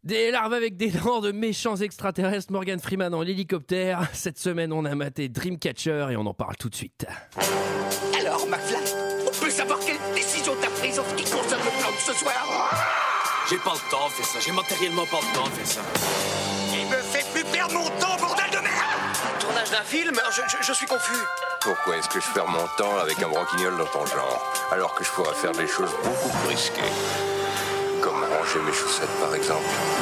Des larves avec des dents de méchants extraterrestres, Morgan Freeman en hélicoptère. Cette semaine, on a maté Dreamcatcher et on en parle tout de suite. Alors, McFly, on peut savoir quelle décision t'as prise en ce qui concerne le plan de ce soir? J'ai pas le temps de faire ça, j'ai matériellement pas le temps de faire ça. Il me fait plus perdre mon temps, bordel de merde! Tournage d'un film? Je suis confus. Pourquoi est-ce que je perds mon temps avec un branquignol dans ton genre, alors que je pourrais faire des choses beaucoup plus risquées? Comme ranger mes chaussettes, par exemple.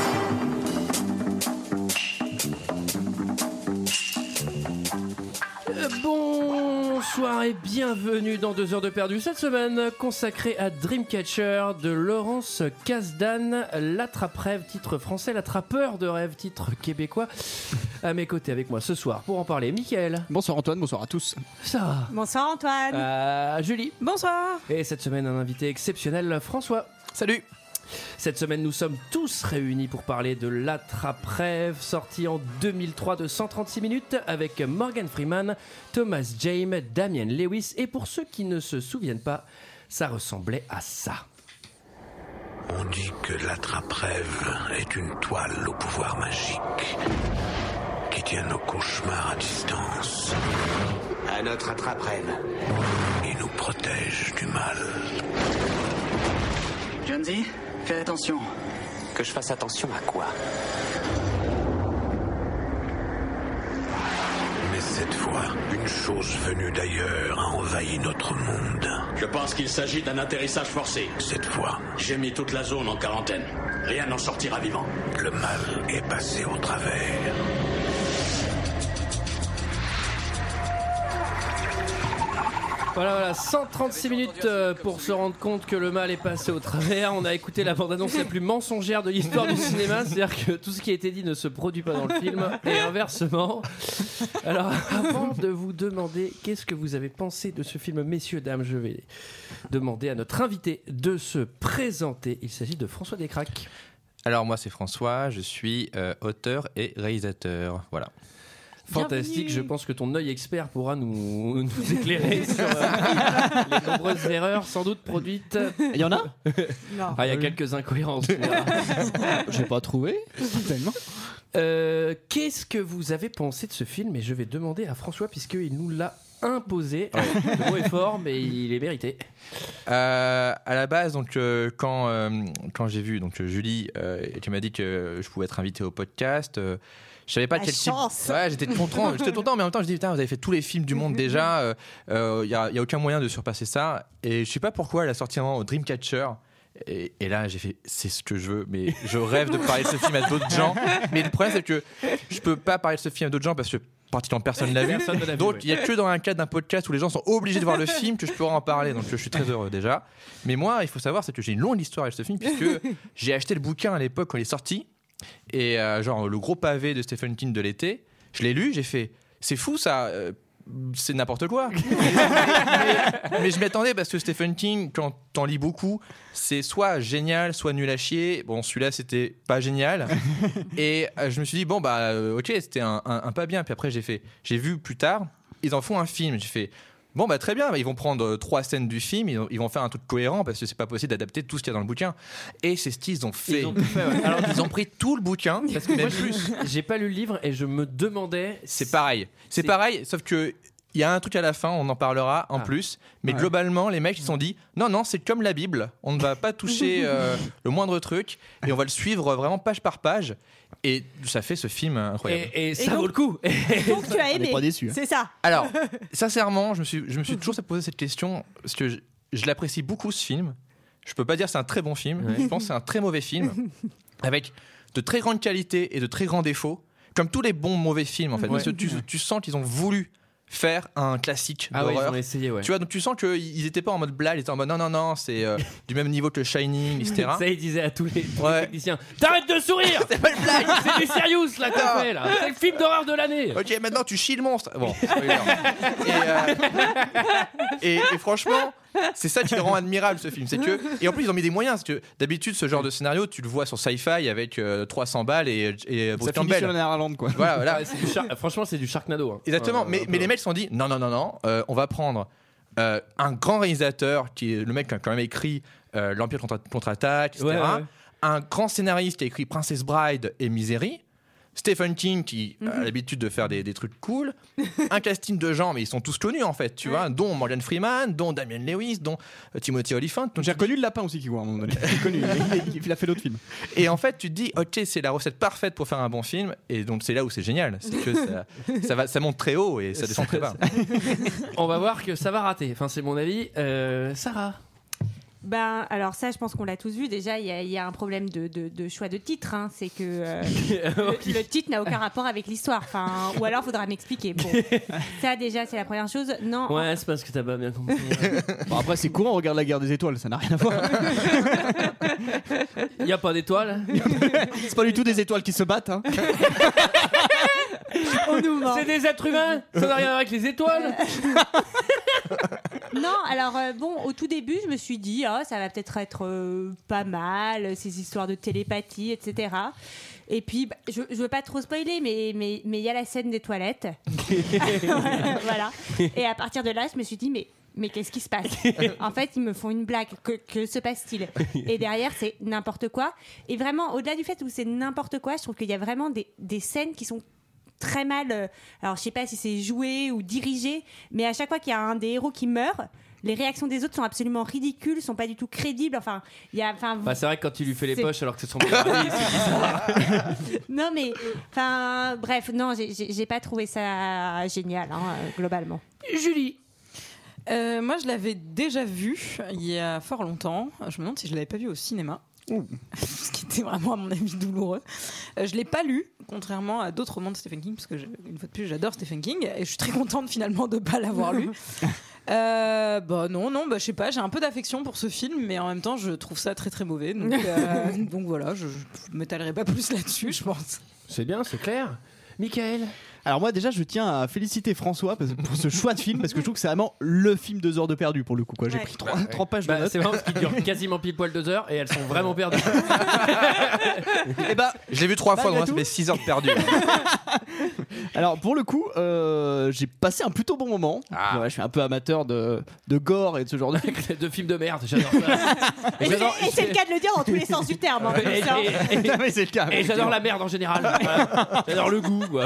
Bonsoir et bienvenue dans 2 heures de perdu. Cette semaine consacrée à Dreamcatcher de Laurence Kasdan, l'attrape-rêve, titre français, l'attrapeur de rêve, titre québécois. À mes côtés avec moi ce soir pour en parler, Mickaël. Bonsoir Antoine, bonsoir à tous. Sarah. Bonsoir Antoine. Julie. Bonsoir. Et cette semaine un invité exceptionnel, François. Salut. Cette semaine, nous sommes tous réunis pour parler de l'attrape-rêve, sorti en 2003 de 136 minutes avec Morgan Freeman, Thomas Jane, Damian Lewis. Et pour ceux qui ne se souviennent pas, ça ressemblait à ça. On dit que l'attrape-rêve est une toile au pouvoir magique qui tient nos cauchemars à distance. À notre attrape-rêve. Et nous protège du mal. Jonesy, fais attention. Que je fasse attention à quoi? Mais cette fois, une chose venue d'ailleurs a envahi notre monde. Je pense qu'il s'agit d'un atterrissage forcé. Cette fois, j'ai mis toute la zone en quarantaine. Rien n'en sortira vivant. Le mal est passé au travers. Voilà, 136 minutes pour se rendre compte que le mal est passé au travers. On a écouté la bande-annonce la plus mensongère de l'histoire du cinéma, c'est-à-dire que tout ce qui a été dit ne se produit pas dans le film, et inversement. Alors, avant de vous demander qu'est-ce que vous avez pensé de ce film, messieurs, dames, je vais demander à notre invité de se présenter. Il s'agit de François Descraques. Alors moi c'est François, je suis auteur et réalisateur, voilà. Fantastique, je pense que ton œil expert pourra nous éclairer sur les nombreuses erreurs sans doute produites. Il y en a? Non. Il y a quelques incohérences. J'ai pas trouvé, tellement. Qu'est-ce que vous avez pensé de ce film? Et je vais demander à François puisqu'il nous l'a imposé. Le mot est fort, mais il est mérité. À la base, donc quand j'ai vu donc Julie, tu m'as dit que je pouvais être invité au podcast. Je savais pas quel type. Ouais, j'étais content, mais en même temps je dis putain, vous avez fait tous les films du monde déjà. Y a aucun moyen de surpasser ça. Et je sais pas pourquoi elle a sorti un Dreamcatcher. Et là j'ai fait c'est ce que je veux, mais je rêve de parler de ce film à d'autres gens. Mais le problème c'est que je peux pas parler de ce film à d'autres gens parce que pratiquement personne l'a vu. Donc il y a que dans un cadre d'un podcast où les gens sont obligés de voir le film que je pourrais en parler. Donc je suis très heureux déjà. Mais moi il faut savoir c'est que j'ai une longue histoire avec ce film puisque j'ai acheté le bouquin à l'époque quand il est sorti. Et genre le gros pavé de Stephen King de l'été, je l'ai lu, j'ai fait c'est fou ça, c'est n'importe quoi. mais je m'y attendais parce que Stephen King, quand t'en lis beaucoup, c'est soit génial, soit nul à chier. Bon, celui-là c'était pas génial. Et je me suis dit bon bah ok, c'était un pas bien. Puis après j'ai vu plus tard, ils en font un film. J'ai fait bon bah très bien, ils vont prendre 3 scènes du film, ils vont faire un truc cohérent parce que c'est pas possible d'adapter tout ce qu'il y a dans le bouquin. Et c'est ce qu'ils ont fait. Alors ils ont pris tout le bouquin parce que moi j'ai pas lu le livre et je me demandais. C'est pareil, sauf que il y a un truc à la fin, on en parlera en plus, mais globalement les mecs ils se sont dit non c'est comme la Bible, on ne va pas toucher le moindre truc et on va le suivre vraiment page par page. Et ça fait ce film incroyable. Et ça vaut le coup. Donc tu as aimé. On n'est pas déçu. C'est ça. Alors, sincèrement, je me suis toujours posé cette question parce que je l'apprécie beaucoup ce film. Je peux pas dire que c'est un très bon film. Ouais. Je pense que c'est un très mauvais film avec de très grandes qualités et de très grands défauts, comme tous les bons mauvais films en fait. Parce que tu sens qu'ils ont voulu faire un classique d'horreur. Ouais, ils ont essayé, ouais. Tu vois, donc tu sens qu'ils étaient pas en mode blague, ils étaient en mode non, c'est du même niveau que le Shining, etc. Ça, ils disaient à tous les techniciens t'arrêtes de sourire. C'est pas une blague, c'est du serious là qu'on fait là. C'est le film d'horreur de l'année. Ok, maintenant tu chies le monstre. Bon, et franchement, c'est ça qui le rend admirable ce film, c'est que et en plus ils ont mis des moyens parce que d'habitude ce genre de scénario tu le vois sur Sci-Fi avec 300 balles et Bruce Campbell. Ça finit sur Irlande quoi. Voilà. Franchement c'est du Sharknado. Hein. Exactement, mais les mecs se sont dit non, on va prendre un grand réalisateur qui est le mec qui a quand même écrit l'Empire contre-attaque, etc. un grand scénariste qui a écrit Princess Bride et Misery, Stephen King qui a l'habitude de faire des trucs cool, un casting de gens, mais ils sont tous connus en fait, tu vois, dont Morgan Freeman, dont Damian Lewis, dont Timothy Olyphant. Donc, j'ai reconnu le lapin aussi qui voit à un moment donné. J'ai connu, il a fait d'autres films. Et en fait, tu te dis, ok, c'est la recette parfaite pour faire un bon film, et donc c'est là où c'est génial, c'est que ça monte très haut et ça descend très bas. On va voir que ça va rater. Enfin, c'est mon avis. Sarah. Ben, alors ça, je pense qu'on l'a tous vu. Déjà, il y a un problème de choix de titre. Hein. C'est que le titre n'a aucun rapport avec l'histoire. Enfin, ou alors, il faudra m'expliquer. Bon, ça, déjà, c'est la première chose. Non. Ouais, c'est parce que t'as pas bien compris. Bon, après, c'est courant, on regarde la guerre des étoiles, ça n'a rien à voir. Il n'y a pas d'étoiles. C'est pas du tout des étoiles qui se battent. Hein. C'est des êtres humains. Ça n'a rien à voir avec les étoiles. Non, alors bon, au tout début, je me suis dit, ça va peut-être être pas mal, ces histoires de télépathie, etc. Et puis, je veux pas trop spoiler, mais il y a la scène des toilettes. Voilà. Et à partir de là, je me suis dit, mais qu'est-ce qui se passe ? En fait, ils me font une blague. Que se passe-t-il ? Et derrière, c'est n'importe quoi. Et vraiment, au-delà du fait où c'est n'importe quoi, je trouve qu'il y a vraiment des scènes qui sont très mal, alors je sais pas si c'est joué ou dirigé, mais à chaque fois qu'il y a un des héros qui meurt, les réactions des autres sont absolument ridicules, sont pas du tout crédibles. Enfin, c'est vrai que quand il lui fait les poches alors que c'est son meilleur ami, c'est bizarre. Non mais, enfin, bref, non, j'ai pas trouvé ça génial, globalement. Julie. Moi, je l'avais déjà vu il y a fort longtemps. Je me demande si je l'avais pas vu au cinéma. Ce qui était vraiment à mon avis douloureux. Je l'ai pas lu, contrairement à d'autres romans de Stephen King, parce que une fois de plus j'adore Stephen King et je suis très contente finalement de pas l'avoir lu. Non, je sais pas, j'ai un peu d'affection pour ce film, mais en même temps je trouve ça très très mauvais, donc voilà, je m'étalerai pas plus là-dessus, je pense. C'est bien, c'est clair. Michael. Alors moi déjà je tiens à féliciter François pour ce choix de film, parce que je trouve que c'est vraiment le film 2 heures de perdu pour le coup, quoi. J'ai pris 3 pages de notes. C'est marrant parce qu'il dure quasiment pile poil 2 heures et elles sont vraiment perdues. Et je l'ai vu 3 fois, donc ça fait 6 heures de perdu. Alors pour le coup j'ai passé un plutôt bon moment. Ouais, je suis un peu amateur de gore et de ce genre de films. De films de merde, j'adore ça. Et c'est le cas de le dire dans tous les sens du terme. Mais c'est le cas. Et j'adore la merde en général. Voilà. J'adore le goût, quoi.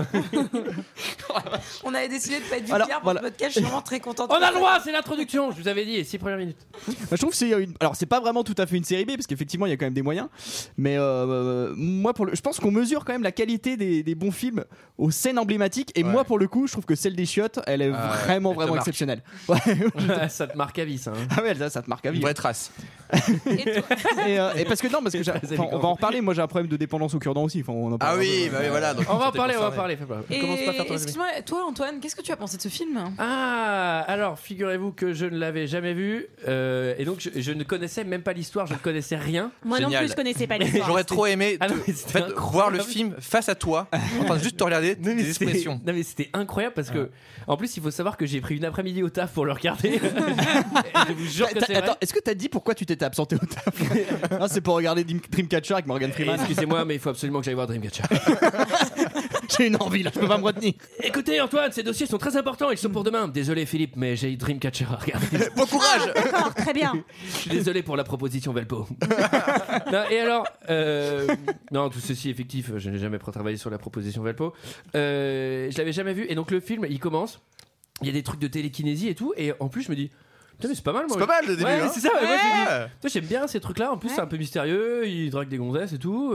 On avait décidé de pas être vulgaire pour le podcast, je suis vraiment très contente. On a le droit, c'est l'introduction, je vous avais dit, 6 premières minutes. Je trouve que c'est pas vraiment tout à fait une série B, parce qu'effectivement il y a quand même des moyens, mais moi je pense qu'on mesure quand même la qualité des bons films aux scènes emblématiques, et moi pour le coup je trouve que celle des chiottes elle est vraiment exceptionnelle. Ça te marque à vie, ça. Ah ouais, ça te marque à vie. Une vraie trace. Et parce que on va en reparler, moi j'ai un problème de dépendance au cure-dent aussi. Voilà. Donc on va en parler. Excuse-moi, toi Antoine, qu'est-ce que tu as pensé de ce film ? Alors figurez-vous que je ne l'avais jamais vu, et donc je ne connaissais même pas l'histoire, je ne connaissais rien. Moi non plus, je connaissais pas l'histoire. J'aurais trop aimé voir le film face à toi, en train de juste te regarder tes expressions. Non mais c'était incroyable parce que en plus il faut savoir que j'ai pris une après-midi au taf pour le regarder. Je vous jure que c'est vrai. Attends, est-ce que t'as dit pourquoi tu t'étais absenté au taf ? Non, c'est pour regarder Dreamcatcher avec Morgan Freeman. Excusez-moi, mais il faut absolument que j'aille voir Dreamcatcher. J'ai une envie là, je peux pas me retenir. Écoutez Antoine, ces dossiers sont très importants, ils sont pour demain. Désolé Philippe, mais j'ai Dreamcatcher à regarder. Bon courage. D'accord, très bien. Je suis désolé pour la proposition Velpo. Non, et alors, non, tout ceci effectif, je n'ai jamais travaillé sur la proposition Velpo. Je l'avais jamais vu, et donc le film, il commence, il y a des trucs de télékinésie et tout, et en plus je me dis... Putain, mais c'est pas mal, moi. C'est pas mal le début. Ouais, hein. c'est ça. Ouais. Moi, je me dis, j'aime bien ces trucs-là. En plus, c'est un peu mystérieux. Ils draguent des gonzesses et tout.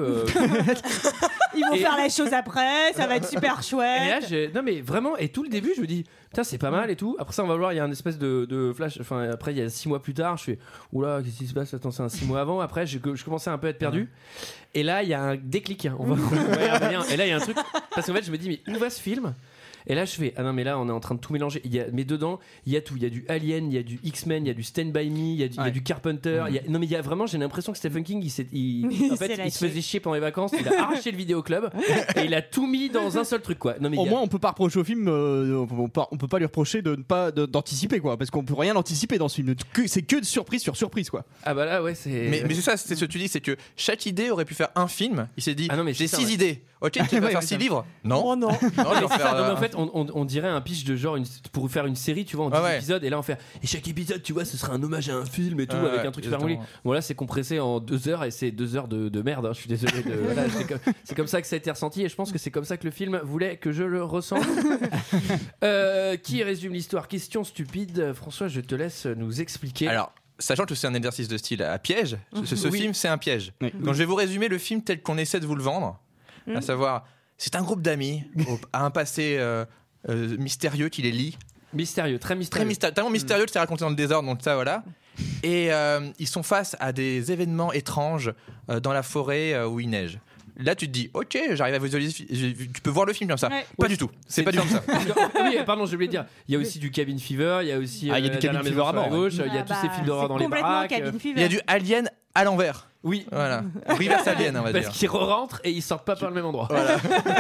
Ils vont faire la chose après. Ça va être super chouette. Et là, non, mais vraiment. Et tout le début, je me dis, putain, c'est pas mal et tout. Après ça, on va voir. Il y a une espèce de flash. Enfin, après, il y a 6 mois plus tard. Je fais, oula, qu'est-ce qui se passe ? Attends, c'est 6 mois avant. Après, je commençais un peu à être perdu. Et là, il y a un déclic. On va y revenir. Et là, il y a un truc. Parce qu'en fait, je me dis, mais où va ce film ? Et là je fais ah non mais là on est en train de tout mélanger, mais dedans il y a tout, il y a du Alien, il y a du X-Men, il y a du Stand By Me, il y a du Carpenter, non mais il y a vraiment, j'ai l'impression que Stephen King il se faisait chier pendant les vacances, il a arraché le vidéoclub et il a tout mis dans un seul truc quoi. Non, mais au moins on peut pas reprocher au film, on peut pas lui reprocher de ne pas d'anticiper quoi, parce qu'on peut rien anticiper dans ce film, c'est que de surprise sur surprise quoi. Ah bah là ouais c'est... Mais c'est ça, c'est ce que tu dis, c'est que chaque idée aurait pu faire un film, il s'est dit j'ai 6 idées, ok tu vas faire 6 livres ? Non. Oh non. Non, en fait fait, on dirait un pitch de genre pour faire une série, tu vois, en 10 épisodes, et là on fait. Et chaque épisode, tu vois, ce sera un hommage à un film et tout, avec un truc super roulé. Bon, là, c'est compressé en 2 heures, et c'est 2 heures de merde, hein, je suis désolé. Voilà, c'est comme ça que ça a été ressenti, et je pense que c'est comme ça que le film voulait que je le ressente. Qui résume l'histoire? Question stupide. François, je te laisse nous expliquer. Alors, sachant que c'est un exercice de style à piège, ce film, c'est un piège. Donc, je vais vous résumer le film tel qu'on essaie de vous le vendre, à savoir, c'est un groupe d'amis à un passé mystérieux qui les lie. Mystérieux, très mystérieux. Tellement mystérieux que c'est raconté dans le désordre, donc ça, voilà. Et ils sont face à des événements étranges dans la forêt où il neige. Là, tu te dis, ok, j'arrive à visualiser, tu peux voir le film comme ça. Pas du tout, c'est pas du tout comme ça. Oui, pardon, je voulais dire, il y a aussi du Cabin Fever, il y a aussi il y a du Cabin Fever à gauche, il y a tous ces films d'horreur dans les baraques. Il y a du Alien à l'envers. Oui, voilà. Reverse Alien, on va dire. Parce qu'ils rentrent et ils sortent pas par le même endroit. Voilà.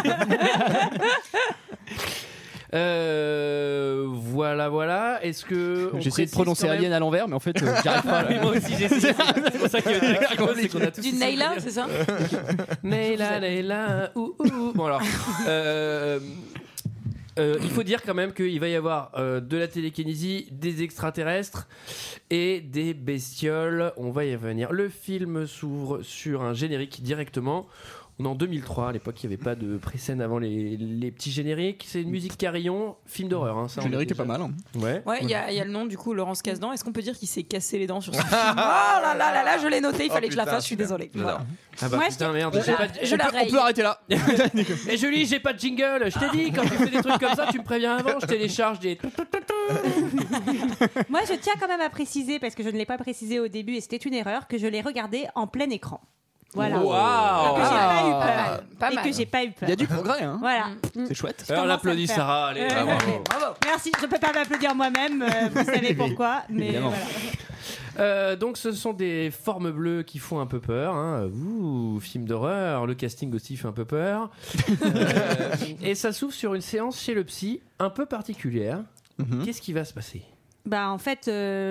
Voilà. Est-ce que j'essaie de prononcer Alien à l'envers, mais en fait, j'y arrive pas. Oui, moi aussi, j'essaie. C'est pour ça qu'il y a c'est qu'on a tous du Nayla, c'est ça? Nayla, ouh. Bon alors. Il faut dire quand même qu'il va y avoir de la télékinésie, des extraterrestres et des bestioles. On va y revenir. Le film s'ouvre sur un générique directement. On est en 2003, à l'époque il n'y avait pas de pré-scène avant les petits génériques. C'est une musique carillon, film d'horreur. Hein, le générique est pas mal. Hein. Ouais, il y a le nom du coup, Laurence Kasdan. Est-ce qu'on peut dire qu'il s'est cassé les dents sur ce film? Oh là, je l'ai noté, il fallait que je la fasse, je suis désolée. Voilà. Ah bah putain, merde, on peut arrêter là. Et Julie, j'ai pas de jingle. Je t'ai dit, quand tu fais des trucs comme ça, tu me préviens avant, je télécharge des. Moi, je tiens quand même à préciser, parce que je ne l'ai pas précisé au début et c'était une erreur, que je l'ai regardé en plein écran. Voilà. Wow. Et que j'ai pas eu peur. Et que j'ai pas eu peur. Il y a du progrès, hein. Voilà. C'est chouette. Alors, on applaudit Sarah. Allez, bravo. Merci. Je peux pas m'applaudir moi-même. Vous savez pourquoi. Mais évidemment. Voilà. Donc, ce sont des formes bleues qui font un peu peur. Hein. Film d'horreur. Le casting aussi fait un peu peur. Et ça s'ouvre sur une séance chez le psy un peu particulière. Qu'est-ce qui va se passer? En fait,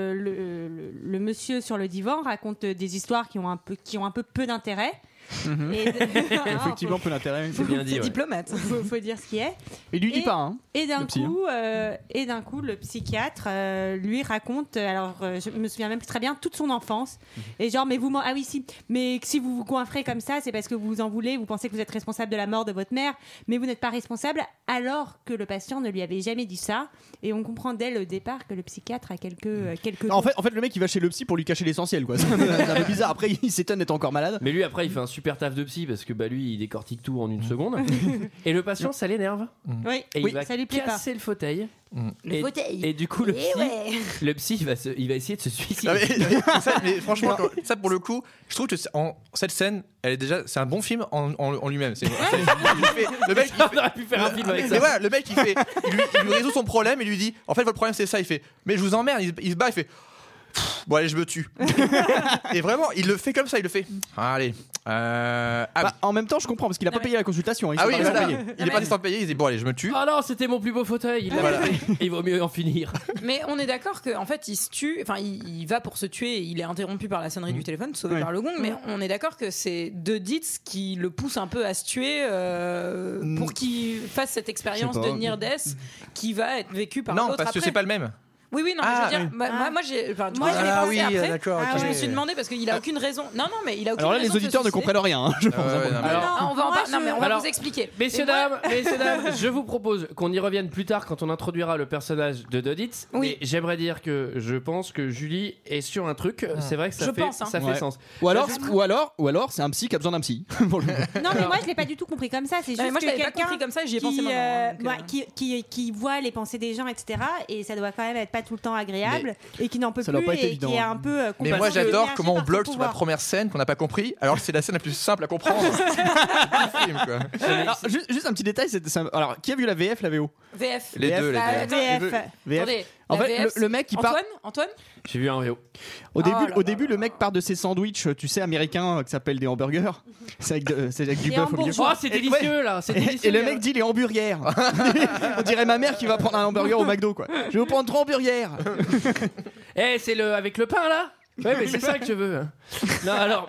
le monsieur sur le divan raconte des histoires qui ont un peu peu d'intérêt. Effectivement, peu d'intérêt. C'est bien dit. C'est diplomate. Faut dire ce qui est. Il lui dit pas. Hein, et d'un coup, le psychiatre lui raconte. Alors, je me souviens même plus très bien toute son enfance. Et genre, mais si vous vous coinfrez comme ça, c'est parce que vous en voulez. Vous pensez que vous êtes responsable de la mort de votre mère, mais vous n'êtes pas responsable. Alors que le patient ne lui avait jamais dit ça. Et on comprend dès le départ que le psychiatre a quelques. En fait, le mec il va chez le psy pour lui cacher l'essentiel, quoi. C'est un peu bizarre. Après, il s'étonne d'être encore malade. Mais lui, après, il fait un super taf de psy parce que lui, il décortique tout en une seconde. Et le patient, ça l'énerve. Oui. Et il va ça lui plaît pas. casser le fauteuil. Fauteuil. Et du coup, le psy, il va essayer de se suicider. Mais franchement, ça pour le coup, je trouve que cette scène, elle est déjà, c'est un bon film en lui-même. Le mec, il aurait pu faire un film avec ça. Mais voilà, le mec, il lui résout son problème et lui dit, en fait, votre problème c'est ça. Il fait, mais je vous emmerde. Il se bat, il fait. Bon allez, je me tue. Et vraiment, il le fait comme ça, il le fait. Allez. En même temps, je comprends parce qu'il a pas payé la consultation. Il est parti sans payer. Il dit bon allez, je me tue. Ah non, c'était mon plus beau fauteuil. Il vaut mieux en finir. Mais on est d'accord qu'en fait, il se tue. Enfin, il va pour se tuer. Il est interrompu par la sonnerie du téléphone, sauvé par le gong. Mais on est d'accord que c'est De Dietz qui le pousse un peu à se tuer pour qu'il fasse cette expérience de near death qui va être vécue par l'autre. Non, parce que c'est pas le même. Oui, non, mais je veux dire, moi, je l'ai pensé après. D'accord. Je me suis demandé parce qu'il a aucune raison. Non, mais il a aucune raison. Alors là, les auditeurs ne comprennent rien, hein, je pense. On va vous expliquer. Messieurs, dames, je vous propose qu'on y revienne plus tard quand on introduira le personnage de Doditz. Oui. Mais j'aimerais dire que je pense que Julie est sur un truc. C'est vrai que ça fait sens. Ou alors, c'est un psy qui a besoin d'un psy. Non, mais moi, je l'ai pas du tout compris comme ça. C'est juste moi, je l'avais pas compris comme ça. J'y ai pensé maintenant. Qui voit les pensées des gens, etc. Et ça doit quand même être pas tout le temps agréable et qui n'en peut plus et qui est un peu mais moi j'adore comment on bloque sur la première scène qu'on n'a pas compris alors que c'est la scène la plus simple à comprendre du film, quoi. Alors, juste un petit détail, alors qui a vu la VF, la VO? VF. Les deux. VF. En fait, le mec qui part. Antoine J'ai vu un VO. Au début, le mec part de ses sandwichs, tu sais, américains, qui s'appellent des hamburgers. C'est avec du bœuf au milieu. Oh, c'est délicieux là. Et le mec dit les hamburgers. On dirait ma mère qui va prendre un hamburger au McDo, quoi. Je vais vous prendre 3 hamburgers. C'est avec le pain là. Ouais, mais c'est ça que je veux. Non, alors,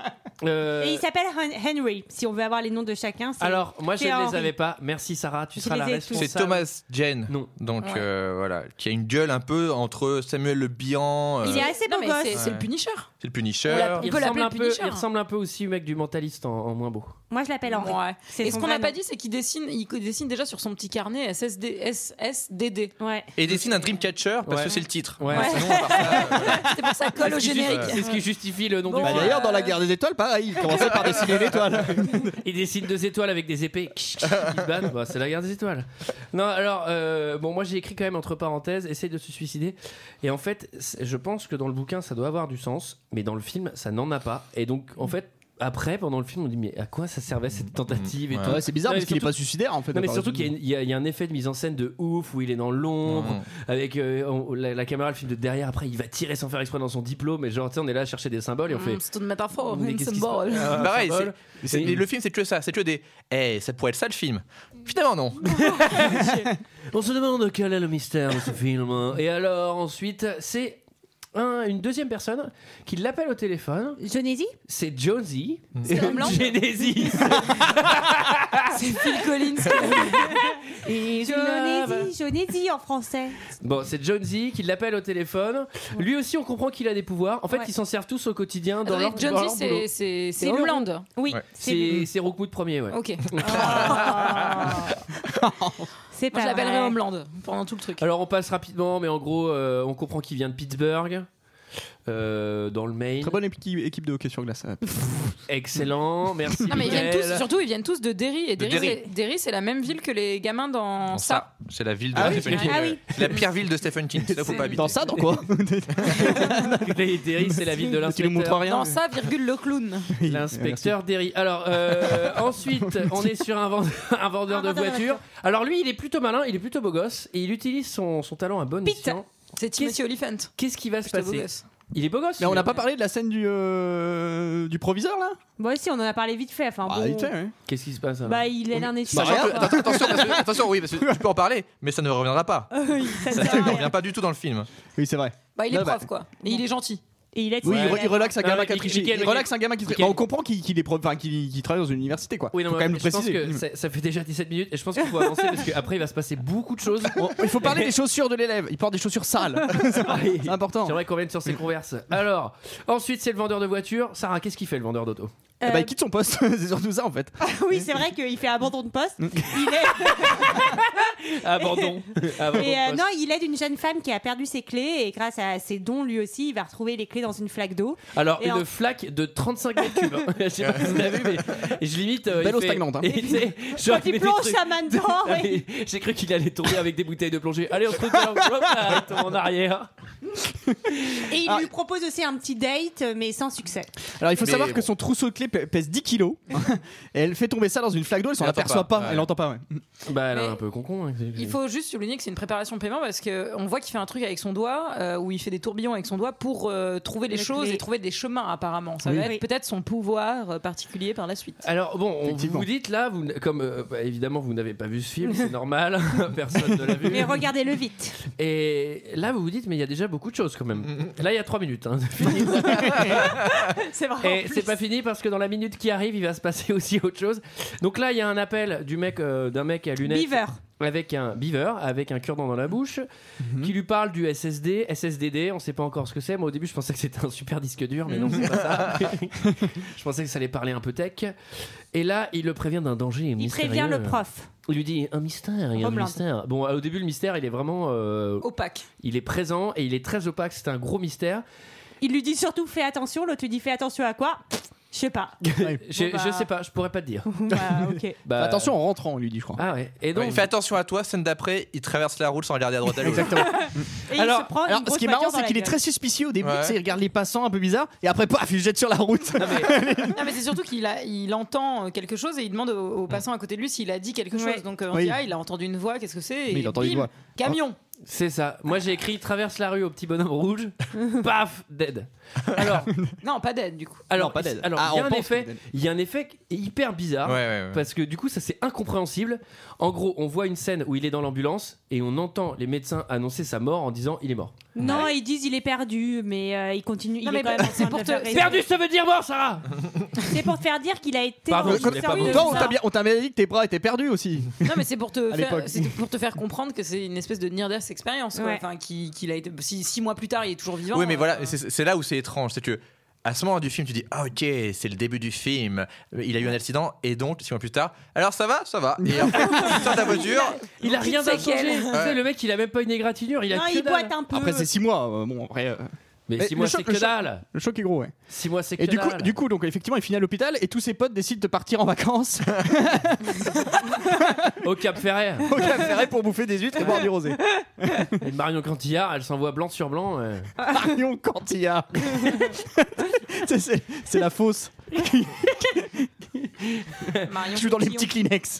Et il s'appelle Henry. Si on veut avoir les noms de chacun, c'est. Alors, moi, je ne Henry. les avais pas. Merci, Sarah. Tu seras la responsable. C'est Thomas Jane. Non. Donc, voilà. Qui a une gueule un peu entre Samuel Le Bihan. Il est assez beau gosse. C'est le Punisher. C'est le Punisher. Il ressemble un peu aussi au mec du Mentaliste en moins beau. Moi, je l'appelle Henri. Ouais. C'est Et son ce qu'on vrai n'a pas nom. dit, c'est qu'il dessine déjà sur son petit carnet SSDD. Ouais. Et il dessine un Dreamcatcher parce Ouais. que c'est le titre. Ouais. Sinon, à part ça, C'est pour ça colle au générique. C'est ce qui justifie le nom Bon, du film. D'ailleurs, dans la guerre des étoiles, pareil, il commençait par dessiner l'étoile. Il dessine 2 étoiles avec des épées qui se battent. Bah, c'est la guerre des étoiles. Non, alors, bon, moi j'ai écrit quand même entre parenthèses, essaye de se suicider. Et en fait, je pense que dans le bouquin ça doit avoir du sens, mais dans le film ça n'en a pas. Et donc, en fait, après, pendant le film, on dit mais à quoi ça servait cette tentative et tout. Ouais, c'est bizarre Non, parce mais qu'il est surtout- pas suicidaire en fait. Non mais à part surtout le- qu'il y a un effet de mise en scène de ouf où il est dans l'ombre avec la caméra le film de derrière, après il va tirer sans faire exprès dans son diplôme et genre tu sais on est là à chercher des symboles et on fait C'est une métaphore, mais une qu'est-ce qui se symbole. passe Ah, pareil, symbole. mais le film c'est que ça, c'est que des. Ça pourrait être ça le film. Finalement non. On se demande quel est le mystère de ce film. Et alors ensuite c'est une deuxième personne qui l'appelle au téléphone. Jonesy. C'est Jonesy. C'est Homeland. Genesis. C'est Phil Collins. Et Jonesy en français. Bon, c'est Jonesy qui l'appelle au téléphone. Lui aussi, on comprend qu'il a des pouvoirs. En fait, Ouais. ils s'en servent tous au quotidien dans leur Jonesy, dans leur boulot. c'est Homeland. Oui. Ouais. C'est Rookwood premier, ouais. Ok. C'est Moi, pas je l'appellerai vrai. Homeland pendant tout le truc. Alors on passe rapidement, mais en gros, on comprend qu'il vient de Pittsburgh, dans le Maine. Très bonne équipe de hockey sur glace. Excellent, merci. Non, mais ils viennent Mickaël. tous, surtout ils viennent tous de Derry et De Derry c'est la même ville que les gamins dans ça. C'est la ville de Ah oui, Stephen King. ah oui. C'est la pire ville de Stephen King. C'est là faut pas habiter. Dans ça, dans quoi Les Derry, c'est la ville de Tu nous montres l'inspecteur. rien. Dans ça, virgule le clown. L'inspecteur Derry. Alors ensuite, on est sur un vendeur de voitures. Alors lui, il est plutôt malin, il est plutôt beau gosse et il utilise son talent à bon Pete. escient. C'est Timothy Olyphant. Qu'est-ce qui va se Plutôt beau passer? gosse. Il est beau gosse. Mais on lui. n'a pas parlé de la scène du proviseur là. Moi aussi, on en a parlé vite fait. Enfin, bon. Vite fait, ouais. Qu'est-ce qui se passe alors Bah, il est un étudiant. Sachant que- attention, oui, parce que tu peux en parler, mais ça ne reviendra pas. Oui, ça Ça sert à ne rien. revient pas du tout dans le film. Oui, c'est vrai. Bah, il est Ouais, prof bah. quoi. Et il est gentil. Et il est Oui, Ouais. il relaxe un gamin Ah, qui a triché. Mickaël, Il relaxe un gamin qui triche. Mickaël. On comprend qu'il est qu'il travaille dans une université quoi. Oui, non, Faut mais quand même le je pense préciser. que ça fait déjà 17 minutes et je pense qu'il faut avancer parce qu'après il va se passer beaucoup de choses. Il faut parler des chaussures de l'élève. Il porte des chaussures sales. C'est important. J'aimerais qu'on vienne sur ces converses. Alors, ensuite c'est le vendeur de voitures. Sarah, qu'est-ce qu'il fait le vendeur d'auto? Bah, il quitte son poste. C'est surtout ça en fait. Oui, c'est vrai qu'il fait abandon de poste. Il est... Abandon. Et non, il aide une jeune femme qui a perdu ses clés et grâce à ses dons, lui aussi, il va retrouver les clés dans une flaque d'eau. Alors, Et une flaque de 35 mètres cubes. Hein. Je sais pas si vous l'avez vu, mais je limite. Belle eau stagnante, hein. Quand il plonge sa main dedans, oui. J'ai cru qu'il allait tomber avec des bouteilles de plongée. Allez, on se retrouve hop là, il tombe en arrière. Et il lui propose aussi un petit date, mais sans succès. Alors il faut Mais savoir bon. que son trousseau de clés pèse 10 kilos. Et elle fait tomber ça dans une flaque d'eau. Elle s'en Elle entend aperçoit pas. pas. Ouais. Elle entend pas. Ouais. Bah, elle est Mais un peu con-con. Hein. Il faut juste souligner que c'est une préparation de paiement parce qu'on voit qu'il fait un truc avec son doigt où il fait des tourbillons avec son doigt pour trouver les Les choses clés. et trouver des chemins apparemment. Ça Oui. va être Oui. peut-être son pouvoir particulier par la suite. Alors bon, vous Effectivement. vous dites là, comme bah, évidemment vous n'avez pas vu ce film, c'est normal, personne ne l'a vu. Mais regardez-le vite. Et là vous vous dites mais il y a déjà beaucoup de choses quand même. Là il y a 3 minutes. Hein, de fini. C'est vrai. Et c'est pas fini parce que dans la minute qui arrive il va se passer aussi autre chose. Donc là il y a un appel du mec d'un mec à lunettes. Beaver. Avec un cure-dent dans la bouche, qui lui parle du SSDD, on sait pas encore ce que c'est. Moi au début je pensais que c'était un super disque dur, mais non c'est pas ça. Je pensais que ça allait parler un peu tech. Et là il le prévient d'un danger Il mystérieux. prévient le prof. Il lui dit un mystère, il y a un Homeland. mystère. Bon au début le mystère il est vraiment, Opaque. il est présent et il est très opaque. C'est un gros mystère. Il lui dit surtout fais attention. L'autre lui dit fais attention à quoi? Je sais pas. Je sais pas, je pourrais pas te dire. Bah, ok. Bah, Attention en rentrant, on lui dit, je crois. Ah ouais. Et donc Ouais, fais attention à toi, scène d'après, il traverse la route sans regarder à droite à gauche. Exactement. Et Alors- il se prend une Alors, grosse ce qui est marrant, voiture dans c'est la qu'il est gueule. très suspicieux au début. Ouais. Tu sais, il regarde les passants un peu bizarre, et après, paf, il se jette sur la route. Non mais c'est surtout il entend quelque chose et il demande aux passants à côté de lui s'il a dit quelque chose. Ouais. Donc on Oui. dit il a entendu une voix, qu'est-ce que c'est? Mais il a entendu une voix. Camion. C'est ça. Moi j'ai écrit traverse la rue au petit bonhomme rouge, paf, dead. Alors non, pas dead du coup. Alors pas dead. Alors il y a un effet hyper bizarre parce que du coup ça c'est incompréhensible. En gros, on voit une scène où il est dans l'ambulance et on entend les médecins annoncer sa mort en disant il est mort. Non, ils disent il est perdu, mais il continue. Non, il est quand même c'est pour te perdu, ça veut dire mort, Sarah. C'est pour te faire dire qu'il a été. Pardon, on t'a bien dit que tes bras étaient perdus aussi. Non, mais c'est pour te faire comprendre que c'est une espèce de near-death expérience, quoi. Enfin, qu'il a été 6 mois plus tard, il est toujours vivant. Oui, mais voilà, c'est là où c'est étrange, c'est que à ce moment du film, tu dis ah ok, c'est le début du film. Il a eu un accident et donc 6 mois plus tard, alors ça va. Et après, il sort de la voiture. Il a rien d'un changé. Tu sais, le mec, il a même pas une égratignure. Il a que dalle. Boite un peu. Après, c'est 6 mois. Bon, après. Mais 6 mois, c'est que dalle. Le choc est gros, ouais. 6 mois, c'est que et dalle. du coup, donc effectivement, il finit à l'hôpital et tous ses potes décident de partir en vacances au Cap Ferret. Pour bouffer des huîtres et boire du rosé. Et Marion Cantillard, elle s'envoie blanc sur blanc. Marion Cantillard. c'est la fausse. Je suis dans les petits Kleenex.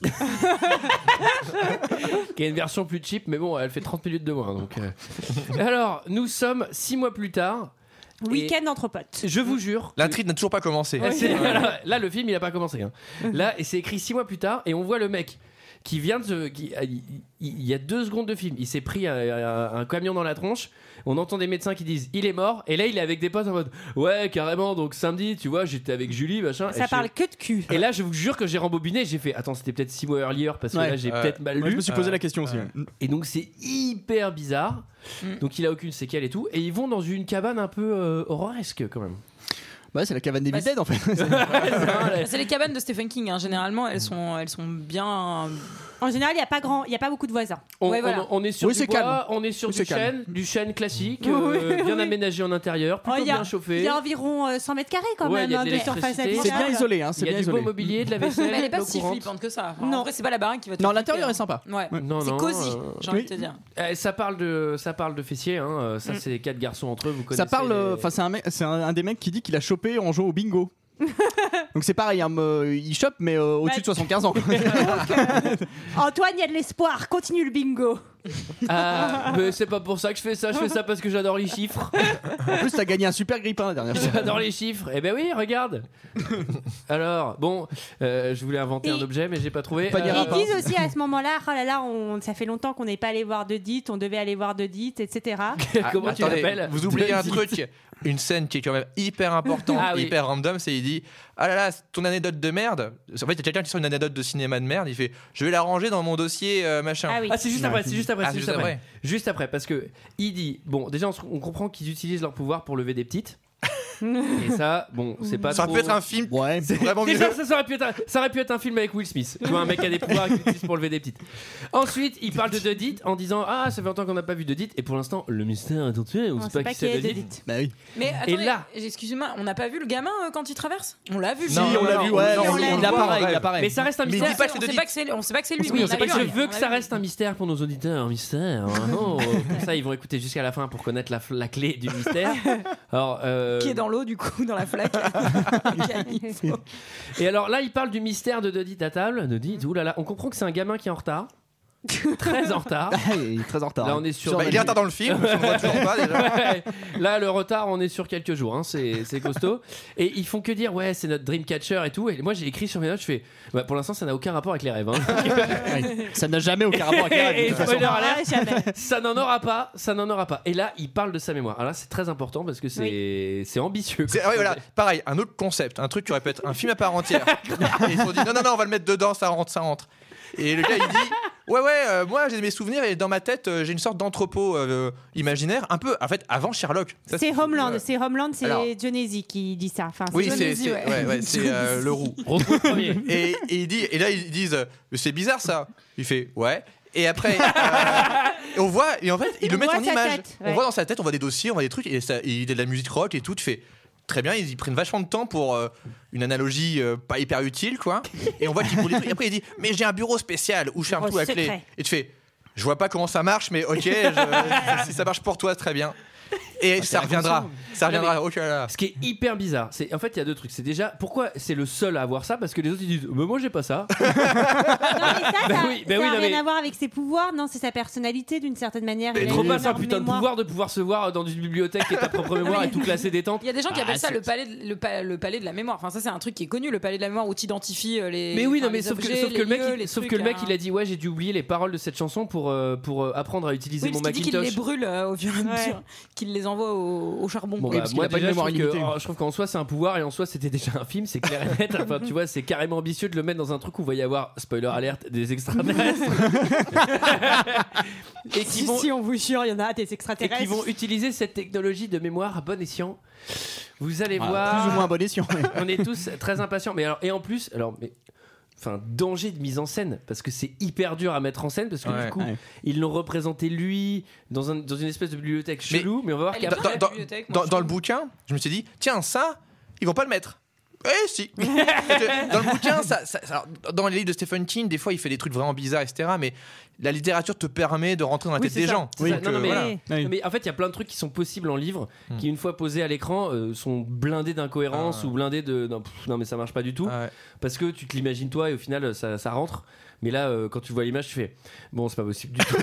Qui est une version plus cheap, mais bon, elle fait 30 minutes de moins. Donc, Alors, nous sommes 6 mois plus tard. Week-end entre potes. Je vous jure. L'intrigue n'a toujours pas commencé. Là, le film, il a pas commencé. Hein. Là, et c'est écrit 6 mois plus tard, et on voit le mec qui vient de. Il y a 2 secondes de film, il s'est pris un camion dans la tronche. On entend des médecins qui disent il est mort, et là il est avec des potes en mode ouais, carrément. Donc samedi, tu vois, j'étais avec Julie, machin. Ça parle que de cul. Et là, je vous jure que j'ai rembobiné, j'ai fait attends, c'était peut-être 6 mois earlier parce que là j'ai peut-être mal lu. Je me suis posé la question aussi. Et donc c'est hyper bizarre. Donc il a aucune séquelle et tout, et ils vont dans une cabane un peu horroresque quand même. Bah, c'est la cabane des Dead en fait. C'est les cabanes de Stephen King, hein. Généralement elles sont bien. En général, il y a pas beaucoup de voisins. On est sur du bois, calme. on est sur du chêne classique, bien aménagé en intérieur, plutôt bien chauffé. Il y a environ 100 mètres carrés quand même de surface habitable. C'est bien isolé, hein, il y a du beau mobilier, de la vaisselle. Mais elle est pas si flippante que ça. Enfin, non, en vrai, c'est pas la baraque qui va te. Non, l'intérieur est sympa. Ouais. C'est cosy, j'ai envie de te dire. Ça parle de fessiers, hein. Ça c'est 4 garçons entre eux, vous connaissez. Ça parle. Enfin, c'est un des mecs qui dit qu'il a chopé en jouant au bingo. Donc c'est pareil, hein, il chope mais au-dessus de 75 ans. Antoine, il y a de l'espoir, continue le bingo. Mais c'est pas pour ça que je fais ça parce que j'adore les chiffres. En plus t'as gagné un super grippin la dernière fois. J'adore les chiffres. Eh ben oui, regarde. Alors bon, je voulais inventer un objet mais j'ai pas trouvé. Ils disent aussi à ce moment-là, oh là là, ça fait longtemps qu'on n'est pas allé voir Dedit, on devait aller voir Dedit, etc. Comment tu l'appelles? Vous oubliez un truc, une scène qui est quand même hyper importante, hyper random, c'est il dit ah là là, ton anecdote de merde. En fait, il y a quelqu'un qui sort une anecdote de cinéma de merde, il fait je vais la ranger dans mon dossier machin. C'est juste après, parce que il dit bon, déjà on comprend qu'ils utilisent leur pouvoir pour lever des petites. Et ça, bon, c'est pas ça trop... aurait pu être un film. Ouais, c'est vraiment mieux. Ça aurait pu être un film avec Will Smith. Tu vois, un mec qui a des pouvoirs qui utilise pour lever des petites. Ensuite, il parle de Dedit en disant ah, ça fait longtemps qu'on n'a pas vu Dedit. Et pour l'instant, le mystère est entier. On sait pas qui c'est Dedit. Bah oui. Mais attendez, et là, excusez-moi, on n'a pas vu le gamin quand il traverse? On l'a vu. Si, on l'a vu. Ouais, il apparaît. Mais ça reste un mystère. On sait pas que c'est lui. Je veux que ça reste un mystère pour nos auditeurs. Un mystère. Pour ça, ils vont écouter jusqu'à la fin pour connaître la clé du mystère. Alors, qui est dans l'eau du coup, dans la flaque. Et alors là, il parle du mystère de Dedit à table. Dedit, oulala, on comprend que c'est un gamin qui est en retard. Très en retard. Il est très en retard. Là, on est sur. Il est en retard dans le film. On ne voit toujours pas déjà. Là, le retard, on est sur quelques jours. Hein, c'est costaud. Et ils font que dire ouais, c'est notre Dreamcatcher et tout. Et moi, j'ai écrit sur mes notes. Je fais pour l'instant, ça n'a aucun rapport avec les rêves. Hein. Ça n'a jamais aucun rapport avec les rêves. Et spoiler alert, ça n'en aura pas. Ça n'en aura pas. Et là, il parle de sa mémoire. Alors là, c'est très important parce que c'est ambitieux. Voilà. Pareil, un autre concept, un truc qui aurait pu être un film à part entière. Et ils se sont dit non, on va le mettre dedans, ça rentre. Et le gars il dit ouais moi j'ai mes souvenirs et dans ma tête j'ai une sorte d'entrepôt imaginaire un peu en fait avant Sherlock. C'est Homeland, c'est Genesee qui dit ça. Enfin, oui c'est le roux. Et il dit et là ils disent c'est bizarre ça. Il fait ouais. Et après, on voit, et en fait, ils le mettent en image. On voit dans sa tête, on voit des dossiers, on voit des trucs, et il y a de la musique rock et tout. Tu fais très bien, ils y prennent vachement de temps pour une analogie pas hyper utile, quoi. Et on voit qu'il brûle des trucs. Et après, il dit mais j'ai un bureau spécial où je ferme tout à clé. Et tu fais je vois pas comment ça marche, mais ok, si ça marche pour toi, très bien. Et ça reviendra. Ça reviendra. Non, Oh là là. Ce qui est hyper bizarre, c'est en fait il y a deux trucs. C'est déjà pourquoi c'est le seul à avoir ça parce que les autres ils disent moi j'ai pas ça. Non, mais ça Bah n'a oui, non, rien mais- à voir avec ses pouvoirs. Non, c'est sa personnalité d'une certaine manière. Mais Il a trop une pas ça, énorme putain de mémoire. pouvoir de pouvoir se voir dans une bibliothèque qui est ta propre mémoire et tout classé détente. Il y a des gens qui appellent ça c'est- le palais de la mémoire. Enfin, ça, c'est un truc qui est connu, le palais de la mémoire où tu identifies les. Mais oui, non, enfin, mais les sauf que, objets, sauf que le les mec, lieux, il, les sauf que trucs, le mec, hein. il a dit ouais, j'ai dû oublier les paroles de cette chanson pour apprendre à utiliser Oui, mon parce qu'il dit qu'il Macintosh. les brûle au fur et à mesure, qu'il les envoie au charbon. Bon, quoi. bah, moi qu'il a pas de déjà, je mémoire trouve que- illimitée. je trouve qu'en soi c'est un pouvoir et en soi c'était déjà un film, c'est clair et net. Enfin, tu vois, c'est carrément ambitieux de le mettre dans un truc où il va y avoir, spoiler alerte, des extraterrestres. et qui vont, Si on vous jure, il y en a des et extraterrestres. qui vont utiliser cette technologie de mémoire à bon escient. Vous allez voir. Plus ou moins bon escient. On est tous très impatients. Mais alors, et en plus, enfin, danger de mise en scène parce que c'est hyper dur à mettre en scène parce que Ouais. du coup, Ouais. ils l'ont représenté lui dans une espèce de bibliothèque chelou. Mais on va voir Elle est qu'après. pas- la bibliothèque, moi, je Dans le trouve. bouquin, je me suis dit, tiens, ça, ils vont pas le mettre. Eh si. Dans le bouquin, alors, dans les livres de Stephen King, des fois il fait des trucs vraiment bizarres, etc. Mais la littérature te permet de rentrer dans la Oui, tête c'est des ça, gens. c'est ça. Donc, Non, non, mais, voilà. Oui. non, mais en fait, il y a plein de trucs qui sont possibles en livre qui, une fois posés à l'écran, sont blindés d'incohérences Ah. ou blindés de. Non, mais ça marche pas du tout. Ouais. Parce que tu te l'imagines toi et au final, ça rentre. Mais là, quand tu vois l'image, tu fais bon, c'est pas possible du tout.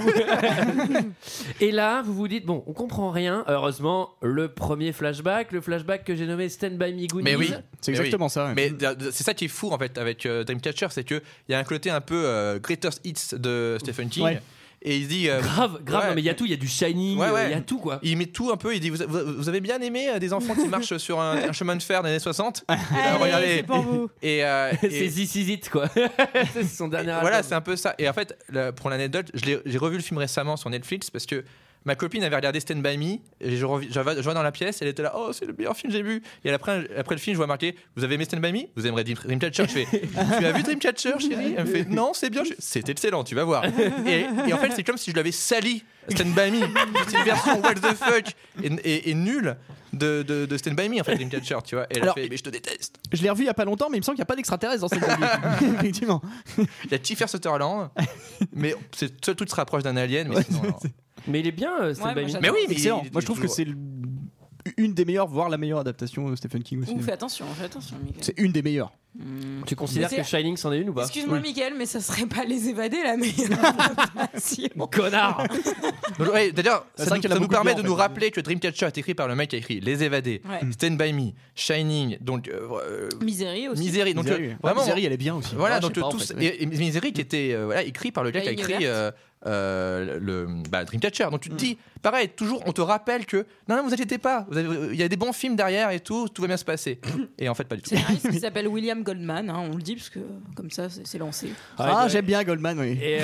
Et là, vous vous dites bon, on comprend rien. Heureusement, le premier flashback, le flashback que j'ai nommé Stand By Me Goonies. Mais oui. C'est Mais exactement oui. ça. ouais. Mais c'est ça qui est fou en fait avec Dreamcatcher, c'est qu'il y a un côté un peu Greatest Hits de Stephen King. Ouais. Et il se dit. Grave, ouais. non, mais il y a tout, il y a du Shining, il Ouais, ouais. y a tout quoi. Il met tout un peu, il dit vous avez bien aimé des enfants qui marchent sur un chemin de fer des années 60 Allez, regardez. c'est pour vous. Et, C'est This Is It quoi. C'est son dernier album. voilà, c'est un peu ça. Et en fait, pour l'anecdote, j'ai revu le film récemment sur Netflix parce que ma copine avait regardé Stand By Me et je vais dans la pièce, elle était là, oh c'est le meilleur film que j'ai vu. Et après le film, je vois marqué, vous avez aimé Stand By Me, vous aimerez Dreamcatcher. Je fais, tu as vu Dreamcatcher, chérie? Elle me fait, non, c'est bien. C'est excellent, tu vas voir. Et en fait, c'est comme si je l'avais sali Stand By Me. C'est une version what the fuck et nulle de Stand By Me en fait, Dreamcatcher, tu vois. Et elle a Alors, fait, mais je te déteste. Je l'ai revu il y a pas longtemps, mais il me semble qu'il n'y a pas d'extraterrestres dans cette série. Effectivement. Il y a Kiefer Sutherland, mais c'est tout se rapproche d'un alien, mais sinon, non. Mais il est bien Stand Ouais, By moi, Me. j'adore. Mais oui, mais Excellent. il- Moi je trouve que toujours- c'est une des meilleures, voire la meilleure adaptation de Stephen King aussi. Ouh, fais attention, Mickaël. C'est une des meilleures. Tu considères Mais que c'est- Shining c'en est une ou pas? Excuse-moi, Mickaël, mais ça serait pas Les Évadés la meilleure adaptation. Connard. Donc, ouais, d'ailleurs, C'est ça vrai nous, qu'il y en a ça nous beaucoup de permet blancs, de en nous fait. rappeler que Dreamcatcher est écrit par le mec qui a écrit Les Évadés, Ouais. Stand By Me, Shining, donc Misery aussi. Misery. Donc Misery, ouais. vraiment, Misery, elle est bien aussi. voilà, Ouais, donc je sais pas, en tous fait, ouais. et Misery qui était voilà, écrit par le gars La qui a ligne écrit Dreamcatcher. Donc tu te dis, pareil, toujours, on te rappelle que non, vous inquiétez pas, il y a des bons films derrière et tout va bien se passer. Et en fait, pas du tout. Scénariste qui s'appelle William Goldman, hein, on le dit parce que comme ça c'est lancé. Ah, j'aime bien Goldman, oui. Et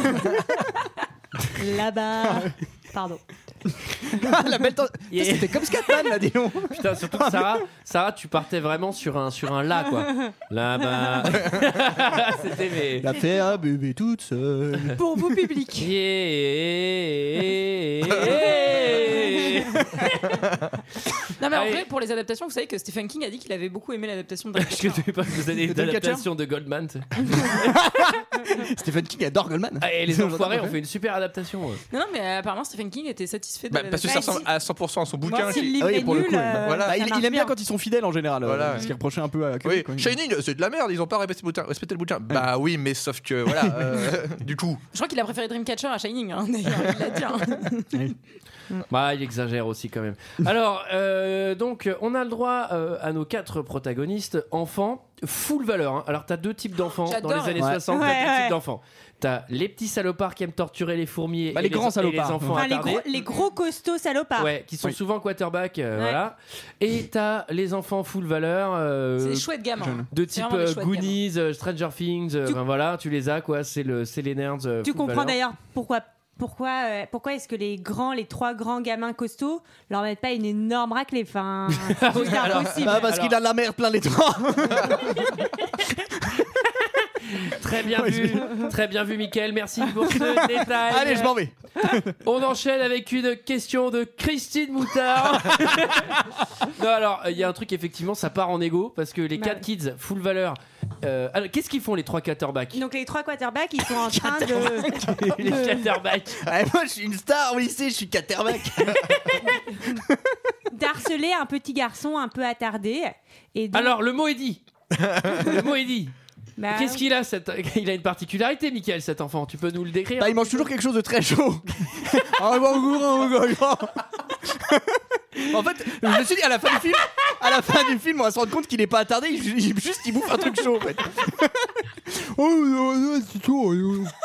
Là-bas. Pardon. La belle Yeah. C'était comme Scatman, là, dis donc. putain, surtout que Sarah, tu partais vraiment sur un là quoi. Là-bas. C'était mes. La fait un bébé toute seule. Pour vous, public. Yeah. Non mais en Allez. vrai pour les adaptations, vous savez que Stephen King a dit qu'il avait beaucoup aimé l'adaptation de Est-ce que tu veux pas vous avez une Dreamcatcher adaptation de Goldman? Stephen King adore Goldman. Ah, et les enfoirés ont fait une super adaptation. Non mais apparemment Stephen King était satisfait de Bah, parce que ça ressemble à 100% à son bouquin. Si le qui- livre Ah oui, est pour le nul, coup, ouais. Voilà. Bah, ça il marche aime bien bien. quand ils sont fidèles en général. Voilà. Ce qui reprochait un peu à Oui, Kubrick, quoi. Shining, c'est de la merde, ils ont pas respecté le bouquin. Bah oui, mais sauf que voilà, du coup. Je crois qu'il a préféré Dreamcatcher à Shining, hein, d'ailleurs, il l'a dit. Hein. Bah, il exagère aussi quand même. Alors, donc, on a le droit à nos 4 protagonistes enfants, full valeur. Hein. Alors, t'as 2 types d'enfants dans les J'adore. années Ouais. 60. Ouais, T'as 2 ouais. types d'enfants. T'as les petits salopards qui aiment torturer les fourmis Bah, et les grands salopards. et les enfants Enfin, attardés. les gros costauds salopards. Ouais, qui sont Oui. souvent quarterback, voilà. Et t'as les enfants full valeur. C'est des chouettes gamins. De C'est type vraiment des chouettes Goonies, Stranger Things, enfin voilà, tu les as quoi, c'est les nerds. Tu full comprends valeur. d'ailleurs pourquoi est-ce que les 3 grands gamins costauds leur mettent pas une énorme raclée. Enfin, c'est alors, impossible. Bah, parce Alors- qu'il a de la mer plein les dents. Très bien vu, Mickaël. Merci pour ce détail. Allez, je m'en vais. On enchaîne avec une question de Christine Moutard. Non, alors, il y a un truc, effectivement, ça part en égo parce que les 4 kids, full valeur. Alors, qu'est-ce qu'ils font, les 3 quarterbacks? Donc, les 3 quarterbacks, ils sont en train de. Les quarterbacks. Moi, je suis une star au lycée, je suis quarterback. D'harceler un petit garçon un peu attardé. Et donc... Alors, le mot est dit. Bah, Qu'est-ce qu'il a Il a une particularité, Mickaël, cet enfant. Tu peux nous le décrire? Il mange toujours quelque chose de très chaud. En fait, je me suis dit à la fin du film, on va se rendre compte qu'il est pas attardé, il bouffe un truc chaud en fait. C'est chaud.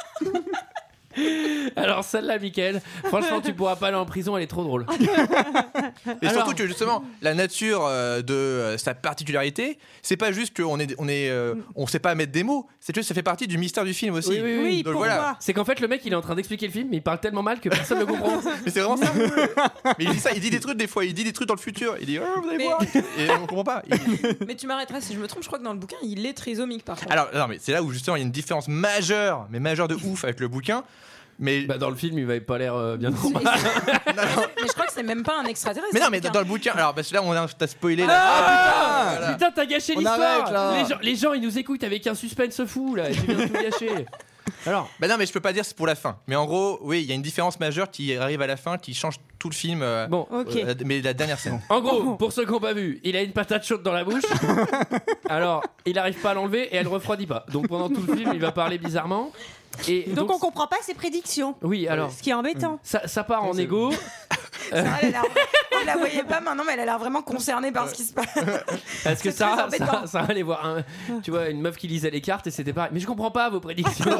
Alors celle-là, Mickaël, franchement, tu pourras pas aller en prison, elle est trop drôle. Et surtout que justement, la nature de sa particularité, c'est pas juste qu'on on sait pas mettre des mots, c'est juste que ça fait partie du mystère du film aussi. Oui, donc voilà. C'est qu'en fait, le mec, il est en train d'expliquer le film, mais il parle tellement mal que personne ne le comprend. Mais c'est vraiment ça. Mais il dit ça, il dit des trucs des fois, il dit des trucs dans le futur. Il dit vous allez voir. Et on comprend pas. Mais tu m'arrêteras si je me trompe, je crois que dans le bouquin, il est trisomique par contre. Alors, non, mais c'est là où justement il y a une différence majeure, mais majeure de ouf avec le bouquin. Mais dans le film, il va pas l'air bien normal. Mais je crois que c'est même pas un extraterrestre. Mais non, mais dans le bouquin, alors parce que là, t'as spoilé. Putain, t'as gâché On l'histoire. arrête, là. Les gens, ils nous écoutent avec un suspense fou là. Tu viens de tout gâcher. Alors, non, mais je peux pas dire c'est pour la fin. Mais en gros, oui, il y a une différence majeure qui arrive à la fin, qui change tout le film. Bon, mais la dernière scène. En gros, pour ceux qui n'ont pas vu, il a une patate chaude dans la bouche. Alors, il n'arrive pas à l'enlever et elle refroidit pas. Donc pendant tout le film, il va parler bizarrement. Et donc on comprend pas ses prédictions. Oui, alors. Ce qui est embêtant. Ça part en égo. Vous la voyez pas maintenant, mais elle a l'air vraiment concernée par ce qui se passe. Parce que ça allait voir tu vois, une meuf qui lisait les cartes et c'était pareil. Mais je comprends pas vos prédictions.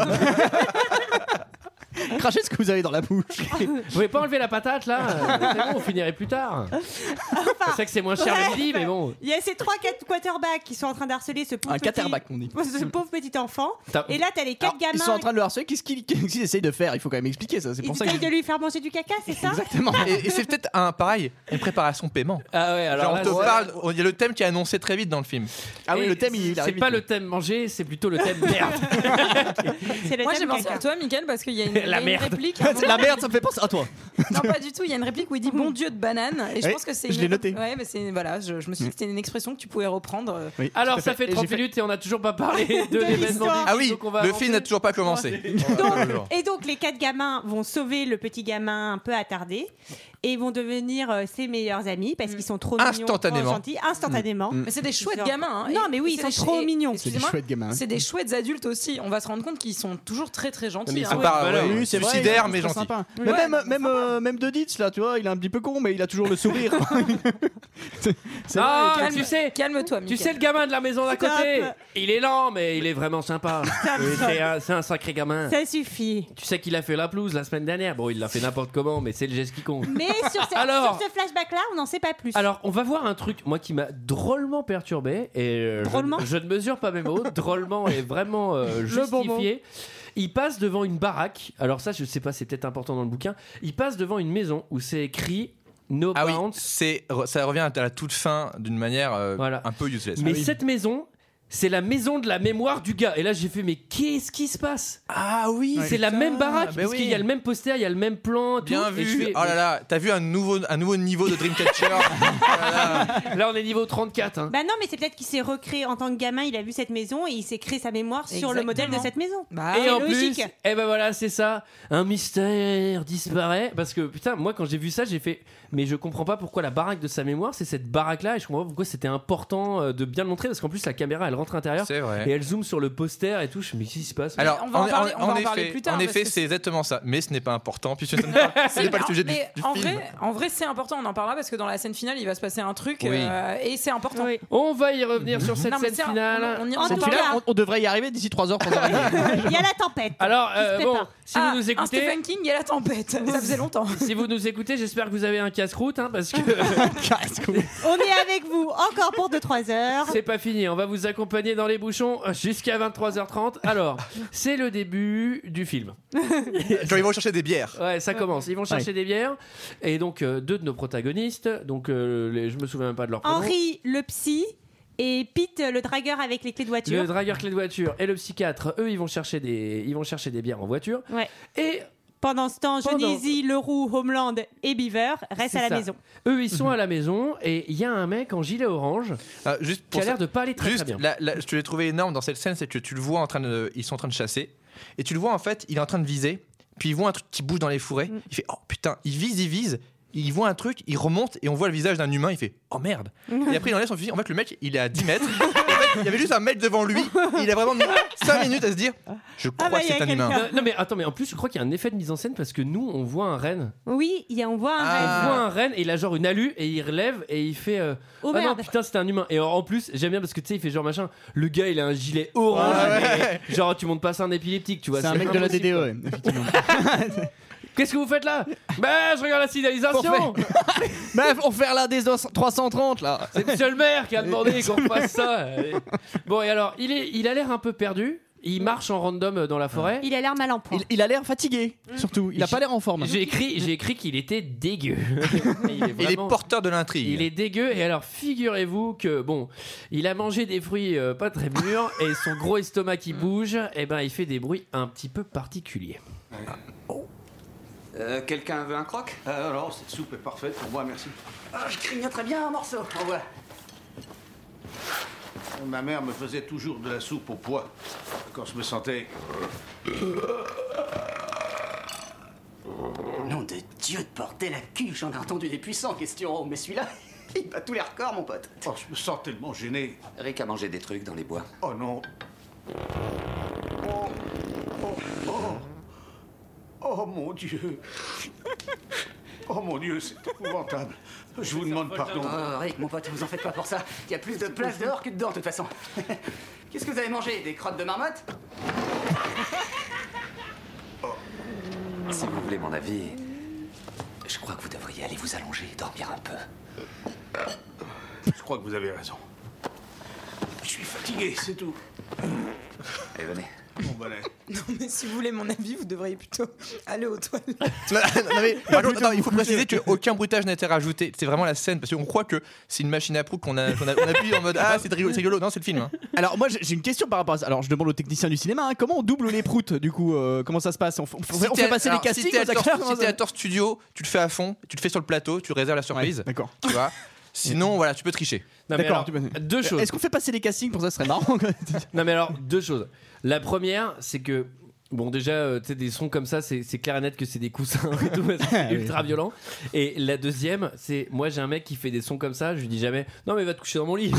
Crachez ce que vous avez dans la bouche. Vous pouvez pas enlever la patate là? C'est bon, on finirait plus tard. Je sais que c'est moins cher le midi, mais bon. Il y a ces 3 quarterbacks qui sont en train d'harceler ce pauvre ce pauvre petit enfant. Et là, t'as les 4 gamins. Ils sont en train de le harceler. Qu'est-ce qu'ils essayent de faire? Il faut quand même expliquer ça. C'est pour ça. Ils essayent de lui faire manger du caca, c'est ça? Exactement. Et c'est peut-être une préparation paiement. Ah ouais, alors genre, on te parle. Il y a le thème qui est annoncé très vite dans le film. Ah oui, le thème il arrive. C'est pas le thème manger, c'est plutôt le thème merde. Moi, j'ai pensé à toi, Mickaël, parce qu'il y a une réplique. La merde, ça me fait penser à toi. Non, pas du tout. Il y a une réplique où il dit bon Dieu de banane. Et je pense que c'est. Je l'ai noté. Ouais, mais c'est voilà. Je me suis dit que c'était une expression que tu pouvais reprendre. Oui, alors ça fait 30 minutes et on n'a toujours pas parlé de l'événement. Ah oui, le film n'a toujours pas commencé. Et donc les 4 gamins vont sauver le petit gamin un peu attardé et vont devenir ses meilleurs amis parce qu'ils sont trop mignons, trop gentils, instantanément. Mais c'est des chouettes gamins. Non, mais oui, ils sont trop mignons. C'est des chouettes gamins. C'est des chouettes adultes aussi. On va se rendre compte qu'ils sont toujours très très gentils. Oui, c'est suicidaire mais gentil. Même de Ditz là, tu vois, il est un petit peu con, mais il a toujours le sourire. Calme-toi. Tu sais le gamin de la maison d'à côté, il est lent, mais il est vraiment sympa. C'est un sacré gamin. Ça suffit. Tu sais qu'il a fait la pelouse la semaine dernière. Bon, il l'a fait n'importe comment, mais c'est le geste qui compte. Mais sur ce flashback-là, on n'en sait pas plus. Alors, on va voir un truc, moi, qui m'a drôlement perturbé. Et je ne mesure pas mes mots. Drôlement est vraiment justifié. Il passe devant une baraque. Alors ça, je sais pas, c'est peut-être important dans le bouquin. Il passe devant une maison où c'est écrit No Bounce. Oui, ça revient à la toute fin d'une manière un peu useless. Mais cette maison, c'est la maison de la mémoire du gars. Et là, j'ai fait, mais qu'est-ce qui se passe? Ah oui, c'est la même baraque. Parce qu'il y a le même poster, il y a le même plan. Bien tout, vu. Oh là là, t'as vu un nouveau niveau de Dreamcatcher. Là, on est niveau 34. Hein. Bah non, mais c'est peut-être qu'il s'est recréé en tant que gamin. Il a vu cette maison et il s'est créé sa mémoire sur le modèle de cette maison. Et en plus, et ben voilà, c'est ça. Un mystère disparaît. Parce que putain, moi, quand j'ai vu ça, j'ai fait, mais je comprends pas pourquoi la baraque de sa mémoire, c'est cette baraque-là. Et je comprends pas pourquoi c'était important de bien le montrer. Parce qu'en plus, la caméra, elle rentre à l'intérieur et elle zoome sur le poster et tout. Je me dis, qu'est-ce qui se passe? Alors, on va en parler plus tard. En effet, c'est exactement ça. Mais ce n'est pas important puisque ce n'est pas le sujet du film. En vrai, c'est important. On en parlera parce que dans la scène finale, il va se passer un truc et c'est important. Oui. On va y revenir sur cette scène finale. On devrait y arriver d'ici 3 heures. Il y a la tempête. Alors, bon, si vous nous écoutez. Stephen King, il y a la tempête. Ça faisait longtemps. Si vous nous écoutez, j'espère que vous avez un casse-croûte, hein, parce que. On est avec vous encore pour 2-3 heures. C'est pas fini, on va vous accompagner dans les bouchons jusqu'à 23h30. Alors, c'est le début du film. Genre, ils vont chercher des bières. Ouais, ça commence. Ils vont chercher des bières. Et donc, 2 de nos protagonistes, donc je me souviens même pas de leur prénom. Henri, le psy, Et Pete, le dragueur avec les clés de voiture. Le dragueur clé de voiture et le psychiatre, eux, ils vont chercher des bières en voiture. Ouais. Et pendant ce temps, Johnny, Leroux, Homeland et Beaver restent à la maison. Eux, ils sont à la maison et il y a un mec en gilet orange qui a l'air de pas aller très bien. Ce que j'ai trouvé énorme dans cette scène, c'est que tu le vois ils sont en train de chasser et tu le vois en fait, il est en train de viser. Puis il voit un truc qui bouge dans les fourrés. Il fait oh putain, il vise. Il voit un truc, il remonte et on voit le visage d'un humain. Il fait oh merde. Et après il enlève son fusil. En fait, le mec il est à 10 mètres. En fait, il y avait juste un mec devant lui. Il a vraiment mis 5 minutes à se dire je crois que c'est un humain. Non mais attends, mais en plus je crois qu'il y a un effet de mise en scène parce que nous on voit un renne. Oui, on voit un renne. On voit un renne et il a genre une alu et il relève et il fait oh ah non putain c'est un humain. Et en plus j'aime bien parce que tu sais il fait genre machin. Le gars il a un gilet orange. Genre tu montes pas ça un épileptique tu vois. C'est un mec de la DDE. Effectivement. Qu'est-ce que vous faites là? Bah, je regarde la signalisation. On fait la des 330 là. C'est monsieur le maire qui a demandé qu'on fasse ça. Bon, et alors, il a l'air un peu perdu. Il marche en random dans la forêt. Il a l'air mal en point. Il a l'air fatigué, surtout. Il a pas l'air en forme. J'ai écrit qu'il était dégueu. Il est porteur de l'intrigue. Il est dégueu. Et alors, figurez-vous que, bon, il a mangé des fruits pas très mûrs et son gros estomac qui bouge, et ben, il fait des bruits un petit peu particuliers. Quelqu'un veut un croc? Non, cette soupe est parfaite pour moi, merci. Je grignoterais bien un morceau. Au revoir. Ma mère me faisait toujours de la soupe au pois quand je me sentais... Nom de Dieu de porter la cul, j'en ai entendu des puissants questions, mais celui-là, il bat tous les records, mon pote. Oh, je me sens tellement gêné. Rick a mangé des trucs dans les bois. Oh non. Oh mon Dieu. Oh mon Dieu, c'est épouvantable. Je vous demande pardon. Oh, Rick, mon pote, vous en faites pas pour ça. Il y a plus de place dehors que dedans, de toute façon. Qu'est-ce que vous avez mangé? Des crottes de marmotte? Si vous voulez mon avis, je crois que vous devriez aller vous allonger et dormir un peu. Je crois que vous avez raison. Je suis fatigué, c'est tout. Allez, venez. Bon balai. Non mais si vous voulez mon avis, vous devriez plutôt aller aux toilettes. Non mais par contre, attends, il faut préciser qu'aucun bruitage n'a été rajouté. C'est vraiment la scène parce qu'on croit que c'est une machine à prout qu'on appuie en mode ah c'est rigolo. Non, c'est le film. Hein. Alors moi j'ai une question par rapport à ça. Alors je demande aux techniciens du cinéma comment on double les proutes du coup comment ça se passe? On fait passer les castings aux acteurs. Si t'es acteur studio, tu le fais à fond, tu le fais sur le plateau, tu réserves la surprise. Ouais, d'accord. Tu vois. Sinon voilà, tu peux tricher. Non, d'accord. Deux choses. Est-ce qu'on fait passer les castings pour ça? Ce serait marrant. Non mais alors deux choses. La première, c'est que bon déjà, tu sais des sons comme ça, c'est clair et net que c'est des coussins et tout, c'est ultra violent. Et la deuxième, c'est moi j'ai un mec qui fait des sons comme ça, je lui dis jamais non mais va te coucher dans mon lit.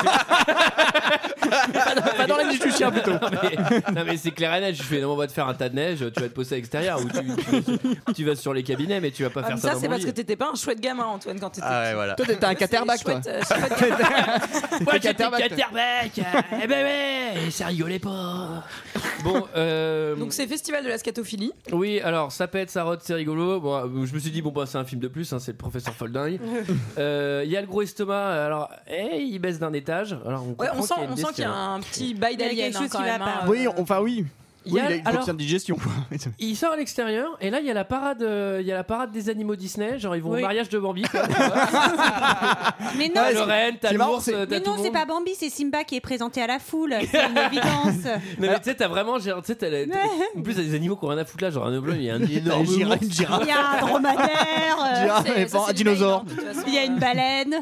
Pas dans la niche du chien plutôt. Non mais c'est clair et net, je fais non on va te faire un tas de neige, tu vas te poser à l'extérieur ou tu vas sur les cabinets mais tu vas pas faire ça dans mon lit. Ça c'est parce que t'étais pas un chouette gamin Antoine quand t'étais ouais, voilà. Toi t'étais un caterback toi. Moi j'étais caterback. Eh ben ouais, ça rigolait pas. Bon donc c'est Festival de la scatophilie. Oui, alors ça pète, ça rote, c'est rigolo. Bon, je me suis dit bon bah c'est un film de plus, hein, c'est le professeur Folding. Il y a le gros estomac. Alors, il baisse d'un étage. Alors on sent qu'il y a un petit bail d'alien quand même. Oui, enfin oui. Il a une alors, de digestion. Il sort à l'extérieur et là il y a la parade des animaux Disney, genre ils vont au mariage de Bambi. Quoi, mais non, t'as le renne, t'as l'ours, mais non, c'est pas Bambi, c'est Simba qui est présenté à la foule. C'est une évidence. Non, mais tu sais, t'as vraiment, en plus t'as des animaux qui ont rien à foutre là, genre un obleu, il y a un énorme girafe, il y a un dromadaire, un dinosaure, il y a une baleine.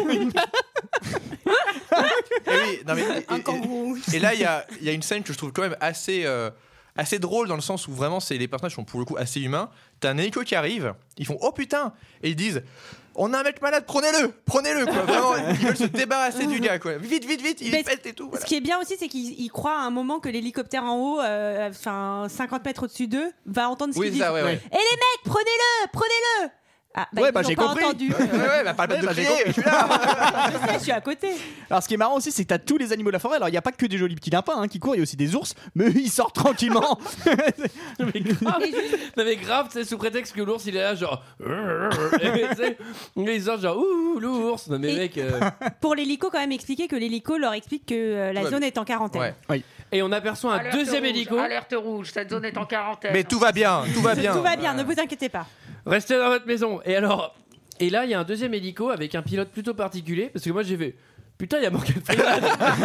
Un kangourou. Et là, il y a une scène que je trouve quand même assez drôle dans le sens où vraiment les personnages sont pour le coup assez humains. T'as un hélico qui arrive, ils font oh putain, et ils disent on a un mec malade, prenez-le quoi. Vraiment, ils veulent se débarrasser du gars quoi. Vite, il pète et tout. Voilà. Ce qui est bien aussi, c'est qu'ils croient à un moment que l'hélicoptère en haut, 50 mètres au-dessus d'eux, va entendre ce qu'ils disent. Ouais. Et les mecs, prenez-le. Ah, j'ai pas compris. Entendu. Parle pas de crier, je suis là. Je suis à côté. Alors ce qui est marrant aussi, c'est que t'as tous les animaux de la forêt. Alors il y a pas que des jolis petits lapins qui courent, il y a aussi des ours, mais ils sortent tranquillement. mais grave, c'est sous prétexte que l'ours il est là genre ils sortent genre ouh l'ours. Non mais mec. Pour l'hélico quand même expliquer que l'hélico leur explique que la zone est en quarantaine. Ouais. Oui. Et on aperçoit un deuxième hélico. Alerte rouge, cette zone est en quarantaine. Mais tout va bien. Tout va bien, ne vous inquiétez pas. Restez dans votre maison. Et là, il y a un deuxième hélico avec un pilote plutôt particulier. Parce que moi, j'ai fait putain, il y a Morgan Freeman.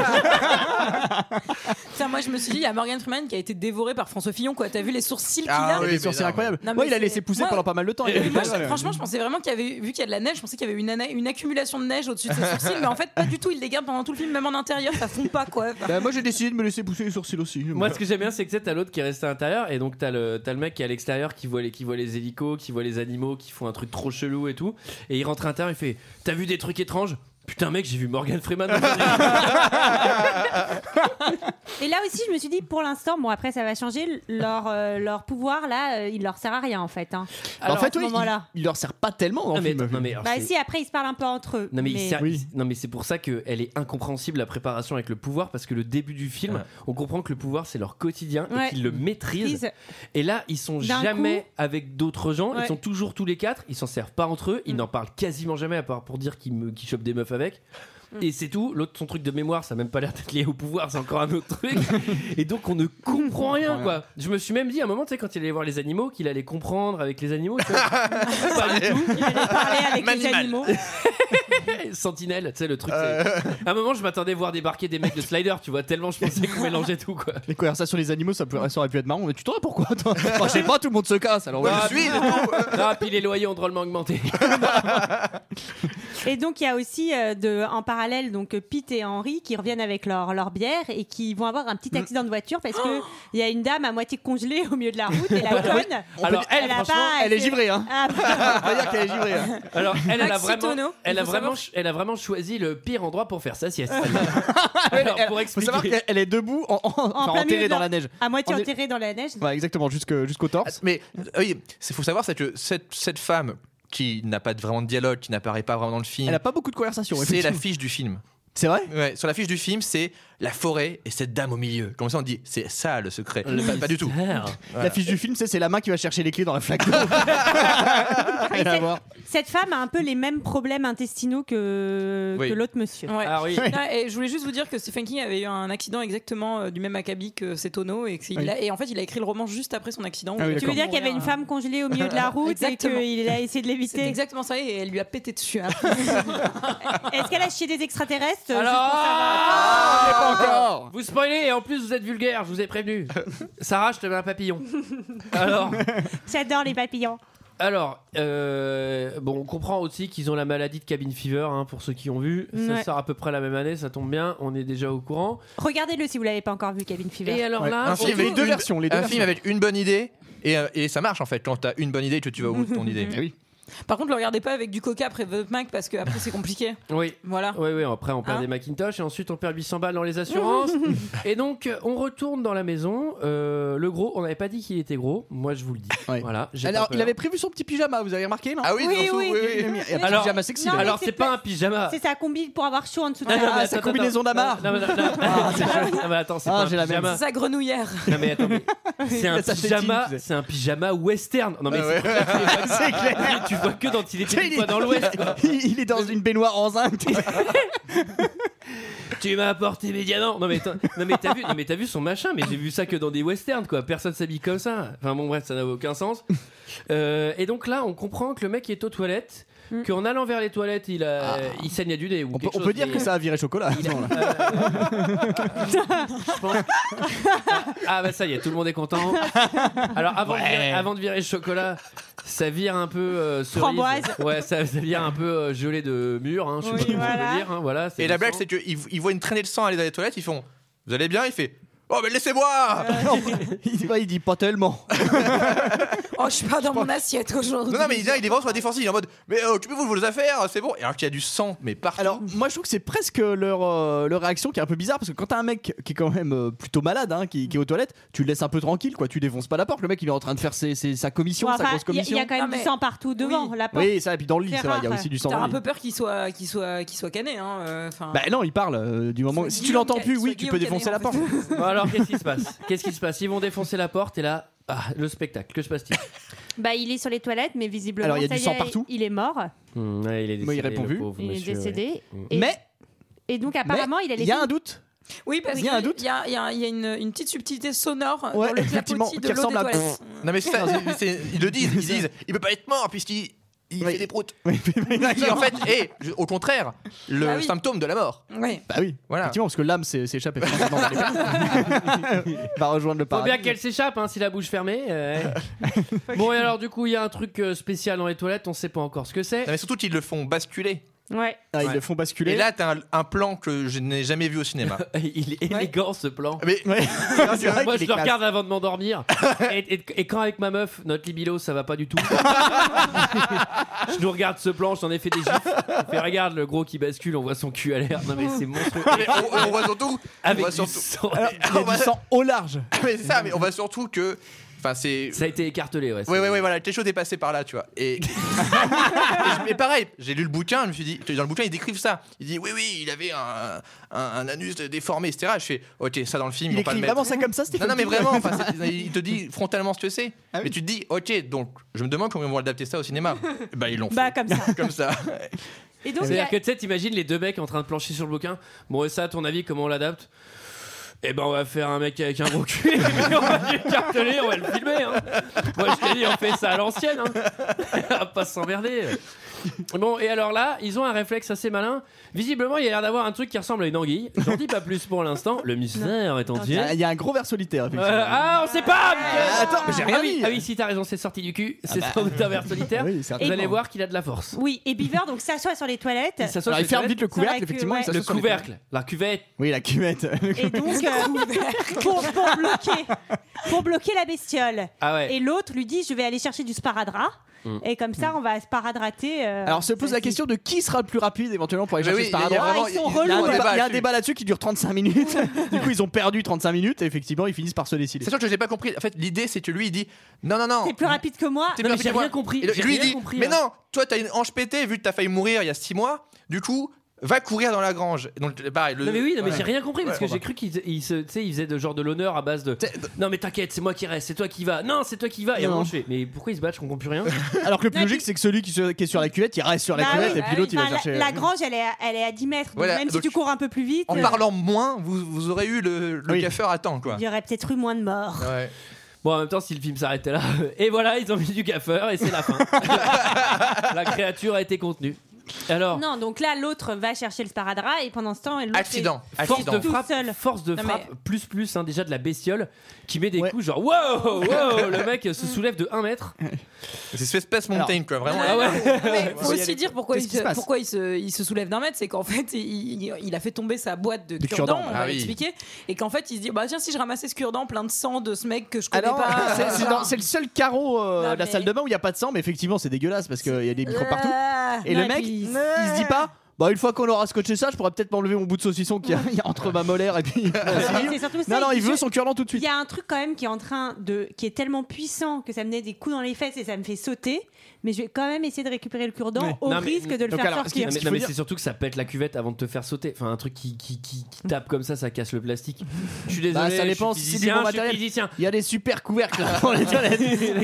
Putain, moi je me suis dit, il y a Morgan Freeman qui a été dévoré par François Fillon, quoi. T'as vu les sourcils qu'il a? Les sourcils incroyables. Ouais, il a laissé pousser pendant pas mal de temps. Franchement, je pensais vraiment qu'il y avait, vu qu'il y a de la neige, je pensais qu'il y avait une accumulation de neige au-dessus de ses sourcils, mais en fait, pas du tout. Il les garde pendant tout le film, même en intérieur, ça fond pas, quoi. Bah, moi, j'ai décidé de me laisser pousser les sourcils aussi. Moi, ce que j'aime bien, c'est que t'as l'autre qui est resté à l'intérieur, et donc t'as le mec qui est à l'extérieur qui voit les hélicos, qui voit les animaux, qui font un truc trop chelou et tout, et il rentre à l'intérieur, il fait: t'as vu des trucs étranges? Putain, mec, j'ai vu Morgan Freeman. Et là aussi, je me suis dit, pour l'instant, bon, après, ça va changer. Leur pouvoir, là, il leur sert à rien, en fait. Hein. Alors, en fait, oui, il leur sert pas tellement dans le film. Bah, si, après, ils se parlent un peu entre eux. Non, mais c'est pour ça qu'elle est incompréhensible, la préparation avec le pouvoir, parce que le début du film, on comprend que le pouvoir, c'est leur quotidien et qu'ils le maîtrisent. Et là, ils sont jamais avec d'autres gens. Ils sont toujours tous les quatre. Ils s'en servent pas entre eux. Ils n'en parlent quasiment jamais, à part pour dire qu'ils chopent des meufs avec. Et c'est tout. L'autre, son truc de mémoire, ça n'a même pas l'air d'être lié au pouvoir, c'est encore un autre truc. Et donc on ne comprend rien, quoi. Je me suis même dit à un moment, tu sais, quand il allait voir les animaux, qu'il allait comprendre avec les animaux. Pas du tout. Il allait parler avec les animaux. Sentinelle, tu sais, le truc. À un moment, je m'attendais à voir débarquer des mecs de Slider, tu vois, tellement je pensais qu'on mélangeait tout, quoi. Les conversations sur les animaux, ça aurait pu être marrant, mais tu t'en pourquoi toi? Je sais pas, tout le monde se casse, alors je suis. Puis les loyers ont drôlement augmenté. Et donc il y a aussi en parallèle donc Pete et Henry qui reviennent avec leur bière et qui vont avoir un petit accident de voiture parce que il y a une dame à moitié congelée au milieu de la route et la conne. Alors elle est givrée, hein. On peut dire qu'elle est givrée. Alors elle a vraiment choisi le pire endroit pour faire sa sieste. Alors, pour expliquer, faut savoir qu'elle est debout, enterrée dans la neige. À moitié enterrée dans la neige. Ouais, exactement, jusqu'au torse. Mais oui, il faut savoir, c'est que cette femme qui n'a pas vraiment de dialogue, qui n'apparaît pas vraiment dans le film, elle a pas beaucoup de conversation. C'est l'affiche du film. C'est vrai? Ouais, sur l'affiche du film, c'est la forêt et cette dame au milieu. Comme ça, on dit, c'est ça le secret. Pas du tout. Voilà. L'affiche du film, c'est la main qui va chercher les clés dans la flaque d'eau. Cette femme a un peu les mêmes problèmes intestinaux que l'autre monsieur. Ouais. Ah oui. Et je voulais juste vous dire que Stephen King avait eu un accident exactement du même acabit que ces tonneaux et en fait il a écrit le roman juste après son accident. Tu veux dire qu'il y avait une femme congelée au milieu de la route et qu'il a essayé de l'éviter? C'est exactement ça, et elle lui a pété dessus. Est-ce qu'elle a chié des extraterrestres? Alors, pas encore. Vous spoilez et en plus vous êtes vulgaire, je vous ai prévenu. Sarah, je te mets un papillon. Alors, j'adore les papillons. Alors, on comprend aussi qu'ils ont la maladie de cabin fever, hein, pour ceux qui ont vu. Ça sort à peu près la même année, ça tombe bien, on est déjà au courant. Regardez-le si vous l'avez pas encore vu, Cabin Fever. Et alors là, un film avec deux versions. Un film avec une bonne idée, et ça marche en fait. Quand t'as une bonne idée, tu vas au bout de ton idée. Oui. Par contre, le regardez pas avec du coca après votre Mac parce que après c'est compliqué. Oui. Voilà. Oui, après on perd des Macintosh et ensuite on perd 800 balles dans les assurances. Et donc on retourne dans la maison. Le gros, on n'avait pas dit qu'il était gros. Moi je vous le dis. Oui. Voilà. Alors il avait prévu son petit pyjama, vous avez remarqué, non? Ah oui, oui. Il y a un pyjama sexy. Non, alors c'est pas un pyjama. C'est sa combi pour avoir chaud en dessous de la sa combinaison d'Amar. Non mais attends, c'est pas un pyjama. C'est sa grenouillère. Non mais attends, c'est un pyjama western. Non mais c'est clair. Tu vois que dans il était une fois dans l'Ouest. Il est dans une baignoire en zinc. Tu m'as apporté mes diamants. Non mais t'as vu son machin. Mais j'ai vu ça que dans des westerns, quoi. Personne s'habille comme ça. Enfin bon bref, ça n'a aucun sens. Et donc là, on comprend que le mec est aux toilettes. Qu'en allant vers les toilettes, il saigne du nez. On peut dire que ça a viré chocolat. Ah bah ça y est, tout le monde est content. Alors avant de virer le chocolat, ça vire un peu cerise. Framboise. Ouais, ça vire un peu gelée de mûre, hein, je sais pas comment on peut dire, hein, voilà. Et la blague, c'est qu'ils voient une traînée de sang aller dans les toilettes, ils font: vous allez bien? Il fait: oh mais laissez-moi. Il dit pas tellement. Oh, je suis pas dans mon assiette aujourd'hui. Non mais il est vraiment sur la défensive, il est en mode: mais occupez-vous de vos affaires, c'est bon. Et alors qu'il y a du sang mais partout. Alors moi je trouve que c'est presque leur réaction qui est un peu bizarre, parce que quand t'as un mec qui est quand même plutôt malade, hein, qui est aux toilettes, tu le laisses un peu tranquille, quoi. Tu défonces pas la porte. Le mec il est en train de faire sa commission, sa grosse commission. Il y a quand même du sang partout devant la porte. Oui, ça, et puis dans le lit, c'est vrai, il y a aussi du sang. T'as dans un le lit. peu peur qu'il soit cané, hein. Bah non, il parle du moment. Si tu l'entends plus, oui, tu peux défoncer la porte. Bon, alors qu'est-ce qui se passe? Ils vont défoncer la porte et là, le spectacle, que se passe-t-il? Bah il est sur les toilettes, mais visiblement alors, il y a du sang partout. Il est mort. Ouais, il est décédé. Il répond plus. Il est décédé. Ouais. Et donc apparemment il a laissé. Il y a un doute. Oui, parce qu'il y a une petite subtilité sonore dans le clapotis de l'eau des toilettes. Non mais ils le disent, ils peut pas être mort puisqu'il il fait des proutes. Qui en fait est, au contraire, le symptôme de la mort. Oui. Bah oui, voilà. Effectivement, parce que l'âme s'échappe effectivement dans les veines. Va rejoindre le Faut paradis. bien qu'elle s'échappe si la bouche fermée. Bon, et alors du coup, il y a un truc spécial dans les toilettes, on sait pas encore ce que c'est. Non, mais surtout qu'ils le font basculer. Ouais. Ils le font basculer. Et là, t'as un plan que je n'ai jamais vu au cinéma. Il est élégant ce plan. Mais Moi, je le regarde avant de m'endormir. Et quand avec ma meuf, notre libido, ça va pas du tout. Je nous regarde ce plan, j'en ai fait des gifs. On fait, regarde le gros qui bascule, on voit son cul à l'air. Non mais c'est monstrueux. Mais on voit surtout. Avec on voit du surtout. sang. Alors, il y a du sang au large. Mais c'est ça, mais on voit surtout que. Enfin, c'est. Ça a été écartelé, ouais. Oui, voilà, quelque chose est passé par là, tu vois. Et mais pareil, j'ai lu le bouquin, je me suis dit, dans le bouquin, ils décrivent ça. Il dit, oui, il avait un anus déformé, etc. Je fais, ok, ça dans le film, Il ils vont pas écrit le mettre. vraiment ça comme ça, Stéphane? Non, mais vraiment, il te dit frontalement ce que c'est. Ah oui. Mais tu te dis, ok, donc je me demande comment ils vont adapter ça au cinéma. Bah, ils l'ont fait. Comme ça. Comme ça. Et donc, c'est-à-dire que tu sais, t'imagines les deux mecs en train de plancher sur le bouquin. Bon, et ça, à ton avis, comment on l'adapte? Eh ben on va faire un mec avec un gros cul, on va l'écarteler, on va le filmer. Moi je t'ai dit, on fait ça à l'ancienne. On va pas s'emmerder. Bon, et alors là, ils ont un réflexe assez malin. Visiblement, il y a l'air d'avoir un truc qui ressemble à une anguille. J'en dis pas plus pour l'instant. Le mystère est entier. Il y a un gros ver solitaire, effectivement. On sait pas. Attends, mais j'ai rien dit. Ah oui, si t'as raison, c'est sorti du cul. C'est sans doute un ver solitaire. Oui, vous allez voir qu'il a de la force. Oui, et Beaver donc s'assoit sur les toilettes. Il ferme vite le couvercle, effectivement. Ouais. Le couvercle, la cuvette. Oui, la cuvette. Et donc, pour bloquer la bestiole. Ah ouais. Et l'autre lui dit, je vais aller chercher du sparadrap. Et comme ça, on va sparadrater. Alors se pose la question de qui sera le plus rapide éventuellement pour aller chercher ce sparadrap. Ils sont relous. Il y a un débat là-dessus qui dure 35 minutes. Du coup, ils ont perdu 35 minutes et effectivement, ils finissent par se décider. C'est sûr que j'ai pas compris. En fait, l'idée, c'est que lui, il dit non. T'es plus rapide que moi. T'es plus rapide que moi. Rien compris. Et lui, il dit mais non, toi, t'as une hanche pétée vu que t'as failli mourir il y a 6 mois. Du coup, va courir dans la grange. Donc, pareil, Non mais j'ai rien compris parce que j'ai cru qu'il faisait de l'honneur à base de non mais t'inquiète, c'est moi qui reste, c'est toi qui vas, non c'est toi qui vas. Et à un moment je fais mais pourquoi ils se battent, je comprends plus rien. Alors que le plus logique c'est que celui qui est sur la cuvette il reste sur la cuvette et puis l'autre il va chercher. La grange elle est à 10 mètres donc Voilà, même donc si tu cours un peu plus vite en parlant moins, vous aurez eu le gaffeur à temps quoi. Il y aurait peut-être eu moins de morts. Ouais. Bon, en même temps, si le film s'arrêtait là, et voilà, ils ont mis du gaffeur et c'est la fin. La créature a été contenue. Alors, non, donc là l'autre va chercher le sparadrap et pendant ce temps l'autre force de frappe, déjà de la bestiole qui met des coups genre wow, le mec se soulève de 1 mètre. C'est Space Mountain quoi, vraiment. Ah ouais. Faut aussi dire pourquoi il se soulève d'1 mètre, c'est qu'en fait il a fait tomber sa boîte de cure-dent, on va l'expliquer, et qu'en fait il se dit bah tiens si je ramassais ce cure-dent plein de sang de ce mec que je connais pas. C'est le seul carreau de la salle de bain où il y a pas de sang, mais effectivement c'est dégueulasse parce qu'il y a des microbes partout. Et le mec il se dit pas bah une fois qu'on aura scotché ça je pourrais peut-être m'enlever mon bout de saucisson qu'il y a entre ma molaire et puis non il veut son cure-dent tout de suite. Il y a un truc quand même qui est tellement puissant que ça me met des coups dans les fesses et ça me fait sauter, mais je vais quand même essayer de récupérer le cure-dent au risque de le faire sortir. Non mais c'est surtout que ça pète la cuvette avant de te faire sauter, enfin un truc qui tape comme ça casse le plastique. Je suis désolé, ça dépend si c'est du bon matériel. Il y a des super couvercles pour les toilettes.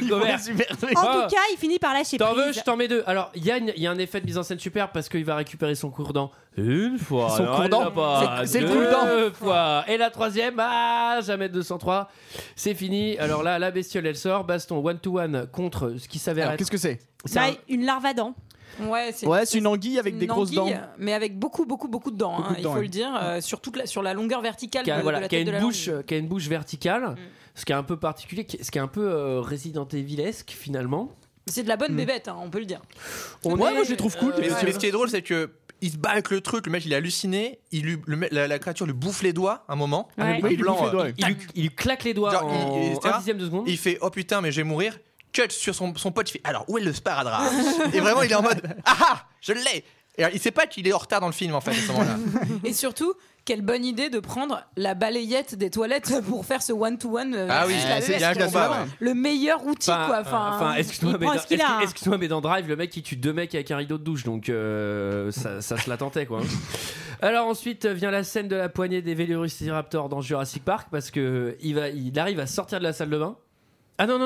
En tout cas il finit par lâcher prise. T'en veux, je t'en mets 2. Alors il y a un effet de mise en scène super parce qu'il va récupérer son cure-dent une fois, son cure-dent, c'est le cure-dent 2 fois, et la troisième jamais 203, c'est fini. Alors là la bestiole elle sort, baston 1-to-1 contre ce qui s'avère être... Qu'est-ce que c'est? Une larve à dents. Ouais, c'est une anguille avec des grosses dents, mais avec beaucoup de dents, il faut le dire, sur la longueur verticale de la tête de la langue. Qui a une bouche verticale, ce qui est un peu particulier, ce qui est un peu Resident Evilesque finalement. C'est de la bonne bébête, on peut le dire. Moi je les trouve cool. Mais ce qui est drôle c'est que il se bat avec le truc, le mec il est halluciné, la créature lui bouffe les doigts un moment, il lui claque les doigts en 1/10 de seconde. Il fait oh putain mais je vais mourir. Cut sur son pote, il fait alors où est le sparadrap? Et vraiment il est en mode ah je l'ai. Et alors, il sait pas qu'il est en retard dans le film en fait à ce moment-là. Et surtout quelle bonne idée de prendre la balayette des toilettes pour faire ce one-to-one. Ah oui, c'est le meilleur outil quoi. Excuse-moi, mais dans Drive, le mec il tue 2 mecs avec un rideau de douche, donc ça se la tentait quoi. Alors ensuite vient la scène de la poignée des Vélociraptors dans Jurassic Park parce que il arrive à sortir de la salle de bain. Ah non,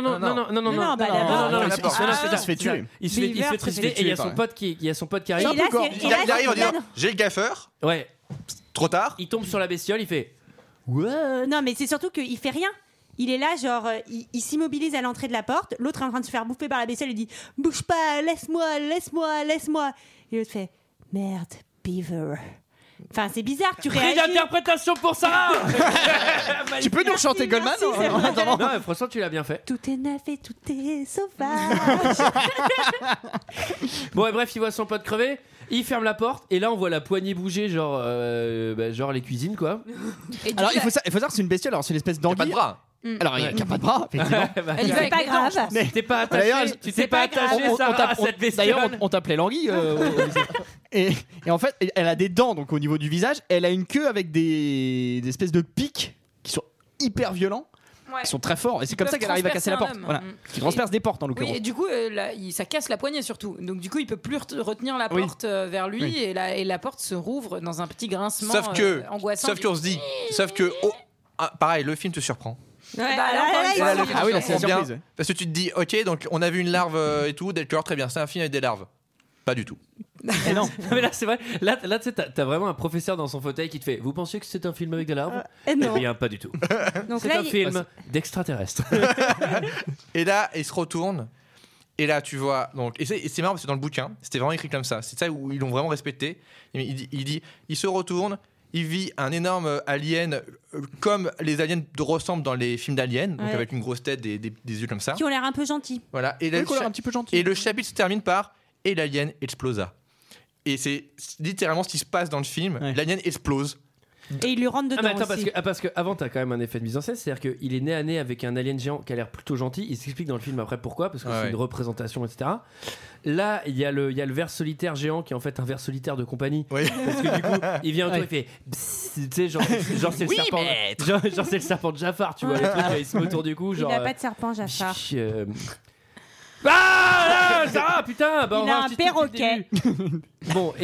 il se fait tuer. Il se fait trucider et il y a son pote qui arrive. Il arrive en disant j'ai le gaffeur. Ouais. Trop tard. Il tombe sur la bestiole, il fait non mais c'est surtout qu'il fait rien. il est là, genre, il s'immobilise à l'entrée de la porte. L'autre est en train de se faire bouffer par la bestiole. Il dit bouge pas, laisse-moi. Et l'autre fait merde, Beaver. Enfin, c'est bizarre, tu réagis. Prix d'interprétation pour ça. Tu peux nous chanter Goldman en attendant? Non, franchement, tu l'as bien fait. Tout est neuf et tout est sauvage. Bon, et bref, il voit son pote crever. Il ferme la porte et là on voit la poignée bouger, genre les cuisines quoi. Alors il faut savoir que c'est une bestiole, alors c'est une espèce d'anguille. Pas de bras. Alors il n'y a pas de bras, effectivement. C'est pas grave. Tu t'es pas attaché, Sarah, à cette bestiole. D'ailleurs, on t'appelait l'anguille. Et en fait, elle a des dents donc au niveau du visage. Elle a une queue avec des espèces de pics qui sont hyper violents. Ouais. Ils sont très forts et c'est comme ça qu'elle arrive à casser la porte. Voilà. Qui transperce des portes en l'occurrence. Oui, et du coup, ça casse la poignée surtout. Donc du coup, il peut plus retenir la porte vers lui et la porte se rouvre dans un petit grincement angoissant. Sauf qu'on se dit, pareil, le film te surprend. Ouais, c'est bien parce que tu te dis, ok, donc on a vu une larve et tout, d'accord, très bien, c'est un film avec des larves. Pas du tout. Et non. Mais là, c'est vrai. Là tu sais, t'as vraiment un professeur dans son fauteuil qui te fait. Vous pensiez que c'était un film avec des larves? Non. Eh bien, pas du tout. Donc c'est là, un film d'extraterrestres. Et là, il se retourne. Et là, tu vois. Donc, et c'est marrant parce que dans le bouquin, c'était vraiment écrit comme ça. C'est ça où ils l'ont vraiment respecté. Il se retourne. Il vit un énorme alien comme les aliens ressemblent dans les films d'aliens, donc avec une grosse tête, des yeux comme ça. Qui ont l'air un peu gentils. Voilà. Et un petit peu gentil. Et le chapitre se termine par et l'alien explosa. Et c'est littéralement ce qui se passe dans le film. L'alien explose. Et il lui rentre dedans. Mais attends, aussi. parce que avant t'as quand même un effet de mise en scène, c'est-à-dire qu'il est nez à nez avec un alien géant qui a l'air plutôt gentil. Il s'explique dans le film après pourquoi, parce que c'est une représentation, etc. Là, il y a le ver solitaire géant qui est en fait un ver solitaire de compagnie. Parce que du coup, il vient autour, il fait, tu sais, genre c'est le serpent, genre c'est le serpent de Jafar, tu vois, les trucs, il se met autour du cou, genre. Il n'a pas de serpent, Jafar. Ah, Sarah, putain, il a un perroquet. Bon,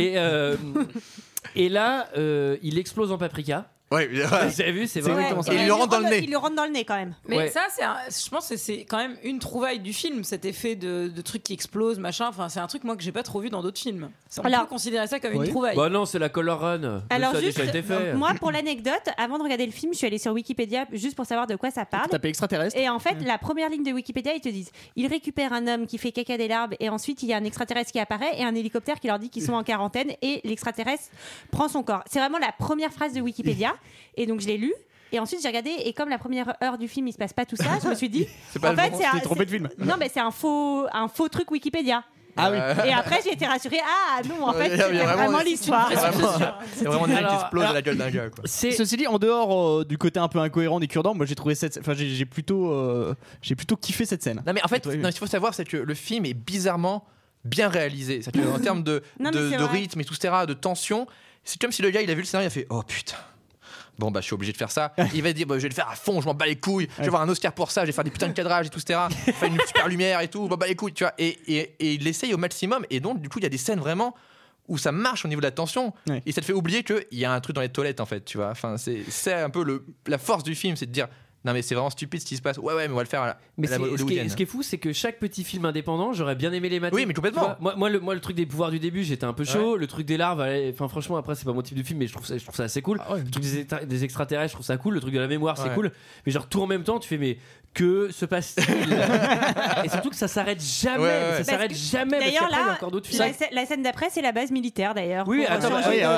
et là, il explose en paprika. Ouais, vous avez vu, c'est vraiment ça. Il lui rentre dans le nez. Il lui rentre dans le nez quand même. Mais ça, je pense que c'est quand même une trouvaille du film, cet effet de trucs qui explosent, machin. Enfin, c'est un truc moi que j'ai pas trop vu dans d'autres films. On peut considérer ça comme une trouvaille. Bah non, c'est la Color Run. Alors ça a juste, déjà été fait. moi pour l'anecdote, avant de regarder le film, je suis allée sur Wikipédia juste pour savoir de quoi ça parle. Tapé extraterrestre. Et en fait, la première ligne de Wikipédia, ils te disent, ils récupèrent un homme qui fait caca des larves et ensuite il y a un extraterrestre qui apparaît et un hélicoptère qui leur dit qu'ils sont en quarantaine et l'extraterrestre prend son corps. C'est vraiment la première phrase de Wikipédia et donc je l'ai lu. Et ensuite j'ai regardé et comme la première heure du film il se passe pas tout ça, je me suis dit c'est pas en fait c'est trompé de film. Non mais c'est un faux truc Wikipédia. Ah oui. Et après j'ai été rassurée, ah non en fait c'est vraiment l'histoire. C'est vraiment une qui explose à la gueule d'un gars. Ceci dit, en dehors du côté un peu incohérent des cure-dents, moi j'ai trouvé j'ai plutôt kiffé cette scène. Non mais en fait, ce qu'il faut savoir c'est que le film est bizarrement bien réalisé. C'est-à-dire en termes de rythme et tout, etc., de tension, c'est comme si le gars il a vu le scénario, il a fait oh putain. Bon bah je suis obligé de faire ça. Il va dire bah, je vais le faire à fond, je m'en bats les couilles, je vais avoir un Oscar pour ça, je vais faire des putains de cadrages et tout, etc. Faire une super lumière et tout, bah les couilles, tu vois. Et il l'essaye au maximum et donc du coup il y a des scènes vraiment où ça marche au niveau de la tension et ça te fait oublier qu'il y a un truc dans les toilettes en fait, tu vois. Enfin c'est un peu la force du film, c'est de dire non mais c'est vraiment stupide ce qui se passe. Ouais mais on va le faire à la ce qui est fou, c'est que chaque petit film indépendant, j'aurais bien aimé les mater. Oui mais complètement. Moi le truc des pouvoirs du début, j'étais un peu chaud. Le truc des larves, enfin franchement après c'est pas mon type de film, mais je trouve ça assez cool. Le truc des extraterrestres, je trouve ça cool. Le truc de la mémoire, c'est cool. Mais genre tout en même temps, tu fais mais que se passe-t-il? Et surtout que ça s'arrête jamais. Ça s'arrête jamais. D'ailleurs parce là, il y a encore d'autres films. la scène d'après c'est la base militaire d'ailleurs. Oui, attends,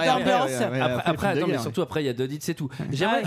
après, après, mais surtout après il y a Dodit, c'est tout.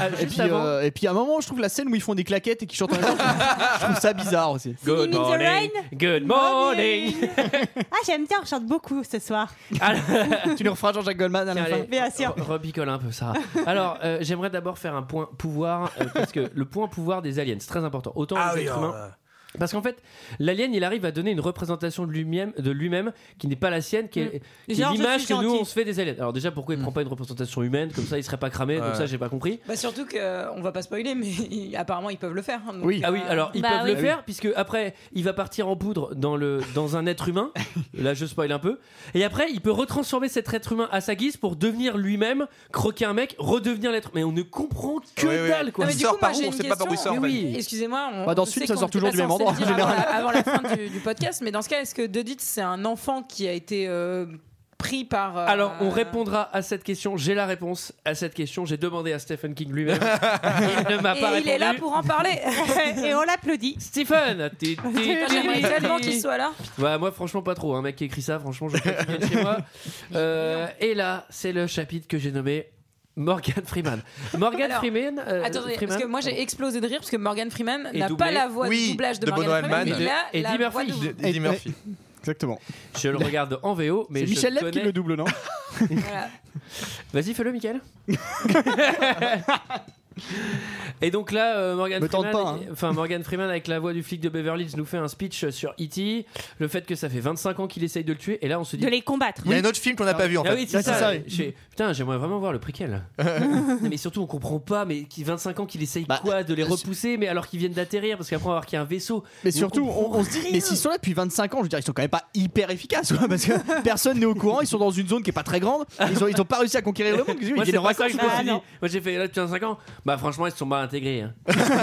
Et puis à un moment, je trouve la scène où ils font des claquettes et qu'ils chantent en même temps, je trouve ça bizarre aussi. Good morning. Good morning. Ah j'aime bien, on chante beaucoup ce soir. Tu nous referas Jean-Jacques Goldman à la fin. Bien sûr. Rebicole un peu ça. Alors j'aimerais d'abord faire un point pouvoir parce que le point pouvoir des aliens c'est très important. Autant les êtres humains. Parce qu'en fait, l'alien, il arrive à donner une représentation de lui-même qui n'est pas la sienne, qui est l'image que nous on se fait des aliens. Alors déjà, pourquoi il prend pas une représentation humaine comme ça, il serait pas cramé. Donc ça, j'ai pas compris. Bah surtout qu'on va pas spoiler, mais apparemment ils peuvent le faire. Hein, donc, oui. Ah oui. Alors ils peuvent le faire puisque après, il va partir en poudre dans un être humain. Là, je spoil un peu. Et après, il peut retransformer cet être humain à sa guise pour devenir lui-même, croquer un mec, redevenir l'être. Mais on ne comprend que dalle quoi. Il sort par où on sait pas par où il sort. Excusez-moi. Dans ce film, ça sort toujours du même endroit. Avant la fin du podcast, mais dans ce cas, est-ce que Dodit c'est un enfant qui a été pris par. Alors, on répondra à cette question. J'ai la réponse à cette question. J'ai demandé à Stephen King lui-même. Il ne m'a pas répondu. Il est là pour en parler. Et on l'applaudit. Stephen J'aimerais tellement qu'il soit là. Ouais, moi, franchement, pas trop. Un mec qui écrit ça, franchement, je veux qu'il vienne chez moi. Et là, c'est le chapitre que j'ai nommé Morgan Freeman. Morgan Freeman. Attendez, parce que moi j'ai explosé de rire parce que Morgan Freeman Et n'a doublé. pas la voix de doublage de Morgan Freeman, mais il a Eddie la voix Murphy. de... Eddie Murphy. Exactement. Je le regarde en VO, mais c'est je Michel Leb connais... qui le double, non? Voilà. Vas-y, fais-le, Mickaël. Et donc là, Morgan Freeman avec la voix du flic de Beverly Hills nous fait un speech sur E.T. Le fait que ça fait 25 ans qu'il essaye de le tuer, et là on se dit de les combattre. Il y a un autre film qu'on n'a pas vu en fait. Oui, c'est ça. Putain, j'aimerais vraiment voir le préquel. Mais surtout, on comprend pas. Mais 25 ans qu'il essaye de les repousser, mais alors qu'ils viennent d'atterrir, parce qu'après on va voir qu'il y a un vaisseau. Mais surtout, on se dit, mais s'ils sont là depuis 25 ans, je veux dire, ils sont quand même pas hyper efficaces, quoi, parce que personne n'est au courant. Ils sont dans une zone qui est pas très grande. Ils ont pas réussi à conquérir le monde. Moi, c'est pas ça que je me suis dit. Moi, j'ai fait là depuis 25 ans. Bah, franchement, ils se sont mal intégrés. Hein.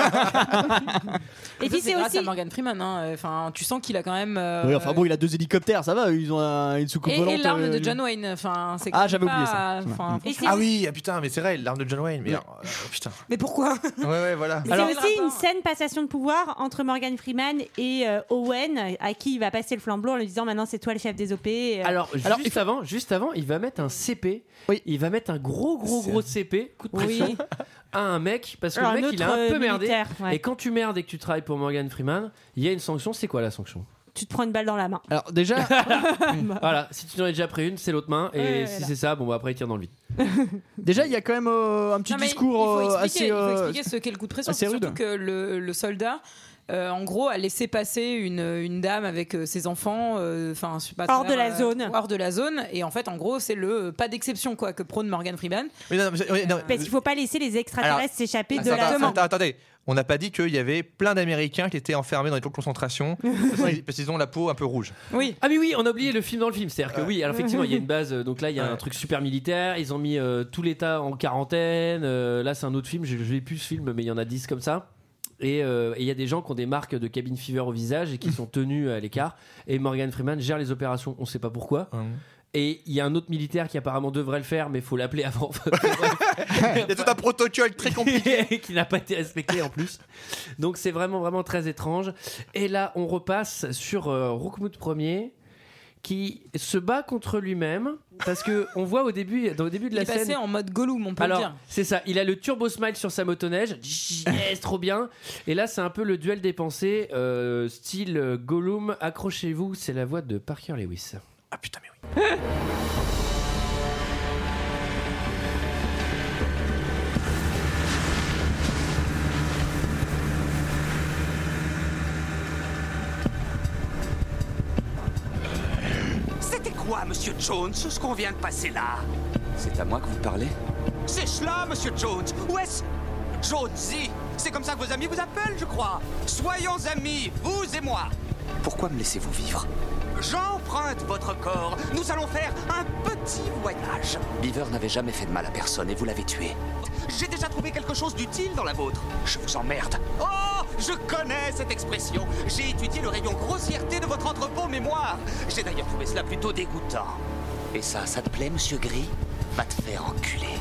Et puis c'est grâce à Morgan Freeman. Hein. Enfin, tu sens qu'il a quand même. Oui, enfin bon, il a 2 hélicoptères, ça va. Ils ont une soucoupe volante. Et l'arme de John Wayne. Enfin, c'est j'avais oublié ça. Ah oui, putain, mais c'est vrai, l'arme de John Wayne. Mais putain. Mais pourquoi? Ouais, voilà. C'est aussi une scène passation de pouvoir entre Morgan Freeman et Owen, à qui il va passer le flambeau en lui disant maintenant c'est toi le chef des OP. Alors juste avant, il va mettre un CP. Oui. Il va mettre un gros CP, coup de pression, à un mec, parce que le mec il a un peu merdé. Ouais. Et quand tu merdes et que tu travailles pour Morgan Freeman, il y a une sanction. C'est quoi la sanction? Tu te prends une balle dans la main. Alors déjà, voilà, si tu en as déjà pris une, c'est l'autre main, et si c'est ça, bon bah après il tire dans le vide. Déjà, il y a quand même un petit discours assez. Il faut expliquer ce qu'est le coup de pression. C'est surtout que le soldat. En gros, a laissé passer une dame avec ses enfants, hors de la zone. Hors de la zone, et en fait, en gros, c'est le pas d'exception quoi que prône Morgan Freeman. Parce qu'il faut pas laisser les extraterrestres s'échapper de la zone. Attendez. On n'a pas dit qu'il y avait plein d'Américains qui étaient enfermés dans les camps de concentration parce qu'ils ont la peau un peu rouge. Oui. Ah mais oui, on a oublié le film dans le film. C'est-à-dire que oui, alors effectivement, il y a une base. Donc là, il y a un truc super militaire. Ils ont mis tout l'État en quarantaine. Là, c'est un autre film. Je l'ai plus ce film, mais il y en a 10 comme ça. Et il y a des gens qui ont des marques de cabin fever au visage et qui sont tenus à l'écart. Et Morgan Freeman gère les opérations. On ne sait pas pourquoi. Et il y a un autre militaire qui apparemment devrait le faire, mais il faut l'appeler avant. Il y a tout un protocole très compliqué qui n'a pas été respecté en plus. Donc c'est vraiment très étrange. Et là, on repasse sur Roukmout Ier qui se bat contre lui-même parce que on voit au début de la scène. Il est passé en mode Gollum, on peut le dire. C'est ça. Il a le turbo smile sur sa motoneige. Yes, trop bien. Et là, c'est un peu le duel des pensées, style Gollum. Accrochez-vous, c'est la voix de Parker Lewis. Ah putain, mais oui. C'était quoi, Monsieur Jones, ce qu'on vient de passer là? C'est à moi que vous parlez? C'est cela, Monsieur Jones. Où est-ce? Jonesy, c'est comme ça que vos amis vous appellent, je crois. Soyons amis, vous et moi. Pourquoi me laissez-vous vivre? J'emprunte votre corps. Nous allons faire un petit voyage. Beaver n'avait jamais fait de mal à personne et vous l'avez tué. J'ai déjà trouvé quelque chose d'utile dans la vôtre. Je vous emmerde. Oh, je connais cette expression. J'ai étudié le rayon grossièreté de votre entrepôt mémoire. J'ai d'ailleurs trouvé cela plutôt dégoûtant. Et ça te plaît, Monsieur Gris? Va te faire enculer.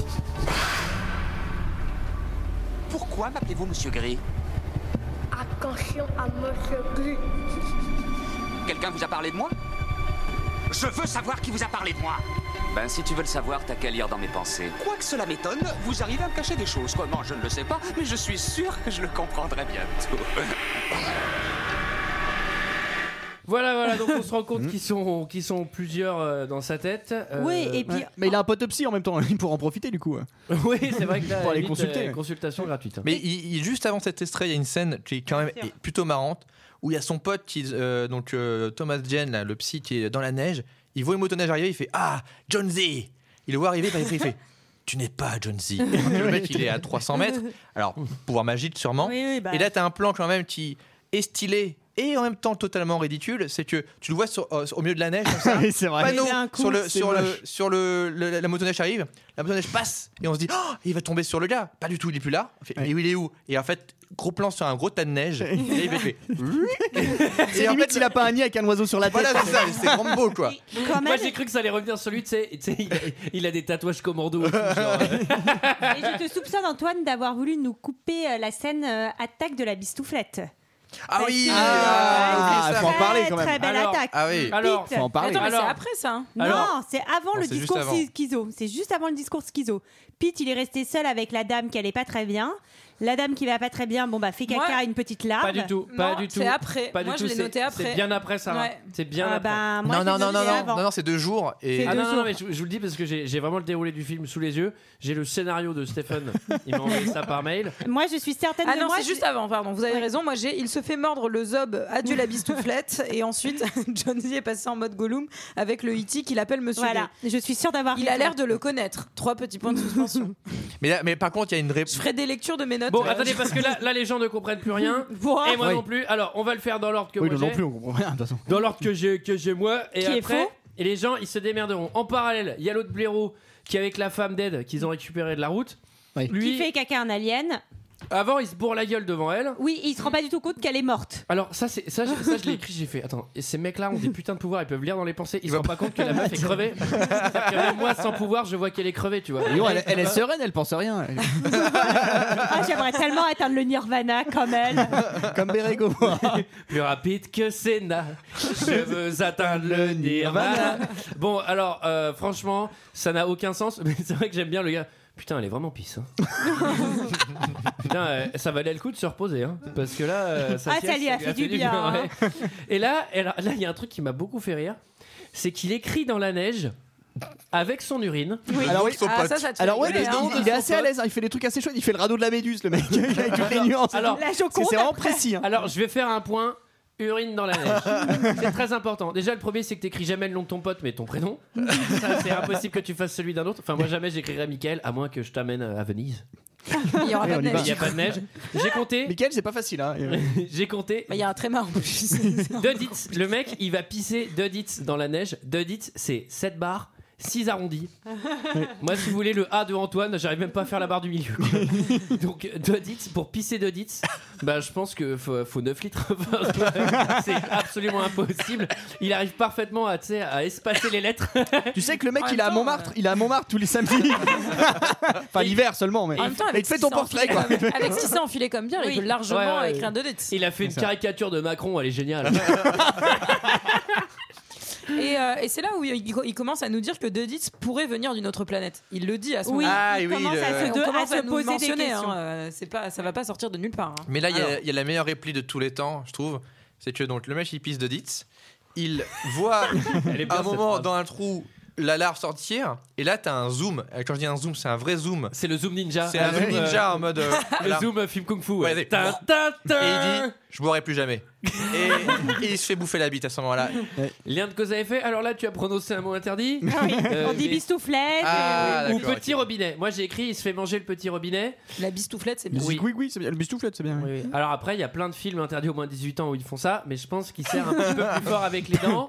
Pourquoi m'appelez-vous Monsieur Gris? Attention à Monsieur Gris. Quelqu'un vous a parlé de moi? Je veux savoir qui vous a parlé de moi. Ben, si tu veux le savoir, t'as qu'à lire dans mes pensées. Quoique cela m'étonne, vous arrivez à me cacher des choses. Comment, je ne le sais pas, mais je suis sûr que je le comprendrai bientôt. Voilà, donc on se rend compte qu'ils sont plusieurs dans sa tête. Oui, et puis. Mais il a un pote psy en même temps, il pourra en profiter du coup. Oui, c'est vrai que là, pour aller consulter. Consultation gratuite. Mais juste avant cet extrait, il y a une scène qui est quand même plutôt marrante où il y a son pote Thomas Jane, là, le psy qui est dans la neige. Il voit une motoneige arriver, il fait ah, Jonesy. Il le voit arriver, il fait tu n'es pas Jonesy. Le mec il est à 300 mètres. Alors pouvoir magique sûrement. Oui, et là t'as un plan quand même qui est stylé. et en même temps totalement ridicule, c'est que tu le vois au milieu de la neige comme ça. Oui, c'est vrai. Panneau C'est moche. sur la motoneige arrive, la motoneige passe et on se dit oh, il va tomber sur le gars. Pas du tout, il est plus là. On fait, mais il est où? Et en fait, gros plan sur un gros tas de neige. Et il fait C'est limite s'il a pas un nid avec un oiseau sur la tête. voilà, c'est ça, c'est Rambo quoi. Moi j'ai cru que ça allait revenir sur lui, tu sais, il a des tatouages commando. Et tout, Et je te soupçonne, Antoine, d'avoir voulu nous couper la scène attaque de la bistouflette. Ah oui, faut en parler quand même. Très belle attaque. Ah oui. Alors, faut en parler. Attends, mais c'est après ça. Non, c'est avant Non, le c'est juste discours avant. schizo. C'est juste avant le discours schizo. Pete, il est resté seul avec la dame qui allait pas très bien. La dame qui va pas très bien, bon bah fait caca, Moi- une petite larme. pas du tout, pas Non, du tout. c'est après. Pas du Moi, je tout, l'ai c'est- noté après. C'est bien après ça. Ouais. C'est bien Ah après. bah, moi, Non, je l'ai noté avant. non, c'est 2 jours. Et C'est Ah deux non, jours. mais je vous le dis parce que j'ai vraiment le déroulé du film sous les yeux. J'ai le scénario de Stephen. Il m'a envoyé ça par mail. Moi, je suis certaine Ah de non, moi. c'est juste avant, pardon. Vous avez raison. Moi, il se fait mordre le zob, adieu la bistouflette. Et ensuite, Jonesy est passé en mode Gollum avec le E.T. qu'il appelle Monsieur Voilà, Gay. je suis sûre d'avoir. Il a l'air de le connaître. 3 petits points de suspension. mais par contre, il y a une Je réponse. ferai des lectures de mes notes. Bon, attendez, parce que là, les gens ne comprennent plus rien. Voilà. Et moi Oui. non plus. Alors, on va le faire dans l'ordre que Oui, moi non j'ai. plus, on comprend rien de toute façon. Dans l'ordre que j'ai moi. Et Qui est après, faux. et les gens, ils se démerderont. En parallèle, il y a l'autre blaireau qui est avec la femme d'aide qu'ils ont récupéré de la route. Oui. Lui, Qui fait caca un alien. avant, il se bourre la gueule devant elle. Oui, il se rend pas du tout compte qu'elle est morte. Alors ça je l'ai écrit, j'ai fait attends, et ces mecs là ont des putains de pouvoirs, ils peuvent lire dans les pensées, ils se rendent pas compte que la meuf est crevée. C'est-à-dire que même moi sans pouvoir, je vois qu'elle est crevée, tu vois. Et non, elle est sereine, elle pense rien. Ah, j'aimerais tellement atteindre le nirvana comme elle. Comme Bérégo. Plus rapide que Senna, je veux atteindre le nirvana. Bon alors franchement, ça n'a aucun sens, mais c'est vrai que j'aime bien le gars. Putain, elle est vraiment pisse. Hein. Putain, ça valait le coup de se reposer, hein, parce que là, ça lui a fait du bien. Ouais. Et là, il y a un truc qui m'a beaucoup fait rire, c'est qu'il écrit dans la neige avec son urine. Oui. Alors, oui, son Ah, pote. ça te fait Alors ouais, rigoler, hein. il est assez à l'aise, hein, il fait des trucs assez chouettes, il fait le radeau de la Méduse le mec, avec toutes les nuances. Alors, La Joconde, c'est vraiment après. précis. Hein. Alors, je vais faire un point. Urine dans la neige. C'est très important. Déjà, le premier, c'est que t'écris jamais le nom de ton pote, mais ton prénom. Ça, c'est impossible que tu fasses celui d'un autre. Enfin, moi, jamais j'écrirai Michael, à moins que je t'amène à Venise. Il y aura Oui, pas on de y va. Il neige. n'y a pas de neige. J'ai compté. Michael, c'est pas facile. Hein. J'ai compté. Mais il y a un tréma en plus. 2 dits. Le mec, il va pisser 2 dits dans la neige. 2 dits, c'est 7 barres. 6 arrondis. Moi, si vous voulez le A de Antoine, j'arrive même pas à faire la barre du milieu. Donc, 2 dits, pour pisser 2 dits, bah, je pense qu'il faut 9 litres. C'est absolument impossible. Il arrive parfaitement à espacer les lettres. Tu sais que le mec, En il même est à temps, Montmartre, il est à Montmartre tous les samedis. Enfin, l'hiver seulement, mais. En même temps, Mais avec il te fait ton portrait, quoi. Avec 600 enfilé comme bien, il peut largement Ouais, ouais. écrire 2 dits. Il a fait une caricature de Macron, elle est géniale. Et c'est là où il commence à nous dire que 2 dits pourrait venir d'une autre planète. Il le dit à ce Oui, moment-là. Ah, il oui, commence le- à On commence à se nous poser des mentionner, questions. c'est pas, ça va pas sortir de nulle part. hein. Mais là, il y a la meilleure réplique de tous les temps, je trouve. C'est que donc le mec il pisse de dits, il voit Elle est bien, à un cette moment phrase. dans un trou la larve sortir, et là t'as un zoom. Quand je dis un zoom, c'est un vrai zoom. C'est le zoom ninja. C'est un zoom ninja en mode. Le là. zoom film kung fu. Ouais, Ouais. des- Ta, ta, ta. Et il dit je boirai plus jamais. Et il se fait bouffer la bite à ce moment-là. Lien de cause à effet. Alors là, tu as prononcé un mot interdit. On dit mais- bistouflette. Ah, Ou d'accord, petit robinet. Moi, j'ai écrit il se fait manger le petit robinet. La bistouflette, c'est bien. Oui. Oui, c'est bien. Le bistouflette, c'est bien. Oui, oui. Alors après, il y a plein de films interdits au moins de 18 ans où ils font ça, mais je pense qu'il sert un petit peu plus fort avec les dents.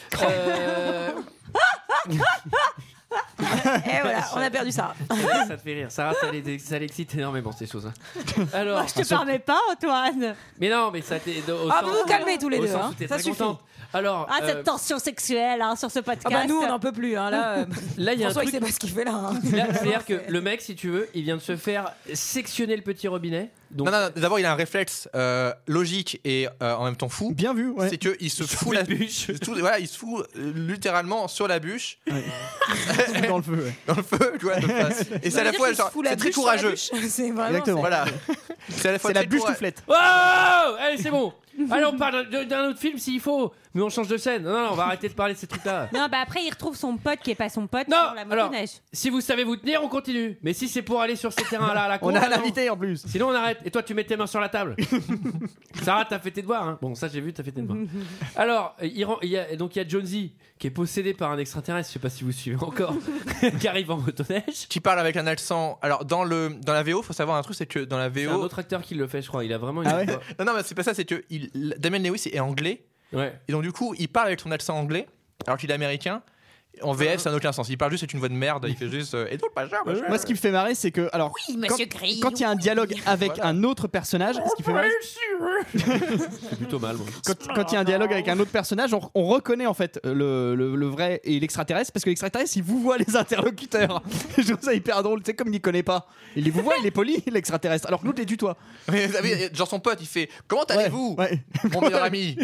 Et voilà, on a perdu ça. Ça te fait rire. Sarah, ça l'excite énormément ces choses. Alors, Moi, je te permets pas, Antoine. mais non, mais ça t'est. Ah, vous vous calmez tous les au deux. sens hein. où t'es Ça très suffit. contente. Alors, Ah, cette tension sexuelle hein, sur ce podcast. Ah bah nous, on n'en peut plus. Hein, là, là, il y a un François, il truc. sait pas ce qu'il fait là. hein. Là, c'est-à-dire que le mec, si tu veux, il vient de se faire sectionner le petit robinet. Donc, Non, d'abord il a un réflexe logique et en même temps fou. Bien vu, ouais. C'est qu'il se fout la bûche. Voilà, il se fout littéralement sur la bûche, Dans le feu, ouais. dans le feu, tu vois, de face. Et c'est à la fois, genre, c'est très courageux. C'est vraiment. Exactement. Voilà. C'est à la fois C'est la très bûche courageux. touflette. Oh allez, c'est bon. Allez, on parle d'un autre film s'il faut, mais on change de scène. Non, on va arrêter de parler de ces trucs-là. Non, bah après, il retrouve son pote qui est pas son pote Non, sur la alors, motoneige. si vous savez vous tenir, on continue. Mais si c'est pour aller sur ces terrains-là à la con, On a un non. invité en plus. Sinon, on arrête. Et toi, tu mets tes mains sur la table. Sarah, t'as fait tes devoirs. Hein. Bon, ça, j'ai vu, t'as fait tes devoirs. Alors, il y a Jonesy qui est possédé par un extraterrestre. Je sais pas si vous suivez encore, qui arrive en motoneige. Qui parle avec un accent. Alors dans la VO, faut savoir un truc, c'est que dans la C'est un VO, autre acteur qui le fait, je crois. Il a vraiment une. Ah ouais voix. non mais c'est pas ça, c'est que Damien Lewis est anglais. Et donc du coup, il parle avec son accent anglais, alors qu'il est américain. En VF, ça n'a aucun sens. Il parle juste, c'est une voix de merde. Il fait juste. Et donc, pas cher. Moi, ce qui me fait marrer, c'est que. Alors, quand il y a un dialogue avec un autre personnage, ce qui fait marrer. C'est plutôt mal. Quand il y a un dialogue avec un autre personnage, on reconnaît en fait le vrai et l'extraterrestre, parce que l'extraterrestre, il vous voit les interlocuteurs. Je trouve ça hyper drôle. Tu sais, comme il ne connaît pas. Il les vous voit, il est poli, l'extraterrestre. Alors que l'autre, il tutoie. Genre son pote, il fait comment allez-vous, mon meilleur ami.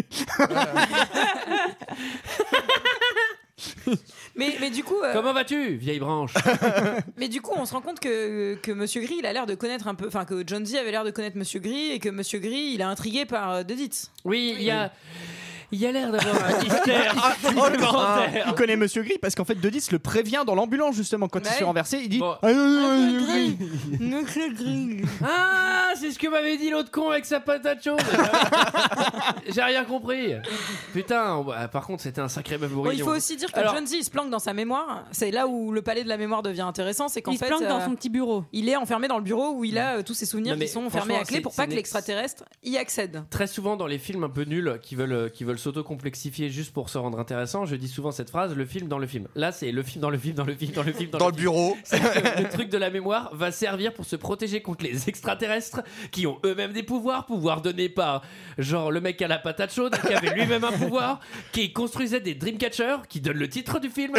Mais du coup, comment vas-tu, vieille branche? Mais du coup, on se rend compte que Monsieur Gris, il a l'air de connaître un peu, enfin que John Z avait l'air de connaître Monsieur Gris et que Monsieur Gris, il est intrigué par Deditz. Oui, il y a l'air d'avoir un mystère. Il connaît Monsieur Gris parce qu'en fait Deditz le prévient dans l'ambulance justement quand il se fait renverser. Il dit Monsieur Gris. Ah, c'est ce que m'avait dit l'autre con avec sa patate chaude. J'ai rien compris. Putain, par contre, c'était un sacré bœuf bourguignon. Il faut aussi dire que John Z il se planque dans sa mémoire. C'est là où le palais de la mémoire devient intéressant, c'est qu'en fait il se planque dans son petit bureau. Il est enfermé dans le bureau où il a tous ses souvenirs qui sont fermés à clé pour pas que l'extraterrestre y accède. Très souvent dans les films un peu nuls qui veulent s'auto-complexifier juste pour se rendre intéressant, je dis souvent cette phrase, le film dans le film. Là, c'est le film dans le film dans le film dans le film dans le bureau. Le truc de la mémoire va servir pour se protéger contre les extraterrestres qui ont eux-mêmes des pouvoirs donnés par genre le mec à la patate chaude qui avait lui-même un pouvoir, qui construisait des Dreamcatchers, qui donne le titre du film.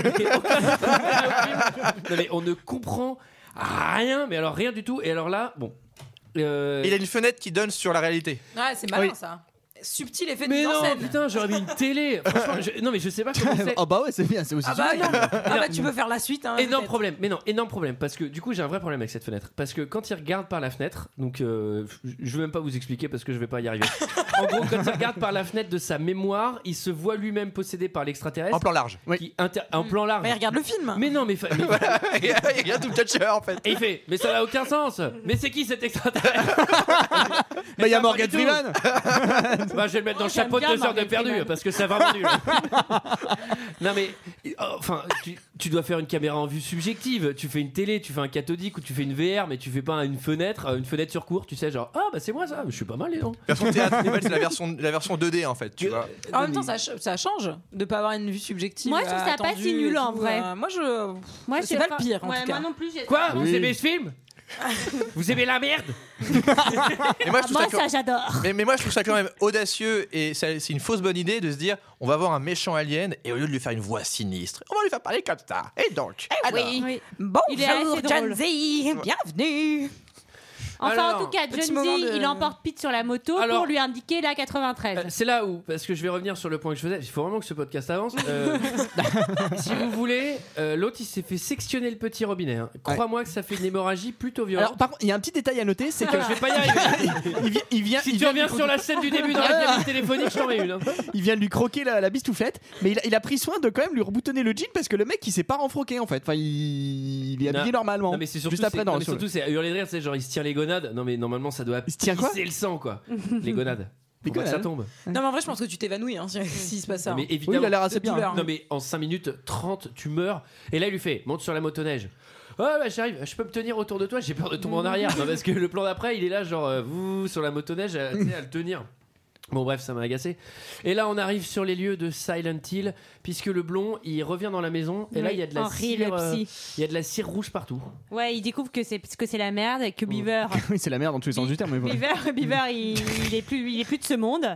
Non mais on ne comprend rien, mais alors rien du tout. Et alors là, bon. Il a une fenêtre qui donne sur la réalité. Ouais, c'est malin ça. Subtil effet de mise mais en scène. non, putain, j'aurais mis une télé. Franchement, non, mais je sais pas comment c'est. Ah bah ouais, c'est bien, c'est aussi. Tu peux faire la suite. Hein, énorme problème. Mais non, énorme problème. Parce que du coup, j'ai un vrai problème avec cette fenêtre. Parce que quand il regarde par la fenêtre, donc je veux même pas vous expliquer parce que je vais pas y arriver. En gros, quand il regarde par la fenêtre de sa mémoire, il se voit lui-même possédé par l'extraterrestre. En plan large. En plan large. Mais il regarde le film. Mais non, mais il regarde tout le catcher en fait. Et il fait, mais ça n'a aucun sens. Mais c'est qui cet extraterrestre? Bah il y a Morgan Freeman. Bah je vais le mettre dans le chapeau de 2 heures de perdu parce que c'est vraiment nul. Non mais enfin tu dois faire une caméra en vue subjective. Tu fais une télé, tu fais un cathodique ou tu fais une VR, mais tu fais pas une fenêtre sur cours. Tu sais genre bah c'est moi ça, je suis pas mal les gens. Version théâtre, c'est la version 2D en fait, tu vois. En même temps ça change de pas avoir une vue subjective. Moi je trouve ça pas si nul en vrai. Moi c'est pas le pire en tout cas. Moi non plus. Quoi? Vous aimez ce film? Vous aimez la merde? Et moi, ça j'adore. Mais moi je trouve ça quand même audacieux et c'est une fausse bonne idée de se dire on va avoir un méchant alien et au lieu de lui faire une voix sinistre, on va lui faire parler comme ça. Et donc oui. Bonjour John Z, bienvenue. Enfin, en tout cas, John Z, il emporte Pete sur la moto pour lui indiquer la 93. C'est là où, parce que je vais revenir sur le point que je faisais, il faut vraiment que ce podcast avance. Si vous voulez, l'autre il s'est fait sectionner le petit robinet. Hein. Crois-moi que ça fait une hémorragie plutôt violente. Alors, par contre, il y a un petit détail à noter, c'est que je vais pas y arriver. il vient. Si tu reviens sur la scène du début dans la cabine téléphonique, je t'en mets une. Hein. Il vient de lui croquer la bistouflette, mais il a pris soin de quand même lui reboutonner le jean parce que le mec il s'est pas renfroqué en fait. Enfin, il est habillé normalement. Non, mais c'est surtout, juste après, non. Surtout, c'est à hurler de rire, c'est genre il se tient les gonades. Non, mais normalement, ça doit pisser le sang, quoi. Les gonades. Faut pas que ça tombe. Non, mais en vrai, je pense que tu t'évanouis s'il se passe ça. Mais évidemment, oui, il a l'air assez bien. Non, mais en 5 minutes 30, tu meurs. Et là, il lui fait monte sur la motoneige. Oh, bah j'arrive, je peux me tenir autour de toi, j'ai peur de tomber en arrière. Non, parce que le plan d'après, il est là, genre, vous sur la motoneige, à le tenir. Bon bref, ça m'a agacé. Et là on arrive sur les lieux de Silent Hill puisque le blond il revient dans la maison et là il y a de la cire, il y a de la cire rouge partout. Ouais, il découvre que c'est la merde et que Beaver. Oui, c'est la merde dans tous les sens du terme. Mais voilà. Beaver il est plus de ce monde.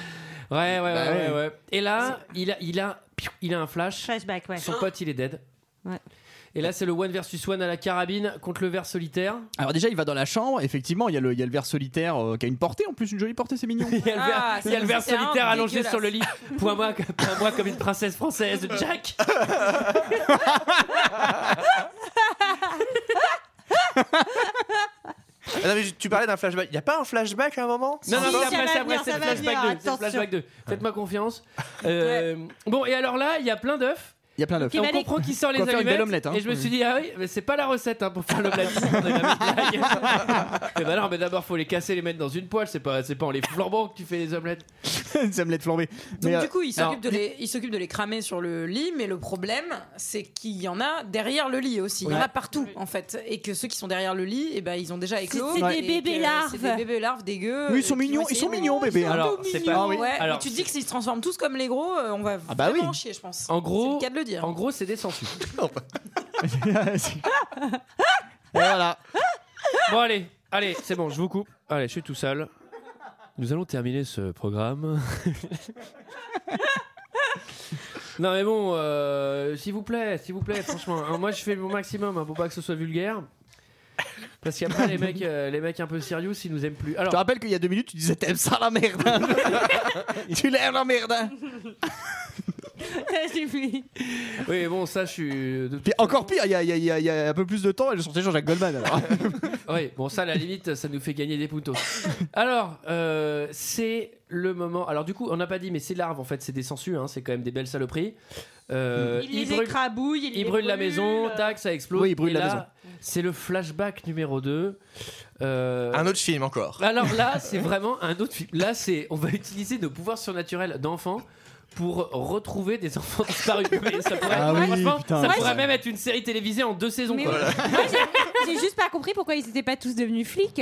Ouais. Et là il a un flashback. Ouais. Son pote il est dead. Ouais. Et là, c'est le one versus one à la carabine contre le ver solitaire. Alors déjà, il va dans la chambre. Effectivement, il y a le ver solitaire qui a une portée, en plus une jolie portée, c'est mignon. Il y a le ver solitaire allongé sur le lit. Point-moi comme une princesse française, Jack. Non mais tu parlais d'un flashback. Il y a pas un flashback à un moment? Non, c'est le flashback 2. Faites-moi confiance. Bon, et alors là, il y a plein d'œufs. Il y a plein d'œufs. Et on comprend qu'il sort les Faut faire une belle allumettes. omelette, hein. Et je me suis dit, ah oui, mais c'est pas la recette pour faire l'omelette. On a la blague. Mais bah non, mais d'abord, faut les casser, les mettre dans une poêle. C'est pas en les flambant que tu fais les omelettes. Des omelettes flambées. Donc du coup, il s'occupe de les cramer sur le lit, mais le problème, c'est qu'il y en a derrière le lit aussi. Il y en a partout, en fait. Et que ceux qui sont derrière le lit, ils ont déjà éclos. C'est des bébés larves. C'est des bébés larves dégueux. Oui, ils sont mignons, bébés. Alors, c'est pas. Ouais, Alors, mais tu te dis que s'ils se transforment tous comme les gros, on va vraiment chier, je pense. En gros, c'est le cas de le dire. En gros, c'est des sangsues. Et voilà. Bon, allez, c'est bon, je vous coupe. Allez, je suis tout seul. Nous allons terminer ce programme. Non mais bon, s'il vous plaît, franchement, hein, moi je fais mon maximum pour pas que ce soit vulgaire. Parce qu'après les mecs un peu sérieux, ils nous aiment plus. Alors, je te rappelle qu'il y a 2 minutes, tu disais t'aimes ça la merde. Tu l'aimes la merde. Oui, bon, ça, je suis. Puis encore pire, il y a un peu plus de temps, elle est sortie Jean-Jacques Goldman. Alors. Oui, bon, ça, à la limite, ça nous fait gagner des puntos. Alors, c'est le moment. Alors, du coup, on n'a pas dit, mais ces larves, en fait, c'est des sangsues, hein, c'est quand même des belles saloperies. Il les écrabouille, il brûle la maison, tac, ça explose. Oui, il brûle et la là, maison. C'est le flashback numéro 2. Un autre film encore. Alors là, c'est vraiment un autre film. Là, on va utiliser nos pouvoirs surnaturels d'enfants pour retrouver des enfants disparus. Mais ça pourrait, pourrait même être une série télévisée en 2 saisons. Quoi. Moi, j'ai juste pas compris pourquoi ils étaient pas tous devenus flics.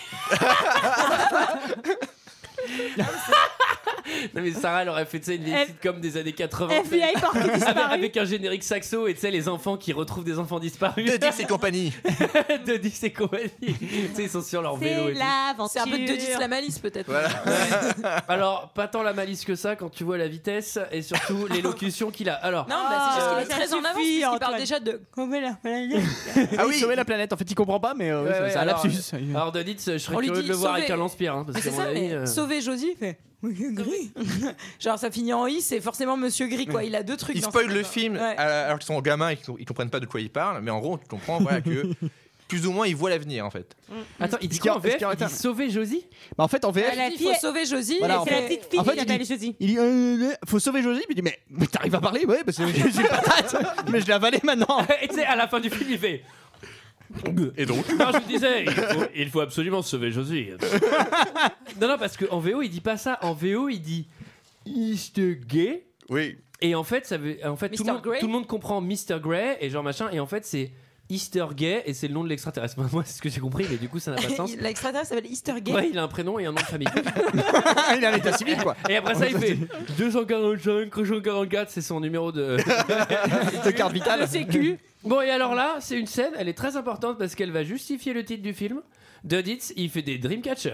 Non mais Sarah elle aurait fait une sitcom des années 80 FBI porté disparu avec un générique saxo et tu sais les enfants qui retrouvent des enfants disparus de Dix et compagnie de Dix et compagnie tu sais ils sont sur leur vélo et l'aventure. C'est un peu de Dix la malice peut-être. Voilà. Alors pas tant la malice que ça quand tu vois la vitesse et surtout l'élocution qu'il a. Alors non c'est juste qu'il est très en avance puisqu'il parle déjà de ah oui, sauver la planète. En fait il comprend pas mais c'est un lapsus. Alors de Dix je serais curieux de le voir avec un lance-pierre hein, parce c'est ça mais sauver Josie fait Gris. Genre ça finit en I, c'est forcément Monsieur Gris quoi. Il a 2 trucs. Il spoil le film alors qu'ils sont gamins et qu'ils comprennent pas de quoi ils parlent, mais en gros tu comprends que plus ou moins ils voient l'avenir en fait. Attends, il dit quoi en VF? Il dit sauver Josie? Bah en fait en VF il faut sauver Josie. Voilà, c'est la petite fille qui s'appelle Josie. Il dit faut sauver Josie, puis il dit mais t'arrives à parler? Ouais parce que j'ai une patate, mais je l'ai avalée maintenant. Et tu sais à la fin du film il fait. Et donc non, je disais, il faut absolument sauver Josie. Non, parce qu'en VO, il dit pas ça. En VO, il dit Mr. Gay. Oui. Et en fait, tout le monde comprend Mr. Grey et genre machin. Et en fait, c'est Easter Gay et c'est le nom de l'extraterrestre. Moi, c'est ce que j'ai compris, mais du coup, ça n'a pas de sens. L'extraterrestre s'appelle Easter Gay. Ouais, il a un prénom et un nom de famille. Il a l'état civil, quoi. Et après ça, il fait 245, 344, c'est son numéro de carte vitale. Sécu. Bon, et alors là, c'est une scène, elle est très importante parce qu'elle va justifier le titre du film. Doditz, il fait des Dreamcatcher.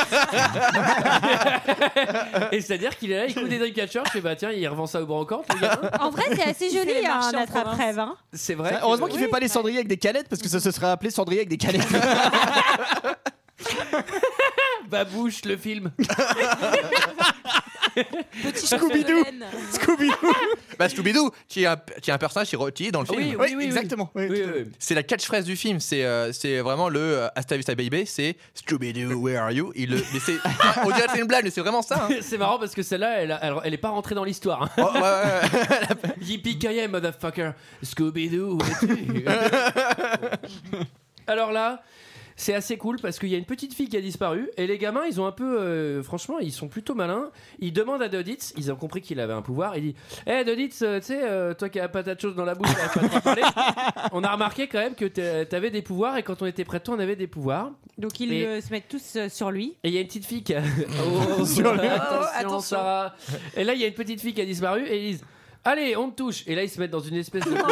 Et c'est-à-dire qu'il est là, il écoute des Dreamcatcher, je fais bah tiens, il revend ça au Brocantes, le gamin. En vrai, c'est assez joli, un attrape-rêve. Hein. C'est vrai. Heureusement qu'il fait pas les cendriers avec des canettes parce que ça se serait appelé cendrier avec des canettes. Babouche, le film. Petit Scooby-Doo. Scooby-Doo. Bah Scooby-Doo, qui est un personnage qui est dans le film. Oui, exactement. Oui. C'est la catchphrase du film. C'est vraiment le Hasta Vista Baby. C'est Scooby-Doo, where are you? Mais c'est, on dirait que c'est une blague, mais c'est vraiment ça. Hein. C'est marrant parce que celle-là, elle est pas rentrée dans l'histoire. Hein. Oh, ouais. Yippee-ki-yay, motherfucker. Scooby-Doo, où es-tu? Alors là. C'est assez cool parce qu'il y a une petite fille qui a disparu et les gamins ils ont un peu franchement ils sont plutôt malins. Ils demandent à Doditz, ils ont compris qu'il avait un pouvoir. Il dit hey Doditz, tu sais toi qui as pas tas de choses dans la bouche, pas trop parler. On a remarqué quand même que t'avais des pouvoirs et quand on était près de toi on avait des pouvoirs. Donc ils se mettent tous sur lui. Et il y a une petite fille qui a attention Sarah. Et là il y a une petite fille qui a disparu et ils disent allez, on te touche. Et là, ils se mettent dans une espèce de...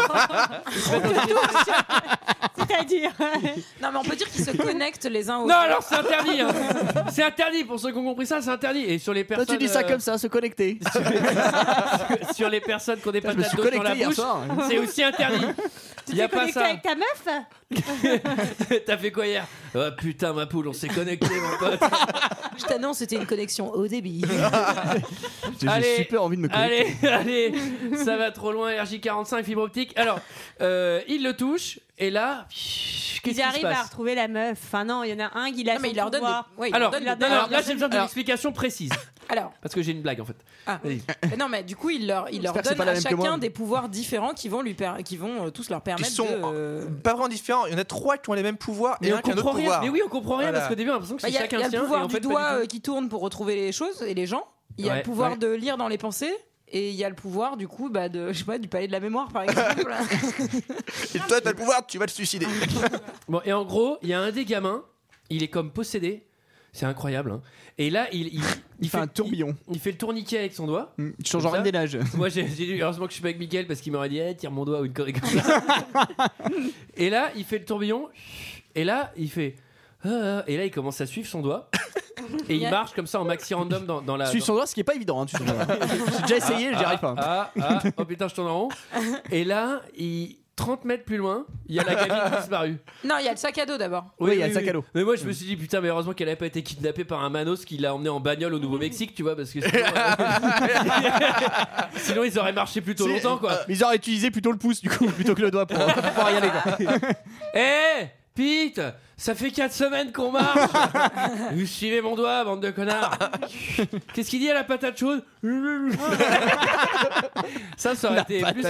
C'est-à-dire non, mais on peut dire qu'ils se connectent les uns aux autres. Non, alors c'est interdit. Hein. C'est interdit. Pour ceux qui ont compris ça, c'est interdit. Et sur les personnes... Toi, tu dis ça comme ça, se connecter. Sur les personnes qui ont des patates d'eau dans la bouche, c'est aussi interdit. Tu t'es connecté avec ta meuf? T'as fait quoi hier? Oh putain, ma poule, on s'est connecté, mon pote. Je t'annonce, c'était une connexion haut débit. J'ai super envie de me connecter. Allez, ça va trop loin. RJ45, fibre optique. Alors, il le touche. Et là, qu'est-ce qui se passe? Ils arrivent à retrouver la meuf. Enfin non, il y en a un qui l'a. Mais il leur donne. Alors, là, j'ai besoin d'une explication précise. Alors. Parce que j'ai une blague en fait. Ah. Vas-y. Mais non, mais du coup, il leur donne à chacun des pouvoirs différents qui vont tous leur permettre Ils sont pas vraiment différents. Il y en a 3 qui ont les mêmes pouvoirs et un qui a un autre pouvoir. Mais oui, on comprend rien parce qu'au début, on a l'impression que c'est chacun sien. Il y a le pouvoir du doigt qui tourne pour retrouver les choses et les gens. Il y a le pouvoir de lire dans les pensées. Et il y a le pouvoir du coup du palais de la mémoire par exemple. Et toi t'as le pouvoir, tu vas te suicider. Bon, et en gros, il y a un des gamins, il est comme possédé. C'est incroyable. Hein. Et là, il fait un tourbillon. Il fait le tourniquet avec son doigt. Tu changes rien des nages. Moi, j'ai dit heureusement que je suis pas avec Mickaël parce qu'il m'aurait dit tire mon doigt ou une connerie comme ça. Et là, il fait le tourbillon. Et là, il fait. Et là, il commence à suivre son doigt. Et il marche comme ça en maxi random dans la. Suivre son doigt, ce qui est pas évident. Hein, j'ai déjà essayé, j'y arrive pas. Oh putain, je tourne en rond. Et là, 30 mètres plus loin, il y a la gamine disparue. Non, il y a le sac à dos d'abord. Oui, il y a le sac à dos. Mais moi, je me suis dit, putain, mais heureusement qu'elle n'avait pas été kidnappée par un manos qui l'a emmenée en bagnole au Nouveau-Mexique, tu vois, parce que sinon ils auraient marché plutôt longtemps, quoi. Ils auraient utilisé plutôt le pouce, du coup, plutôt que le doigt pour pouvoir y aller, quoi. Pete, ça fait 4 semaines qu'on marche. Vous suivez mon doigt, bande de connards. Qu'est-ce qu'il dit à la patate chaude? Ça aurait été plus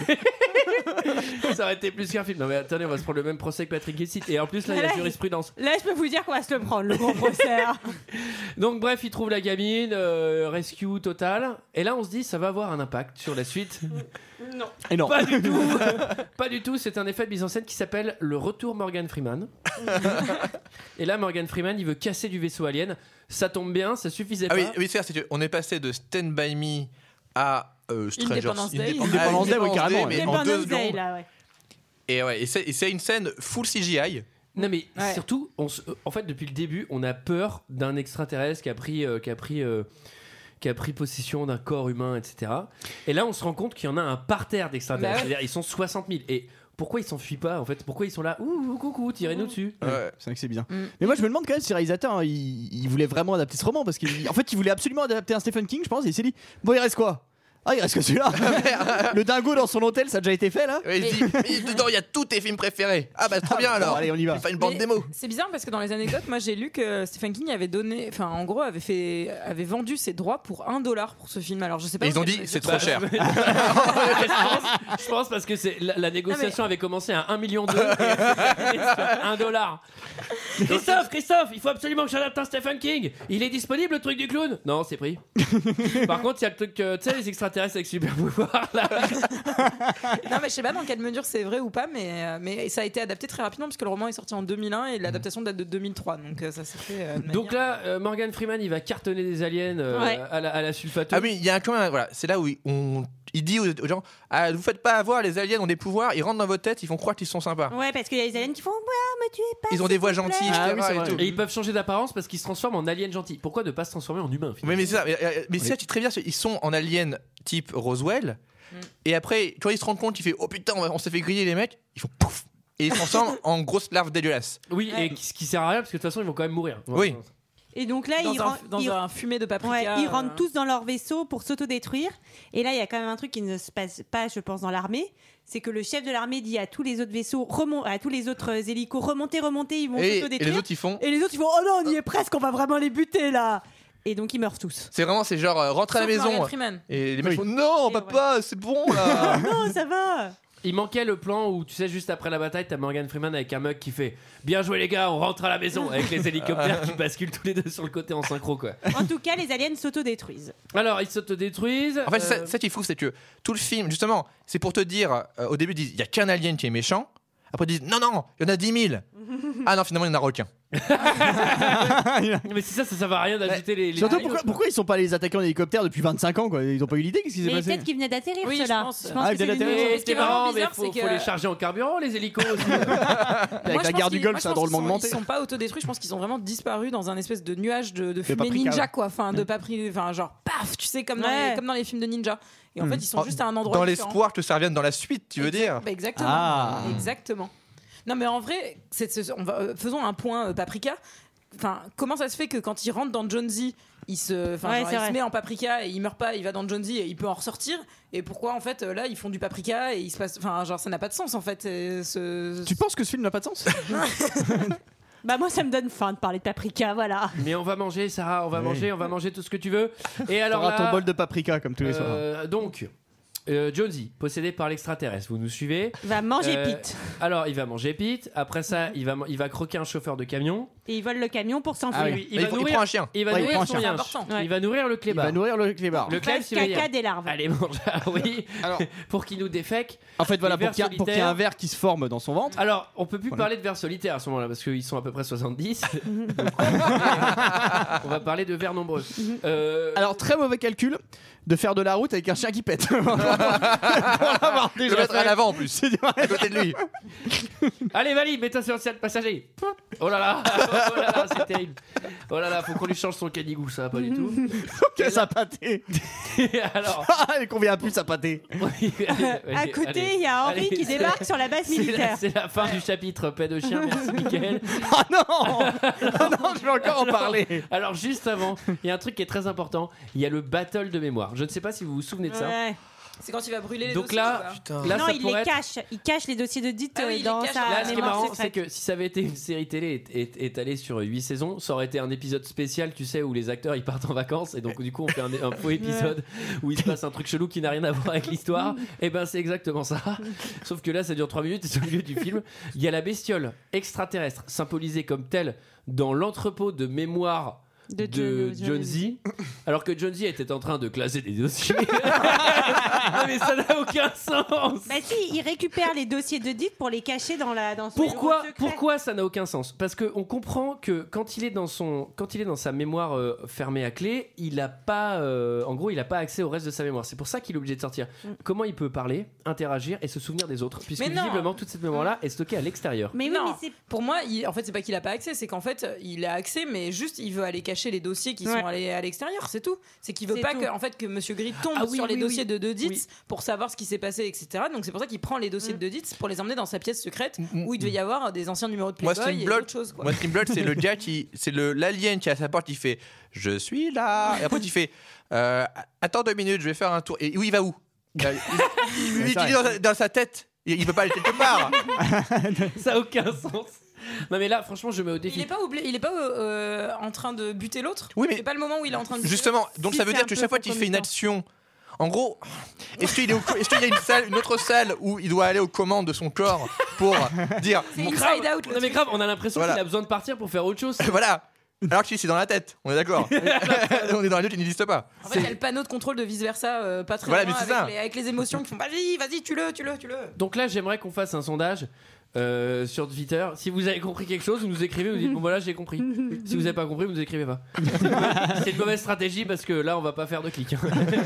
ça aurait été plus qu'un film. Non mais attendez, on va se prendre le même procès que Patrick Hilsit. Et en plus là, il y a jurisprudence. Là, je peux vous dire qu'on va se le prendre, le gros procès. Donc bref, il trouve la gamine, rescue total. Et là, on se dit, ça va avoir un impact sur la suite. Non. Et non. Pas du tout. Pas du tout. C'est un effet de mise en scène qui s'appelle le retour Morgan Freeman. Et là, Morgan Freeman, il veut casser du vaisseau alien. Ça tombe bien, ça suffisait pas. Oui, c'est ça. On est passé de Stand By Me à Independence Day. Independence Day, oui, carrément. Mais en 2 Independence Day, secondes. là, ouais. Et c'est une scène full CGI. Non mais surtout, en fait, depuis le début, on a peur d'un extraterrestre qui a pris possession d'un corps humain, etc. Et là, on se rend compte qu'il y en a un parterre d'extraterrestres. C'est-à-dire, ils sont 60 000. Et pourquoi ils s'enfuient pas, en fait? Pourquoi ils sont là? Ouh, coucou, tirez-nous dessus. Ouais, c'est vrai que c'est bien. Mais moi, je me demande quand même si le réalisateur, il voulait vraiment adapter ce roman, parce qu'en fait, il voulait absolument adapter un Stephen King, je pense, et il s'est dit, bon, il reste quoi? Ah, il reste que celui-là. Le dingo dans son hôtel, ça a déjà été fait là. Oui, dedans, il y a tous tes films préférés. Ah bah trop bien alors. Bon, allez, on y va. Il fait une bande démo. C'est bizarre parce que dans les anecdotes, moi j'ai lu que Stephen King avait donné, enfin en gros avait vendu ses droits pour $1 pour ce film. Alors je sais pas. Et ils ont dit c'est trop cher. Je pense parce que la négociation avait commencé à 1,2 million. $1. Christophe, il faut absolument que j'adapte un Stephen King. Il est disponible le truc du clown? Non, c'est pris. Par contre, il y a le truc, tu sais, les extraterrestres avec super pouvoir là. Non mais je sais pas dans quelle mesure c'est vrai ou pas, mais ça a été adapté très rapidement parce que le roman est sorti en 2001 et l'adaptation date de 2003, donc ça s'est fait. Donc là, Morgan Freeman, il va cartonner des aliens à la sulfateuse. Ah oui, il y a quand même, voilà, c'est là où il dit aux gens, vous faites pas avoir, les aliens ont des pouvoirs, ils rentrent dans votre tête, ils font croire qu'ils sont sympas. Ouais, parce qu'il y a les aliens qui font me tuez pas. Ils ont des voix gentilles, etc. Et ils peuvent changer d'apparence parce qu'ils se transforment en aliens gentils. Pourquoi ne pas se transformer en humain finalement? Oui, mais c'est ça. Mais c'est ça, tu sais très bien, ils sont en aliens type Roswell. Et après, tu vois, ils se rendent compte, ils font oh putain, on s'est fait griller les mecs. Ils font pouf et ils se transforment en grosses larves dégueulasses. Oui, et ce qui sert à rien parce que de toute façon, ils vont quand même mourir. Oui. Et donc là, dans un fumet de paprika. Ils rentrent tous dans leur vaisseau pour s'autodétruire. Et là, il y a quand même un truc qui ne se passe pas, je pense, dans l'armée. C'est que le chef de l'armée dit à tous les autres vaisseaux, à tous les autres hélicos, remontez, ils vont s'autodétruire. Et les autres, ils font oh non, on y est presque, on va vraiment les buter là. Et donc ils meurent tous. C'est genre rentre à la maison. Et les mecs font non, papa, c'est bon là. Non, ça va. Il manquait le plan où, tu sais, juste après la bataille, t'as Morgan Freeman avec un mug qui fait bien joué les gars, on rentre à la maison, avec les hélicoptères qui basculent tous les deux sur le côté en synchro, quoi. En tout cas, les aliens s'autodétruisent. Alors, ils s'autodétruisent. En fait, ça qui est fou, c'est que tout le film, justement, c'est pour te dire, au début, ils disent il y a qu'un alien qui est méchant. Après, ils disent non, il y en a 10 000. Ah non, finalement, il n'y en a aucun. Mais c'est ça va à rien d'ajouter les. Surtout, pourquoi ils sont pas les attaquants d'hélicoptères depuis 25 ans, quoi? Ils ont pas eu l'idée, qu'est-ce qui s'est passé? Peut-être qu'ils venaient d'atterrir, oui, ceux-là. Je pense que c'est des c'est marrant, mais faut les charger en carburant, les hélicos aussi. Avec la guerre du Golfe, ça a drôlement augmenté. Ils sont pas autodétruits, je pense qu'ils ont vraiment disparu dans un espèce de nuage de fumée ninja, quoi. Enfin, de paprika, enfin, genre paf, tu sais, comme dans les films de ninja. Et en fait, ils sont juste à un endroit dans différent. l'espoir que ça revienne dans la suite, tu veux dire? Exactement. Exactement. Non, mais en vrai, faisons un point paprika. Enfin, comment ça se fait que quand il rentre dans Jonesy, il se met en paprika et il meurt pas, il va dans Jonesy et il peut en ressortir? Et pourquoi en fait là ils font du paprika et il se passe, enfin genre ça n'a pas de sens en fait. Tu penses que ce film n'a pas de sens? Bah moi ça me donne faim de parler de paprika, voilà. Mais on va manger, Sarah, on va manger tout ce que tu veux. Et alors T'auras là, ton bol de paprika comme tous les soirs. Donc, Jonesy, possédé par l'extraterrestre, vous nous suivez. Il va manger Pete. Alors, il va manger Pete. Après ça, il va croquer un chauffeur de camion. Et il vole le camion pour s'enfuir. Il prend un chien. Il va nourrir son chien. Il va nourrir le clébard. Le clébard, c'est caca des larves. Allez, mange. Oui. Alors, pour qu'il nous défèque. En fait, voilà, pour qu'il y ait un ver qui se forme dans son ventre. Alors, on peut plus parler de vers solitaires à ce moment-là parce qu'ils sont à peu près 70. Donc, on va parler de vers nombreux. Alors, très mauvais calcul de faire de la route avec un chien qui pète. Pour l'avoir déjà le mettre fait. à l'avant en plus, à côté de lui. Allez, Vali, mets-toi sur le siège passager. Oh là là, c'est terrible. Oh là là, faut qu'on lui change son canigou, ça va pas du tout. Ok, ça pâté. Alors, elle convient plus, ça pâté. À côté, il y a Henri qui débarque sur la base militaire. C'est la fin du chapitre paix de chien. Merci, Mickaël. Oh non, je vais encore en parler. Alors, juste avant, il y a un truc qui est très important. Il y a le battle de mémoire. Je ne sais pas si vous vous souvenez de ça. Ouais. C'est quand il va brûler les Donc dossiers. là, là, Non, ça il pourrait les être... cache. Il cache les dossiers d'audit Ah oui, il dans les cache. sa Là, ce qui est mémoire marrant, secrète. c'est que si ça avait été une série télé étalée sur 8 saisons, ça aurait été un épisode spécial, tu sais, où les acteurs ils partent en vacances et donc du coup on fait un faux épisode où il se passe un truc chelou qui n'a rien à voir avec l'histoire. Et ben c'est exactement ça. Sauf que là, ça dure 3 minutes et c'est au milieu du film. Il y a la bestiole extraterrestre symbolisée comme telle dans l'entrepôt de mémoire de Jonesy, alors que Jonesy était en train de classer des dossiers. Non, mais ça n'a aucun sens. Bah si, il récupère les dossiers d'audit pour les cacher dans son bureau secret. Pourquoi ça n'a aucun sens? Parce qu'on comprend que quand il est dans sa mémoire fermée à clé, il a pas, en gros, il a pas accès au reste de sa mémoire. C'est pour ça qu'il est obligé de sortir. Comment il peut parler, interagir et se souvenir des autres, puisque visiblement toute cette mémoire-là est stockée à l'extérieur. Mais oui, non, mais c'est pour moi, en fait, c'est pas qu'il a pas accès, c'est qu'en fait, il a accès, mais juste il veut aller cacher les dossiers qui sont allés à l'extérieur, c'est tout. C'est qu'il veut pas que Monsieur Gris tombe sur les dossiers de Doditz pour savoir ce qui s'est passé, etc. Donc c'est pour ça qu'il prend les dossiers de Doditz pour les emmener dans sa pièce secrète où il devait y avoir des anciens numéros de Playboy et autre chose. Moi, Streamblood, c'est le gars c'est l'alien qui est à sa porte, il fait je suis là, et après il fait attends 2 minutes, je vais faire un tour. Et où il va où? Il utilise dans sa tête. Il peut pas aller quelque part. Ça a aucun sens. Non mais là franchement je mets au défi. Il est pas en train de buter l'autre. Oui, mais c'est pas le moment où il est en train de buter justement, l'autre. donc ça veut dire que chaque fois qu'il fait une action, en gros, est-ce qu'il y a une autre salle où il doit aller aux commandes de son corps pour dire grave, non mais grave, on a l'impression qu'il a besoin de partir pour faire autre chose. Voilà. Alors que c'est dans la tête, on est d'accord. On est dans la tête qui n'existe pas. En fait, il y a le panneau de contrôle de vice versa, pas très loin, avec les émotions qui font vas-y, tue-le. Donc là, j'aimerais qu'on fasse un sondage sur Twitter. Si vous avez compris quelque chose, vous nous écrivez, vous dites bon voilà, j'ai compris. Si vous n'avez pas compris, vous nous écrivez pas. C'est une mauvaise stratégie parce que là, on va pas faire de clic.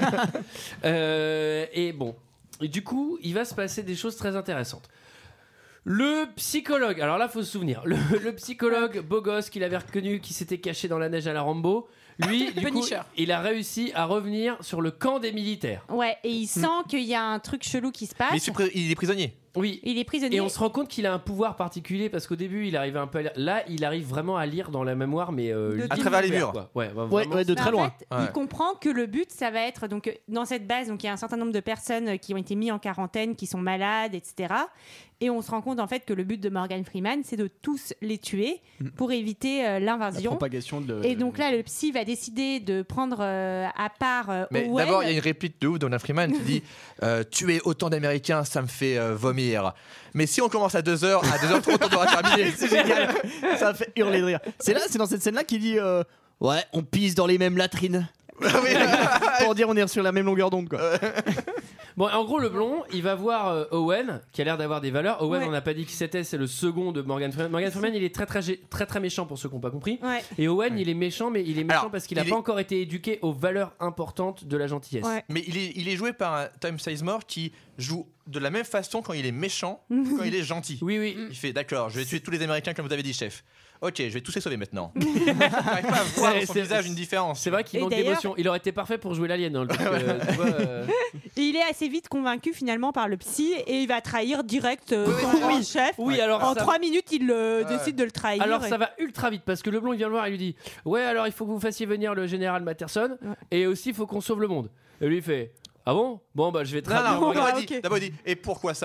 Et bon, et du coup, il va se passer des choses très intéressantes. Le psychologue, alors là faut se souvenir, le psychologue beau gosse qu'il avait reconnu, qui s'était caché dans la neige à la Rambo, lui du coup, il a réussi à revenir sur le camp des militaires. Ouais, et il sent qu'il y a un truc chelou qui se passe. Mais il est prisonnier. Oui, il est prisonnier. Et on se rend compte qu'il a un pouvoir particulier parce qu'au début il arrivait un peu à lire. Là il arrive vraiment à lire dans la mémoire, mais à travers les murs. Quoi. Ouais, de très loin. En fait, il comprend que le but ça va être donc dans cette base, donc il y a un certain nombre de personnes qui ont été mises en quarantaine, qui sont malades, etc. Et on se rend compte en fait que le but de Morgan Freeman c'est de tous les tuer pour éviter l'invasion. La propagation de. Et donc là le psy va décider de prendre à part Mais Owen. d'abord il y a une réplique de ouf de Morgan Freeman qui dit tuer autant d'Américains ça me fait vomir. Mais si on commence à 2h, à 2h30 on aura terminé. C'est génial. Ça fait hurler de rire. C'est dans cette scène là qu'il dit ouais, on pisse dans les mêmes latrines. Pour dire on est sur la même longueur d'onde quoi. Bon, en gros, le blond, il va voir Owen, qui a l'air d'avoir des valeurs. Owen, on n'a pas dit qui c'était, c'est le second de Morgan Freeman. Morgan Freeman, il est très méchant pour ceux qui n'ont pas compris. Ouais. Et Owen, il est méchant, mais il est méchant parce qu'il n'a pas encore été éduqué aux valeurs importantes de la gentillesse. Ouais. Mais il est joué par un Tom Sizemore qui joue de la même façon quand il est méchant que quand il est gentil. Oui. Il fait d'accord, je vais tuer tous les Américains comme vous avez dit, chef. Ok, je vais tous les sauver maintenant. J'arrive pas à voir dans son visage une différence. C'est vrai qu'il manque d'émotion. Il aurait été parfait pour jouer l'alien. Hein, Et il est assez vite convaincu finalement par le psy et il va trahir direct son chef. Oui, alors en 3 minutes, il décide de le trahir. Alors ça va ultra vite parce que le blond il vient le voir et lui dit ouais, alors il faut que vous fassiez venir le général Matterson et aussi il faut qu'on sauve le monde. Et lui il fait ah bon bah je vais traduire. D'abord il dit et pourquoi ça?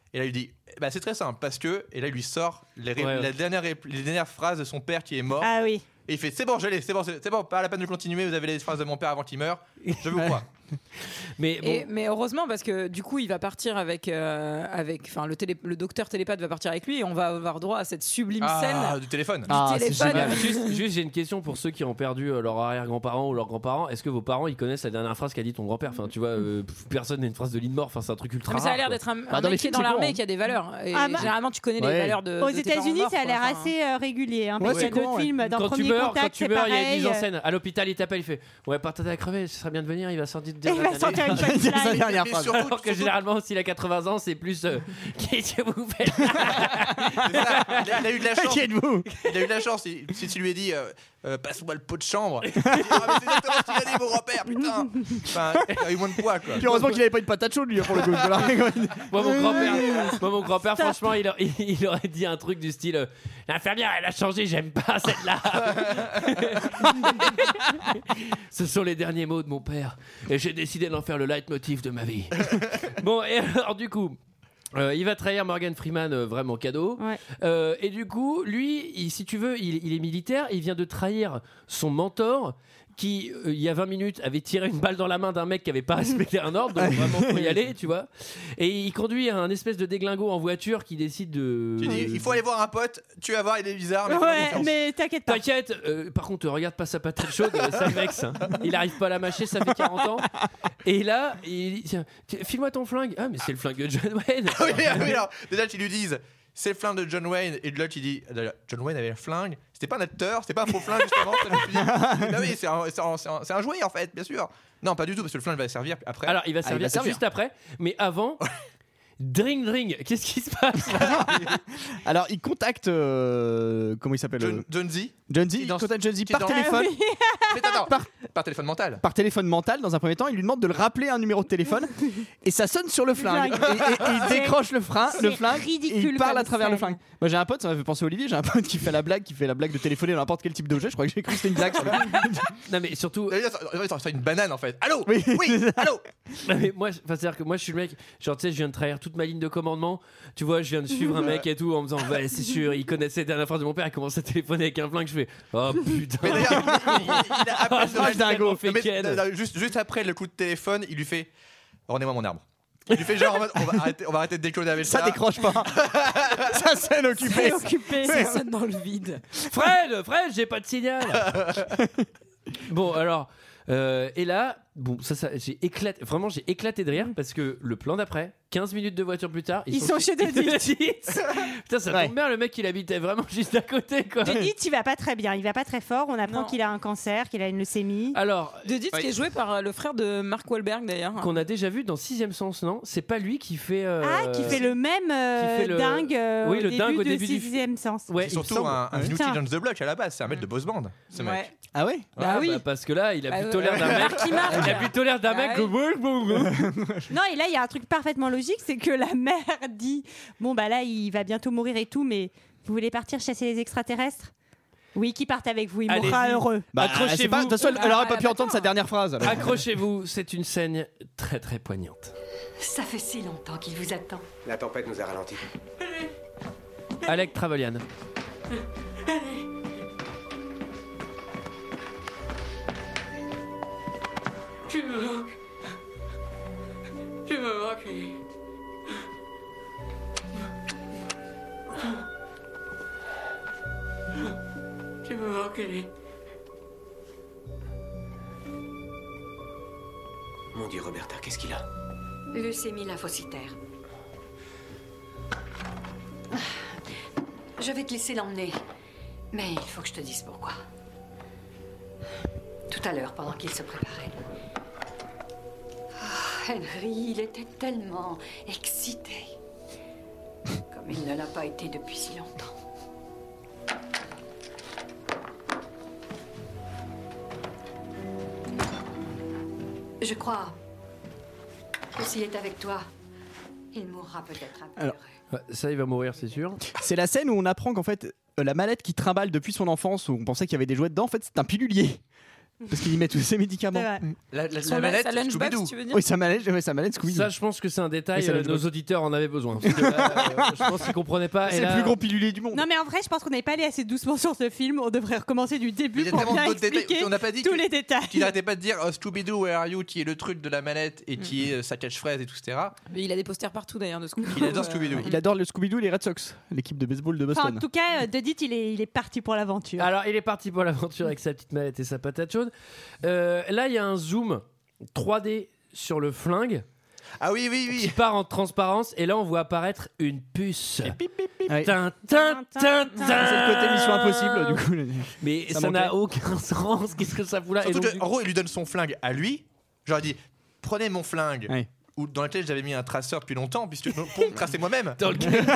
Et là, il lui dit bah, c'est très simple, parce que. Et là, il lui sort les dernières phrases de son père qui est mort. Ah oui. Et il fait c'est bon, pas la peine de continuer, vous avez les phrases de mon père avant qu'il meure, je vous crois. Mais heureusement, parce que du coup, il va partir avec le docteur télépathe va partir avec lui et on va avoir droit à cette sublime scène du téléphone. C'est génial. Juste, j'ai une question pour ceux qui ont perdu leurs arrière-grands-parents ou leurs grands-parents. Est-ce que vos parents ils connaissent la dernière phrase qu'a dit ton grand-père? Enfin, tu vois, personne n'a une phrase de Lynn Moore. Enfin, c'est un truc ultra. Mais ça a l'air d'être un mec qui est dans l'armée et qui a des valeurs. Et généralement, tu connais les valeurs de. Aux États-Unis, ça a l'air assez régulier. Parce qu'il y a d'autres films dans Premier Contact, quand tu c'est meurs, il y a pareil. une mise en scène. À l'hôpital, il t'appelle, il fait ouais, par tata à crever, ce serait bien de venir. Il va sortir de dernière phrase. Alors que généralement, s'il a 80 ans, c'est plus qu'est-ce que vous faites? Il a eu de la chance. Qui êtes-vous? Il a eu de la chance. Si tu lui as dit passe-moi le pot de chambre, il dit, mais c'est exactement ce qu'il a dit, mon grand-père, putain. Enfin, il a eu moins de poids, quoi. Puis heureusement qu'il avait pas une patate chaude, lui, pour le coup. Moi, mon grand-père, franchement, il aurait dit un truc du style l'infirmière, elle a changé, j'aime pas celle-là. Ce sont les derniers mots de mon père, et j'ai décidé d'en faire le leitmotiv de ma vie. Bon, et alors, du coup. Il va trahir Morgan Freeman vraiment cadeau. Et du coup, lui, si tu veux, il est militaire. Il vient de trahir son mentor qui, il y a 20 minutes, avait tiré une balle dans la main d'un mec qui avait pas respecté un ordre. Donc vraiment, faut y aller, tu vois. Et il conduit un espèce de déglingo en voiture qui décide de... Tu dis, il faut aller voir un pote, tu vas voir, il est bizarre. Mais t'inquiète pas. T'inquiète, par contre, regarde pas sa patate chaude, ça le vexe. Hein. Il arrive pas à la mâcher, ça fait 40 ans. Et là, il dit, file-moi ton flingue. Ah, mais c'est le flingue de John Wayne. oui, alors, déjà, ils lui disent, c'est le flingue de John Wayne. Et de l'autre, il dit, John Wayne avait un flingue. C'était pas un acteur, c'était pas un faux flingue justement. Bah oui, c'est un jouet en fait, bien sûr. Non, pas du tout, parce que le flingue va servir après. Alors, il va servir juste après, mais avant. Dring, qu'est-ce qui se passe là? Alors, il contacte comment il s'appelle? John Z. Il contacte John Z par téléphone. Mais attends, par téléphone mental. Par téléphone mental, dans un premier temps, il lui demande de le rappeler un numéro de téléphone et ça sonne sur le flingue. Et il décroche le flingue et il parle à travers le flingue. Moi, j'ai un pote, ça m'a fait penser à Olivier, j'ai un pote qui fait la blague de téléphoner dans n'importe quel type d'objet. Je crois que j'ai cru que c'était une blague. Non, mais surtout. C'est une banane en fait. Allô? Oui, allô? Non, mais moi, c'est-à-dire que moi, je suis le mec, genre, tu sais, je viens de trahir toute ma ligne de commandement. Tu vois, je viens de suivre un mec et tout en me disant, ouais, c'est sûr, il connaissait la dernière phrase de mon père, il commence à téléphoner avec un flingue. Je fais, oh putain. Mais d'ailleurs, il a après juste après le coup de téléphone, il lui fait rendez-moi mon arbre. Il lui fait genre on va arrêter de déconner avec ça. Ça décroche pas. Ça scène occupée. Ça sonne dans le vide. Fred, j'ai pas de signal. Bon, alors et là, bon, ça j'ai éclaté de rire parce que le plan d'après, 15 minutes de voiture plus tard, ils sont chez Dedit. Putain, ça tombe bien, le mec il habitait vraiment juste à côté, quoi. Dedit, il va pas très bien, il va pas très fort. On apprend qu'il a un cancer, qu'il a une leucémie. Alors, Dedit, qui est joué par le frère de Mark Wahlberg d'ailleurs. Qu'on a déjà vu dans 6ème Sens, non? C'est pas lui qui fait. Qui fait le même dingue au début du 6ème Sens. Ouais, c'est surtout un Vinouti Jones the Block à la base, c'est un mec de boss band, ce mec. Ah ouais? Oui. Parce que là, il a plutôt l'air d'un mec. Il a plutôt l'air d'un mec. Non, et là, il y a un truc parfaitement logique, c'est que la mère dit bon bah là, il va bientôt mourir et tout, mais vous voulez partir chasser les extraterrestres? Oui, qui partent avec vous, il mourra heureux. Accrochez-vous. De toute façon, elle aurait pas pu entendre sa dernière phrase. Alors. Accrochez-vous, c'est une scène très très poignante. Ça fait si longtemps qu'il vous attend. La tempête nous a ralenti. Alec Trevelyan. Tu me manques. Tu me manques. Tu me manques, Ellie. Mon Dieu, Roberta, qu'est-ce qu'il a? Leucémie lymphocytaire. Je vais te laisser l'emmener. Mais il faut que je te dise pourquoi. Tout à l'heure, pendant qu'il se préparait. Oh, Henry, il était tellement excité. Comme il ne l'a pas été depuis si longtemps. Je crois que s'il est avec toi, il mourra peut-être un peu. Alors, ça, il va mourir, c'est sûr. C'est la scène où on apprend qu'en fait, la mallette qui trimballe depuis son enfance, où on pensait qu'il y avait des jouets dedans, en fait, c'est un pilulier. Parce qu'il y met tous ses médicaments. La mallette, Scooby-Doo. Oui, sa mallette Scooby-Doo. Ça, je pense que c'est un détail, Oui, nos auditeurs en avaient besoin. Parce que là, je pense qu'ils comprenaient pas. C'est le plus gros pilulé du monde. Non mais en vrai, je pense qu'on n'est pas allé assez doucement sur ce film. On devrait recommencer du début pour bien expliquer On n'a pas dit tous les détails. qu'il n'arrêtait pas de dire Scooby-Doo, where are you, qui est le truc de la mallette et qui est sa catchphrase et tout, etc. Mais il a des posters partout d'ailleurs de Scooby-Doo. Il adore Scooby-Doo. Il adore le Scooby-Doo et les Red Sox, l'équipe de baseball de Boston. Enfin, en tout cas, Dudit, il est parti pour l'aventure. Alors, il est parti pour l'aventure avec sa petite mallette et sa patate chaude. Là, il y a un zoom 3D sur le flingue. Ah oui. Qui part en transparence et là on voit apparaître une puce. Ouais. Tin. C'est le côté Mission Impossible du coup. Mais ça n'a aucun sens. Qu'est-ce que ça fout là? Surtout et donc, en gros, il lui donne son flingue à lui. J'aurais dit prenez mon flingue. Ouais. Ou dans lequel j'avais mis un traceur depuis longtemps puisque pour me tracer moi-même. Dans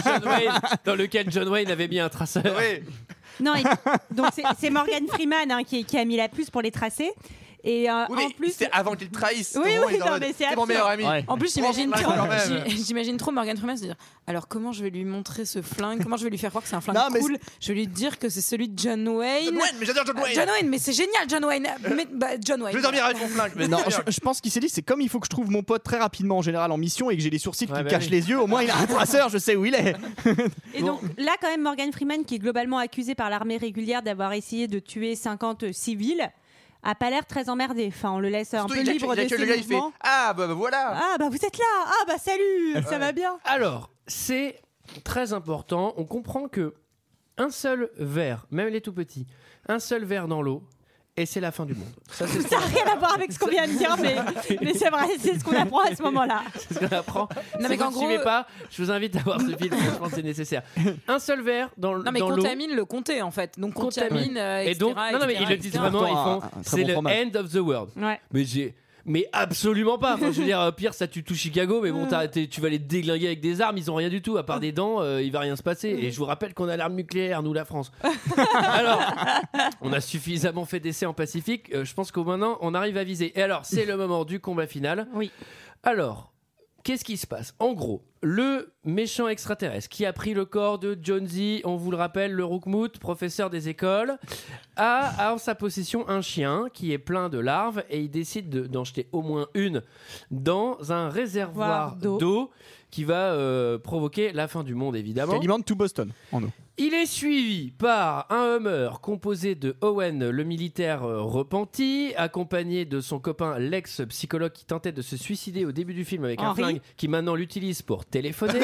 lequel John Wayne avait mis un traceur. Oui. Non, donc c'est Morgan Freeman qui a mis la puce pour les tracer. Et Oui, en plus, c'était avant qu'il trahisse. Oui, Au moment, oui, il est en non, mode, mais c'est mon meilleur ami. Ouais. En plus, Prends mon flingue quand même. j'imagine trop Morgan Freeman se dire alors comment je vais lui montrer ce flingue, comment je vais lui faire croire que c'est un flingue Non, mais cool, je vais lui dire que c'est celui de John Wayne. John Wayne, mais j'adore John Wayne. John Wayne, mais c'est génial John Wayne. John Wayne. Je vais dormir avec mon flingue. Mais non, je pense qu'il s'est dit c'est comme il faut que je trouve mon pote très rapidement en général en mission et que j'ai les sourcils qui Ouais, bah cachent oui. les yeux, au moins il a un traceur, je sais où il est. et donc là, quand même, Morgan Freeman, qui est globalement accusé par l'armée régulière d'avoir essayé de tuer 50 civils, a pas l'air très emmerdé. Enfin, on le laisse un peu libre de ses le gars, il fait mouvements. ah bah voilà. Ah bah vous êtes là. Ah bah salut. Ça va bien. Alors, c'est très important. On comprend que un seul verre, même les tout petits, un seul verre dans l'eau, et c'est la fin du monde. Ça, c'est Ça n'a rien à voir avec ce qu'on vient de dire, mais c'est vrai, c'est ce qu'on apprend à ce moment-là. C'est ce qu'on apprend. Non, mais Si vous qu'en ne gros- suivez pas, je vous invite à voir ce film. Franchement, c'est nécessaire. Un seul verre dans Non mais dans l'eau. contamine le comté en fait. Donc contamine Et donc, non, mais ils le disent vraiment, ils font, c'est le end of the world. Ouais. Mais absolument pas. Enfin, je veux dire, pire, ça tue tout Chicago, mais bon, tu vas les déglinguer avec des armes, ils ont rien du tout, à part des dents, il va rien se passer. Et je vous rappelle qu'on a l'arme nucléaire, nous, la France. Alors, on a suffisamment fait d'essais en Pacifique, je pense qu'au maintenant, on arrive à viser. Et alors, c'est le moment du combat final. Oui. Alors, qu'est-ce qui se passe? En gros, le méchant extraterrestre qui a pris le corps de John Z, on vous le rappelle, le Roukmout, professeur des écoles, a en sa possession un chien qui est plein de larves et il décide d'en jeter au moins une dans un réservoir d'eau qui va provoquer la fin du monde, évidemment. Qui alimente tout Boston en eau. Il est suivi par un Hummer composé de Owen, le militaire repenti, accompagné de son copain l'ex-psychologue qui tentait de se suicider au début du film avec un Henry. flingue qui maintenant l'utilise pour téléphoner.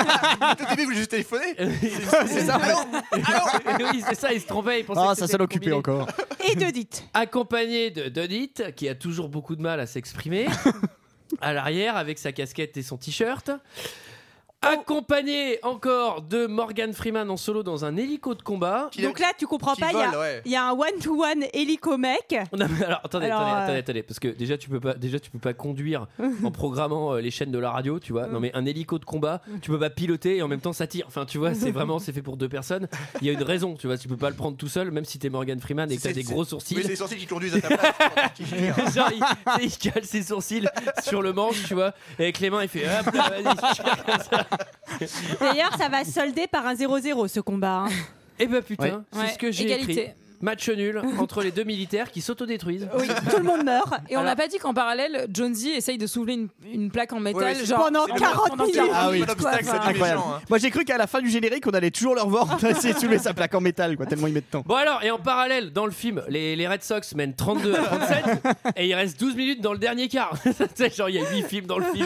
Au début, vous voulez juste téléphoner. C'est ça. Oui, c'est ça, il se trompait. Il pensait Ah, que ça c'était s'est occupé combiné. encore. Et Dudit. Accompagné de Dudit, qui a toujours beaucoup de mal à s'exprimer, à l'arrière avec sa casquette et son t-shirt. Accompagné encore de Morgan Freeman en solo dans un hélico de combat. Donc là, tu comprends pas, il y a un one-to-one hélico-mec. Non, mais alors, attendez, Alors, attendez, parce que déjà tu peux pas conduire en programmant les chaînes de la radio, tu vois. Non, mais un hélico de combat, tu peux pas piloter et en même temps ça tire. Enfin, tu vois, c'est fait pour deux personnes. Il y a une raison, tu vois, tu peux pas le prendre tout seul, même si t'es Morgan Freeman et que t'as des gros sourcils. Oui, c'est les sourcils qui conduisent à ta place. Genre, il cale ses sourcils sur le manche, tu vois, et avec les mains il fait hop là, vas-y, je tire comme ça. D'ailleurs, ça va se solder par un 0-0 ce combat. Hein. Et bah putain, Ouais. c'est ce que j'ai Égalité. écrit. Match nul entre les deux militaires qui s'autodétruisent. Oui, tout le monde meurt. Et on n'a pas dit qu'en parallèle, Jonesy essaye de soulever une plaque en métal. Ouais, genre, pendant 40 minutes. Ah oui, l'obstacle, ça devient incroyable. méchant, hein. Moi j'ai cru qu'à la fin du générique on allait toujours le revoir en train d'essayer de soulever sa plaque en métal quoi, tellement il met de temps. Bon alors, et en parallèle, dans le film, les Red Sox mènent 32 à 37 et il reste 12 minutes dans le dernier quart. Tu sais, genre il y a 8 films dans le film.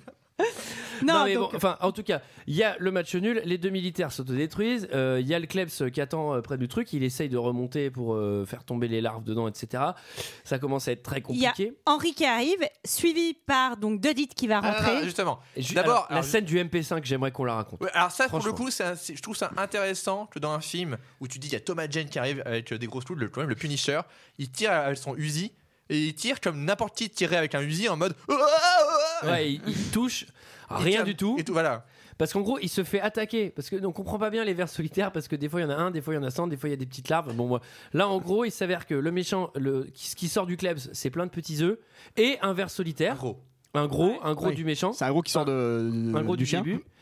Non, mais donc- bon, enfin, en tout cas, il y a le match nul, les deux militaires s'autodétruisent, il y a le Klebs qui attend près du truc, il essaye de remonter pour faire tomber les larves dedans, etc. Ça commence à être très Il y a compliqué. Henry qui arrive, suivi par donc Dudit qui va rentrer. Justement. D'abord, la alors, scène du MP5, j'aimerais qu'on la raconte. Ouais, alors ça, pour le Franchement. coup, je trouve ça intéressant que dans un film où tu dis il y a Thomas Jane qui arrive avec des grosses loups, le Punisher, il tire avec son Uzi et il tire comme n'importe qui tirait avec un Uzi en mode. Ouais, il touche rien tire- du tout. Et tout, voilà. Parce qu'en gros, il se fait attaquer. Parce que on comprend pas bien les vers solitaires. Parce que des fois, il y en a un, des fois, il y en a 100, des fois, il y a des petites larves. Bon, moi, là, en gros, il s'avère que le méchant, ce qui sort du Klebs, c'est plein de petits œufs et un ver solitaire. Un gros Oui. du méchant. C'est un gros qui sort un gros du chien. début.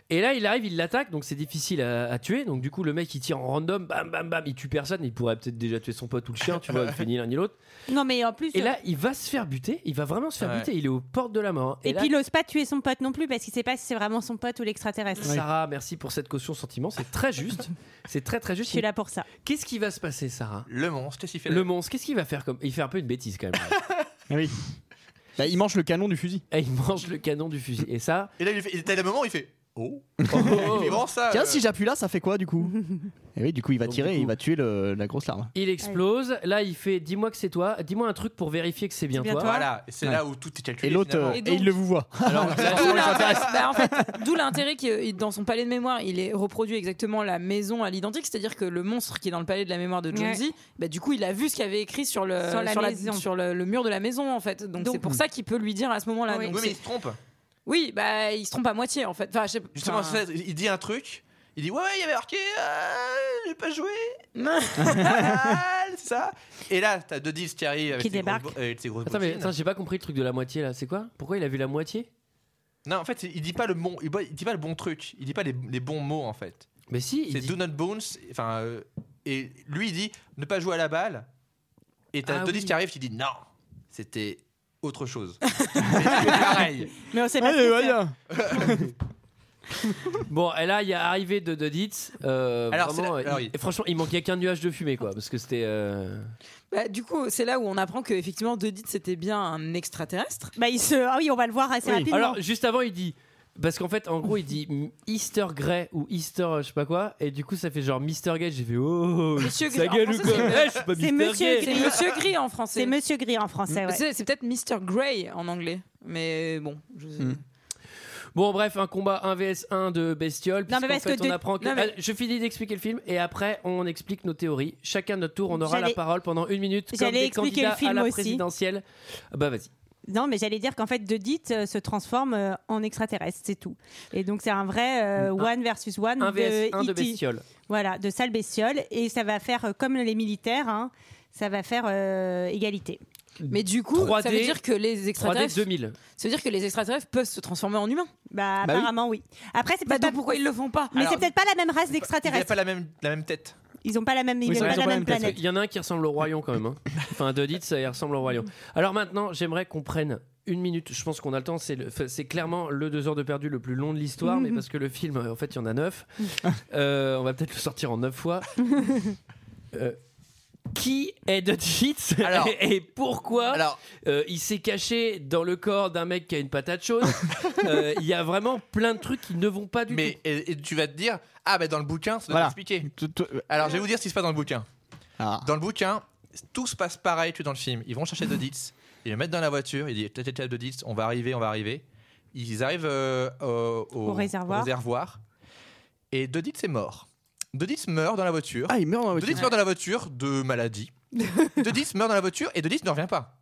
Et là, il arrive, il l'attaque, donc c'est difficile à tuer. Donc du coup, le mec, il tire en random, bam, bam, bam, il tue personne. Il pourrait peut-être déjà tuer son pote ou le chien, tu vois, il fait ni l'un ni l'autre. Non, mais en plus. Et là, il va se faire buter, il va vraiment se faire buter, il est aux portes de la mort. Et là, puis il ose pas tuer son pote non plus parce qu'il sait pas si c'est vraiment son pote ou l'extraterrestre. Sarah, merci pour cette caution sentiment, c'est très juste. C'est très très juste. Je suis là pour ça. Qu'est-ce qui va se passer, Sarah? Le monstre, qu'est-ce qu'il fait? Le monstre, qu'est-ce qu'il va faire comme... Il fait un peu une bêtise quand même. Oui. Bah, il mange le canon du fusil. Et il mange le canon du fusil. Et ça. Et là, il a le moment où il fait. Oh. Ça, tiens, si j'appuie là, ça fait quoi du coup? Et oui, du coup, il va tirer, il va tuer la grosse larme. Il explose. Là, il fait dis-moi que c'est toi. Dis-moi un truc pour vérifier que c'est bien toi. Voilà, et c'est là où tout est calculé. Et l'autre, Et donc- il le vous voit. Alors, Bah, en fait, d'où l'intérêt que dans son palais de mémoire, il ait reproduit exactement la maison à l'identique, c'est-à-dire que le monstre qui est dans le palais de la mémoire de Jonesy, bah, du coup, il a vu ce qu'il y avait écrit sur le mur de la maison, en fait. Donc c'est pour ça qu'il peut lui dire à ce moment-là. Oui. Donc, Oui, mais il se trompe. oui, bah, il se trompe à moitié, en fait. Enfin, Justement, il dit un truc. Il dit ouais, il y avait marqué j'ai pas joué. C'est ça. Et là, t'as Dodis qui arrive avec ses grosses Attends, mais bottines. j'ai pas compris le truc de la moitié là. C'est quoi? Pourquoi il a vu la moitié? Non, en fait, il dit pas le bon, il dit pas le bon truc. Il dit pas les bons mots en fait. Mais si. C'est do not bones. Enfin, et lui il dit ne pas jouer à la balle. Et t'as Dodis qui arrive qui dit non, c'était autre chose. Mais c'est pareil. Mais on sait pas. Bon, et là, il y a arrivé de Ditz. Alors, vraiment, oui. et franchement, il manquait qu'un nuage de fumée, quoi, parce que c'était. Bah, du coup, c'est là où on apprend que effectivement, Dodit c'était bien un extraterrestre. Bah, ah oui, on va le voir assez rapidement. Alors, juste avant, il dit. Parce qu'en fait, en gros, il dit Easter Grey ou Easter je sais pas quoi, et du coup, ça fait genre Mr. Gay. J'ai fait oh, Monsieur ça Gris. gueule ou quoi? Je suis pas c'est Mr. Monsieur Gay. Gris. C'est Monsieur Gris en français. C'est Monsieur Gris en français, ouais. C'est peut-être Mr. Grey en anglais. Mais bon. Bon, bref, un combat 1 vs 1 de bestioles. Non, mais parce fait, que on apprend que. non, mais- Je finis d'expliquer le film et après, on explique nos théories. Chacun notre tour, on aura la parole pendant 1 minute. Comme J'allais des expliquer candidats le film à la aussi. présidentielle. Bah, vas-y. Non, mais j'allais dire qu'en fait, Dodit se transforme en extraterrestre, c'est tout. Et donc, c'est un vrai one versus one 1 vs 1 de E.T. bestioles. Voilà, de sales bestioles. Et ça va faire comme les militaires, hein, ça va faire égalité. Mais du coup, 3D, ça veut dire que les 3D extraterrestres. 2000. Ça veut dire que les extraterrestres peuvent se transformer en humains. Bah, apparemment, oui. Après, c'est peut-être donc pas... pourquoi ils le font pas? Mais Alors, c'est peut-être pas la même race Il d'extraterrestres. a pas la même tête. Ils ont pas la même, ils Oui, viennent c'est pas de vrai, la ils ont même pas la même planète. Il y en a un qui ressemble au Roi Lion quand même. Hein. Enfin, Dodit, ça y ressemble au Roi Lion. Alors maintenant, j'aimerais qu'on prenne 1 minute. Je pense qu'on a le temps. C'est clairement le 2 heures de perdu le plus long de l'histoire, mais parce que le film, en fait, il y en a 9. On va peut-être le sortir en 9 fois. Qui est Dodit et pourquoi il s'est caché dans le corps d'un mec qui a une patate chaude? Il y a vraiment plein de trucs qui ne vont pas du tout. Et tu vas te dire dans le bouquin, ça doit t'expliquer. Alors je vais vous dire ce qui se passe dans le bouquin. Dans le bouquin, tout se passe pareil que dans le film. Ils vont chercher Doditz, ils le mettent dans la voiture, ils disent Doditz, on va arriver. Ils arrivent au réservoir. Et Doditz est mort. Doditz meurt dans la voiture. Ah, il meurt dans la voiture. Doditz meurt dans la voiture de maladie. Doditz meurt dans la voiture et Doditz ne revient pas.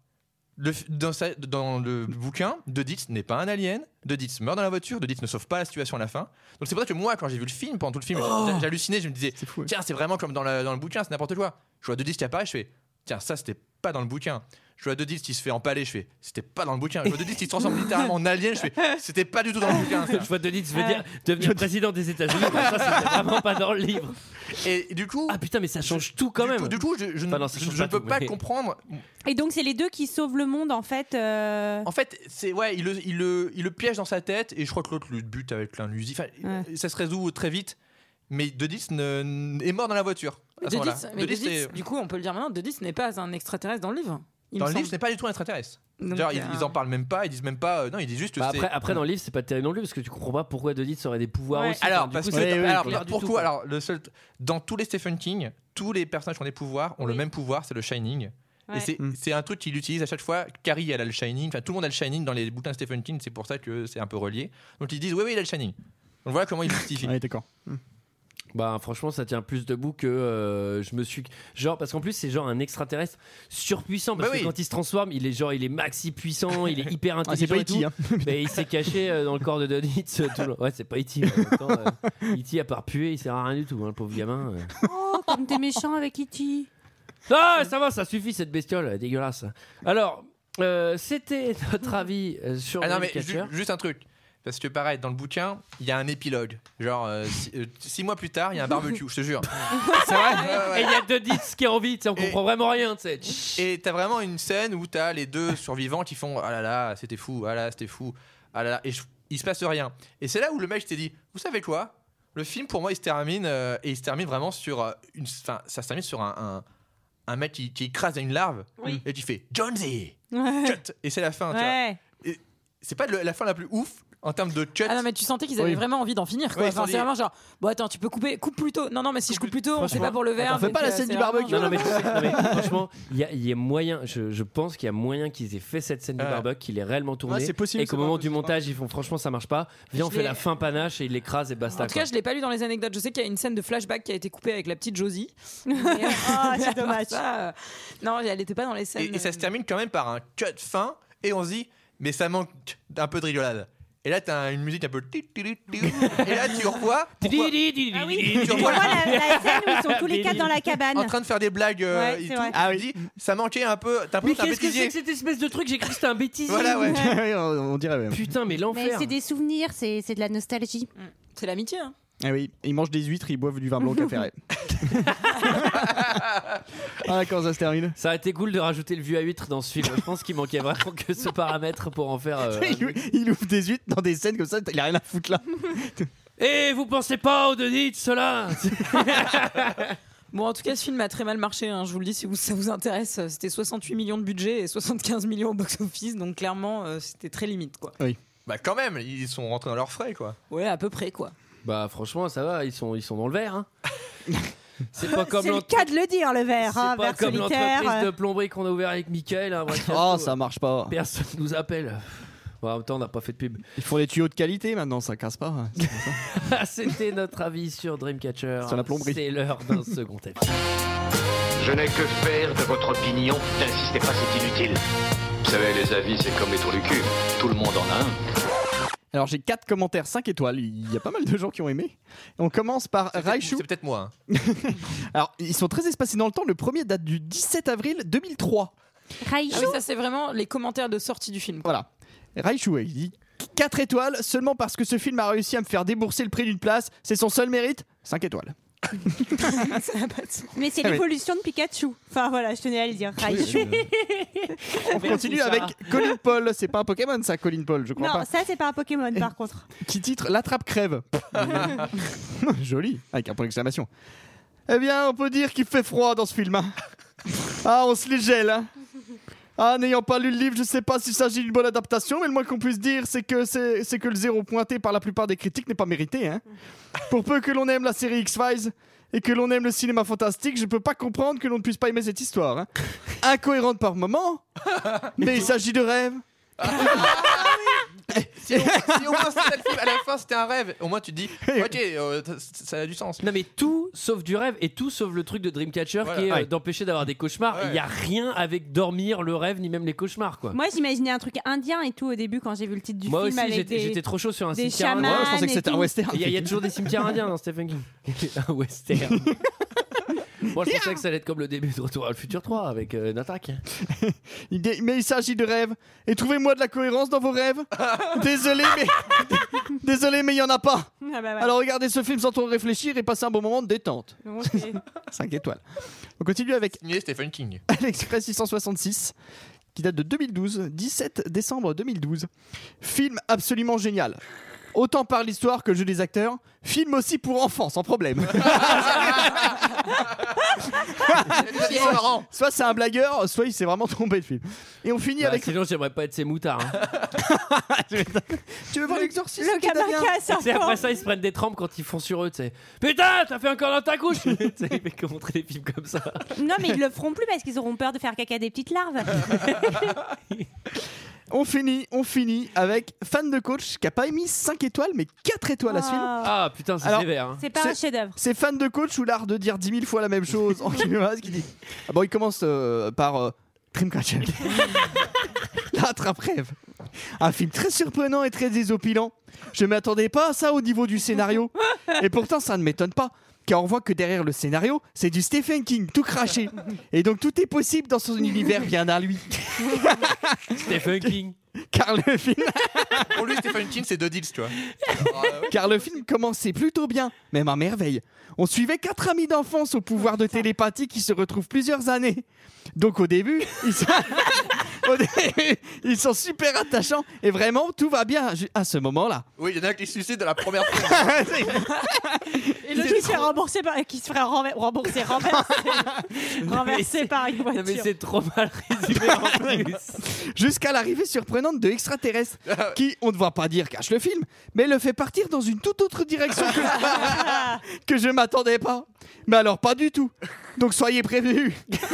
Dans le bouquin, Doditz n'est pas un alien. Doditz meurt dans la voiture. Doditz ne sauve pas la situation à la fin. Donc c'est pour ça que moi, quand j'ai vu le film, pendant tout le film, j'hallucinais. Je me disais, tiens, c'est vraiment comme dans le bouquin, c'est n'importe quoi. Je vois Doditz qui apparaît, je fais, tiens, ça c'était pas dans le bouquin. Je vois Doditz qui se fait empaler, je fais, c'était pas dans le bouquin. Je vois Doditz qui se transforme littéralement en alien, je fais, c'était pas du tout dans le bouquin. Ça. Je vois Doditz devenir président des États-Unis. Ça, c'était vraiment pas dans le livre. Et du coup. Ah putain, mais ça change tout quand même. Du coup, je ne peux pas comprendre. Et donc, c'est les deux qui sauvent le monde, en fait. En fait, c'est il le piège dans sa tête et je crois que l'autre le bute avec un fusil. Enfin, ça se résout très vite. Mais Doditz est mort dans la voiture. Doditz, du coup, on peut le dire maintenant, Doditz n'est pas un extraterrestre dans le livre. Dans le livre, ce n'est pas du tout un extraterrestre. D'ailleurs, ils en parlent même pas, ils disent même pas. Non, ils disent juste. Après, dans le livre, c'est pas terrible non plus parce que tu comprends pas pourquoi Doditz aurait des pouvoirs aussi. Alors, pourquoi alors, dans tous les Stephen King, tous les personnages qui ont des pouvoirs ont le même pouvoir, c'est le Shining. Ouais. Et c'est un truc qu'il utilise à chaque fois. Carrie, elle a le Shining. Enfin, tout le monde a le Shining dans les bouquins de Stephen King. C'est pour ça que c'est un peu relié. Donc ils disent oui, il a le Shining. Donc voilà comment il justifie. Ouais, d'accord. Bah franchement ça tient plus debout que je me suis genre parce qu'en plus c'est genre un extraterrestre surpuissant parce que quand il se transforme il est maxi puissant, il est hyper intelligent. C'est pas E.T. Hein. Mais il s'est caché dans le corps de Doditz ouais c'est pas E.T. E.T. à part puer il sert à rien du tout le pauvre gamin. Oh comme t'es méchant avec E.T. Ah ça va, ça suffit cette bestiole dégueulasse. Alors c'était notre avis sur non mais juste un truc. parce que pareil, dans le bouquin, il y a un épilogue. Genre 6 mois plus tard, il y a un barbecue, je te jure. C'est vrai. Et il y a deux Dietz qui en vie, on comprend vraiment rien, tu sais. Et t'as vraiment une scène où t'as les deux survivants qui font ah là là, c'était fou, ah là, c'était fou, ah là là, et il se passe rien. Et c'est là où le mec t'est dit, vous savez quoi ? Le film pour moi il se termine et il se termine vraiment sur ça se termine sur un mec qui écrase une larve et qui fait Jonesy cut et c'est la fin. Tu vois. Et c'est pas la fin la plus ouf en termes de cut. Ah non mais tu sentais qu'ils avaient vraiment envie d'en finir quoi. Enfin, c'est vraiment genre bon attends tu peux coupe plus tôt. Non mais si je coupe plus tôt on fait pas pour le verre. On fait pas la scène du barbecue. Non mais franchement il y a moyen. Je pense qu'il y a moyen qu'ils aient fait cette scène du barbecue, qu'il ait réellement tourné et qu'au moment du montage ils font franchement ça marche pas. Viens on fait la fin panache et il l'écrase et basta. En tout cas je l'ai pas lu dans les anecdotes. Je sais qu'il y a une scène de flashback qui a été coupée avec la petite Josie. C'est dommage. Non elle était pas dans les scènes. Et ça se termine quand même par un cut fin et on se dit mais ça manque un peu de rigolade. Et là, t'as une musique un peu. Et là, tu revois. Tu vois la scène où ils sont tous les quatre dans la cabane. En train de faire des blagues. Et tout. Ah oui. Dis, ça manquait un peu. T'as mais qu'est-ce que c'est que cette espèce de truc ? J'ai cru que c'était un bêtisier. Voilà, ouais. On dirait même. Putain, mais l'enfer. Mais c'est des souvenirs, c'est de la nostalgie. C'est l'amitié, hein. Ah oui, ils mangent des huîtres, ils boivent du vin blanc au café Ray. Ah, comment ça se termine ? Ça a été cool de rajouter le vieux à huître dans ce film. Je pense qu'il manquait vraiment que ce paramètre pour en faire. Il ouvre des huîtres dans des scènes comme ça, il a rien à foutre là. Et vous pensez pas aux Dietz là ? Bon, en tout cas, ce film a très mal marché. Hein, je vous le dis, si ça vous intéresse, c'était 68 millions de budget et 75 millions au box-office, donc clairement, c'était très limite, quoi. Oui. Bah quand même, ils sont rentrés dans leurs frais, quoi. Ouais, à peu près, quoi. Bah franchement, ça va, ils sont dans le vert. Hein. C'est pas comme le cas de le dire, le vert. C'est pas comme l'entreprise de plomberie qu'on a ouvert avec Mickaël. Hein, ça marche pas. Personne nous appelle. Bon, en même temps, on n'a pas fait de pub. Ils font des tuyaux de qualité maintenant, ça casse pas. C'était notre avis sur Dreamcatcher. Sur la plomberie. C'est l'heure d'un second avis. Je n'ai que faire de votre opinion. N'insistez pas, c'est inutile. Vous savez, les avis, c'est comme les trous du cul. Tout le monde en a un. Alors j'ai 4 commentaires 5 étoiles, il y a pas mal de gens qui ont aimé. On commence par Raichu. C'est peut-être moi. Alors ils sont très espacés dans le temps, le premier date du 17 avril 2003. Raichu. Ah oui, ça c'est vraiment les commentaires de sortie du film. Voilà. Raichu, il dit 4 étoiles seulement parce que ce film a réussi à me faire débourser le prix d'une place, c'est son seul mérite. 5 étoiles. Mais c'est l'évolution de Pikachu. Enfin voilà, je tenais à le dire. Raichu. On continue avec Colin Paul. C'est pas un Pokémon ça, Colin Paul, je crois non, pas. Non, ça c'est pas un Pokémon par contre. Qui titre L'attrape crève. Joli, avec un point d'exclamation. Eh bien, on peut dire qu'il fait froid dans ce film. Hein. Ah, on se les gèle. Hein. Ah, n'ayant pas lu le livre, je sais pas s'il s'agit d'une bonne adaptation, mais le moins qu'on puisse dire, c'est que le 0 pointé par la plupart des critiques n'est pas mérité. Hein. Pour peu que l'on aime la série X-Files et que l'on aime le cinéma fantastique, je peux pas comprendre que l'on ne puisse pas aimer cette histoire. Hein. Incohérente par moments, mais il s'agit de rêves. Si au moins c'était le film, à la fin c'était un rêve, au moins tu te dis ok, ça a du sens. Non mais tout sauf du rêve et tout sauf le truc de Dreamcatcher qui est d'empêcher d'avoir des cauchemars. Il y a rien avec dormir, le rêve ni même les cauchemars quoi. Moi j'imaginais un truc indien et tout au début quand j'ai vu le titre du film. Moi aussi j'étais trop chaud sur un cimetière indien. Ouais, je pensais que c'était un western. Il y a toujours des cimetières indiens dans Stephen King. Un western. Moi je pensais que ça allait être comme le début de Retour à le futur 3 avec une attaque. Mais il s'agit de rêves. Et trouvez-moi de la cohérence dans vos rêves. Désolé mais il y en a pas. Ah bah ouais. Alors regardez ce film sans trop réfléchir et passez un bon moment de détente. Okay. 5 étoiles. On continue avec Stephen King. L'Express 666 qui date de 2012, 17 décembre 2012. Film absolument génial. Autant par l'histoire que le jeu des acteurs. Film aussi pour enfants, sans problème. Soit c'est un blagueur, soit il s'est vraiment trompé de film. Et on finit avec. Sinon, j'aimerais pas être ces moutards. Hein. Tu veux voir l'exorcisme? Le gamin casse. Après ça, ils se prennent des trempes quand ils font sur eux. T'sais. Putain, t'as fait encore dans ta couche. Il fait que montrer des films comme ça. Non, mais ils le feront plus parce qu'ils auront peur de faire caca des petites larves. On finit avec fan de coach qui a pas émis 5 étoiles mais 4 étoiles à ce film. Ah putain, c'est sévère. Hein. C'est pas un chef-d'œuvre. C'est fan de coach ou l'art de dire 10 000 fois la même chose en chinois, qui dit. Ah bon, il commence par Dreamcatcher. L'attrape rêve. Un film très surprenant et très désopilant. Je m'attendais pas à ça au niveau du scénario. Et pourtant, ça ne m'étonne pas. Car on voit que derrière le scénario, c'est du Stephen King tout craché. Et donc tout est possible dans son univers bien à lui. Stephen King. Car le film... Pour lui, Stephen Stephen King, c'est 2 deals, tu vois. Car le film commençait plutôt bien, même à merveille. On suivait 4 amis d'enfance au pouvoir de télépathie qui se retrouvent plusieurs années. Donc au début, ils sont super attachants et vraiment tout va bien à ce moment-là. Oui, il y en a qui se suicident de la première fois. Et l'autre qui se fait rembourser renversé par une voiture. Non, mais c'est trop mal résumé en plus. Jusqu'à l'arrivée surprenante de extraterrestres qui, on ne va pas dire, cache le film, mais le fait partir dans une toute autre direction que je m'attendais pas. Mais alors pas du tout. Donc soyez prévenus.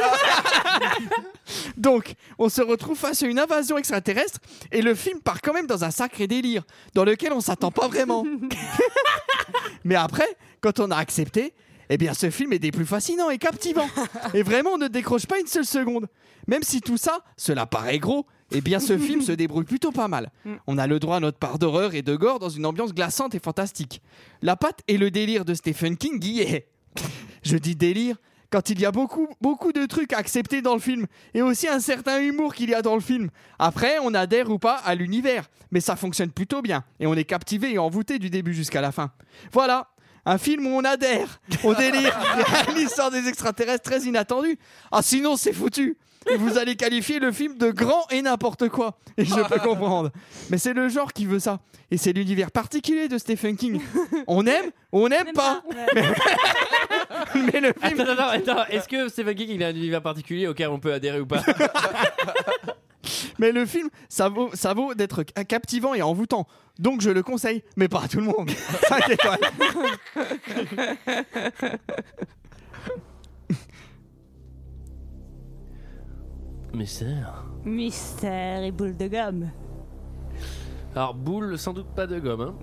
Donc, on se retrouve face à une invasion extraterrestre et le film part quand même dans un sacré délire dans lequel on s'attend pas vraiment. Mais après, quand on a accepté, eh bien ce film est des plus fascinants et captivants. Et vraiment, on ne décroche pas une seule seconde. Même si tout ça, cela paraît gros, eh bien ce film se débrouille plutôt pas mal. On a le droit à notre part d'horreur et de gore dans une ambiance glaçante et fantastique. La patte et le délire de Stephen King y est. Je dis délire quand il y a beaucoup de trucs à accepter dans le film et aussi un certain humour qu'il y a dans le film. Après, on adhère ou pas à l'univers, mais ça fonctionne plutôt bien et on est captivé et envoûté du début jusqu'à la fin. Voilà, un film où on adhère au délire et à l'histoire des extraterrestres très inattendue. Ah sinon, c'est foutu. Et vous allez qualifier le film de grand et n'importe quoi. Et je peux comprendre. Mais c'est le genre qui veut ça. Et c'est l'univers particulier de Stephen King. On aime ou on n'aime pas. Mais le film... Attends. Est-ce que Stephen King il a un univers particulier auquel on peut adhérer ou pas? Mais le film, ça vaut d'être captivant et envoûtant. Donc je le conseille, mais pas à tout le monde. 5 étoiles. Mystère et boule de gomme. Alors boule, sans doute pas de gomme.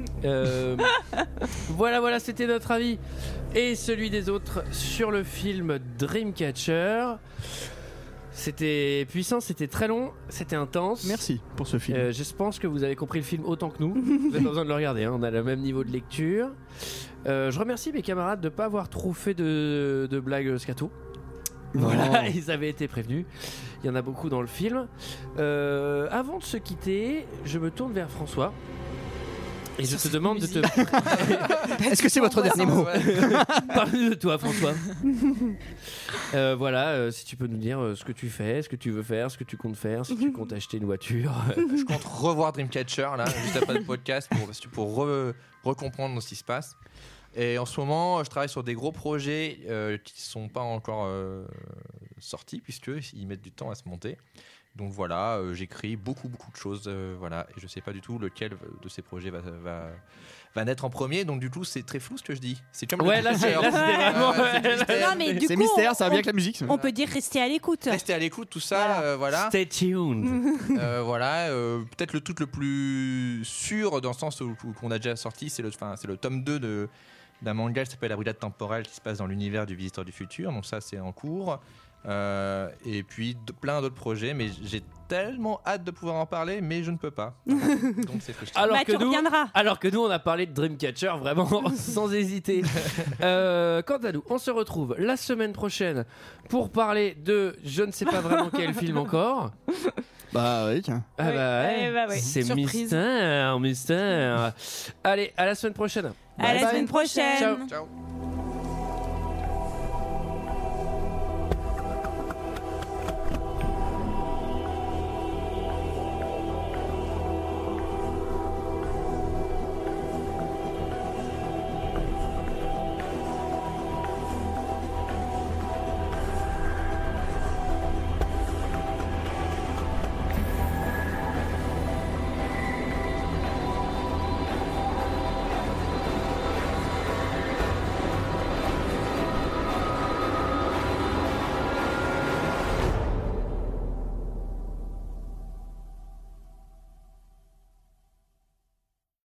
Voilà, c'était notre avis et celui des autres sur le film Dreamcatcher. C'était puissant, c'était très long, c'était intense. Merci pour ce film. Je pense que vous avez compris le film autant que nous. Vous n'avez pas besoin de le regarder, on a le même niveau de lecture. Je remercie mes camarades de ne pas avoir trop fait de blagues scato. Voilà, ils avaient été prévenus. Il y en a beaucoup dans le film. Avant de se quitter, je me tourne vers François. Et je te demande de te... Est-ce que c'est votre dernier mot? Parle de toi, François. Si tu peux nous dire ce que tu fais, ce que tu veux faire, ce que tu comptes faire, si tu comptes acheter une voiture. Je compte revoir Dreamcatcher, là, juste après le podcast, pour recomprendre ce qui se passe. Et en ce moment, je travaille sur des gros projets qui ne sont pas encore sortis, puisqu'ils mettent du temps à se monter. Donc voilà, j'écris beaucoup de choses, et je sais pas du tout lequel de ces projets va naître en premier. Donc du coup, c'est très flou ce que je dis. C'est comme là, c'était vraiment. Non, mais du c'est coup, mystère, ça va bien avec la musique. On peut dire rester à l'écoute. Rester à l'écoute, tout ça, voilà. Stay tuned. Peut-être le truc le plus sûr dans le sens où qu'on a déjà sorti, c'est le tome 2 d'un manga qui s'appelle La Brigade Temporelle, qui se passe dans l'univers du Visiteur du Futur. Donc ça, c'est en cours. Et puis plein d'autres projets, mais j'ai tellement hâte de pouvoir en parler, mais je ne peux pas. Donc c'est frustrant. Alors que nous on a parlé de Dreamcatcher vraiment sans hésiter. Quant à nous, on se retrouve la semaine prochaine pour parler de je ne sais pas vraiment quel film encore. Bah oui, tiens. Oui. C'est surprise. mystère. Allez, à la semaine prochaine. À la semaine prochaine. Ciao.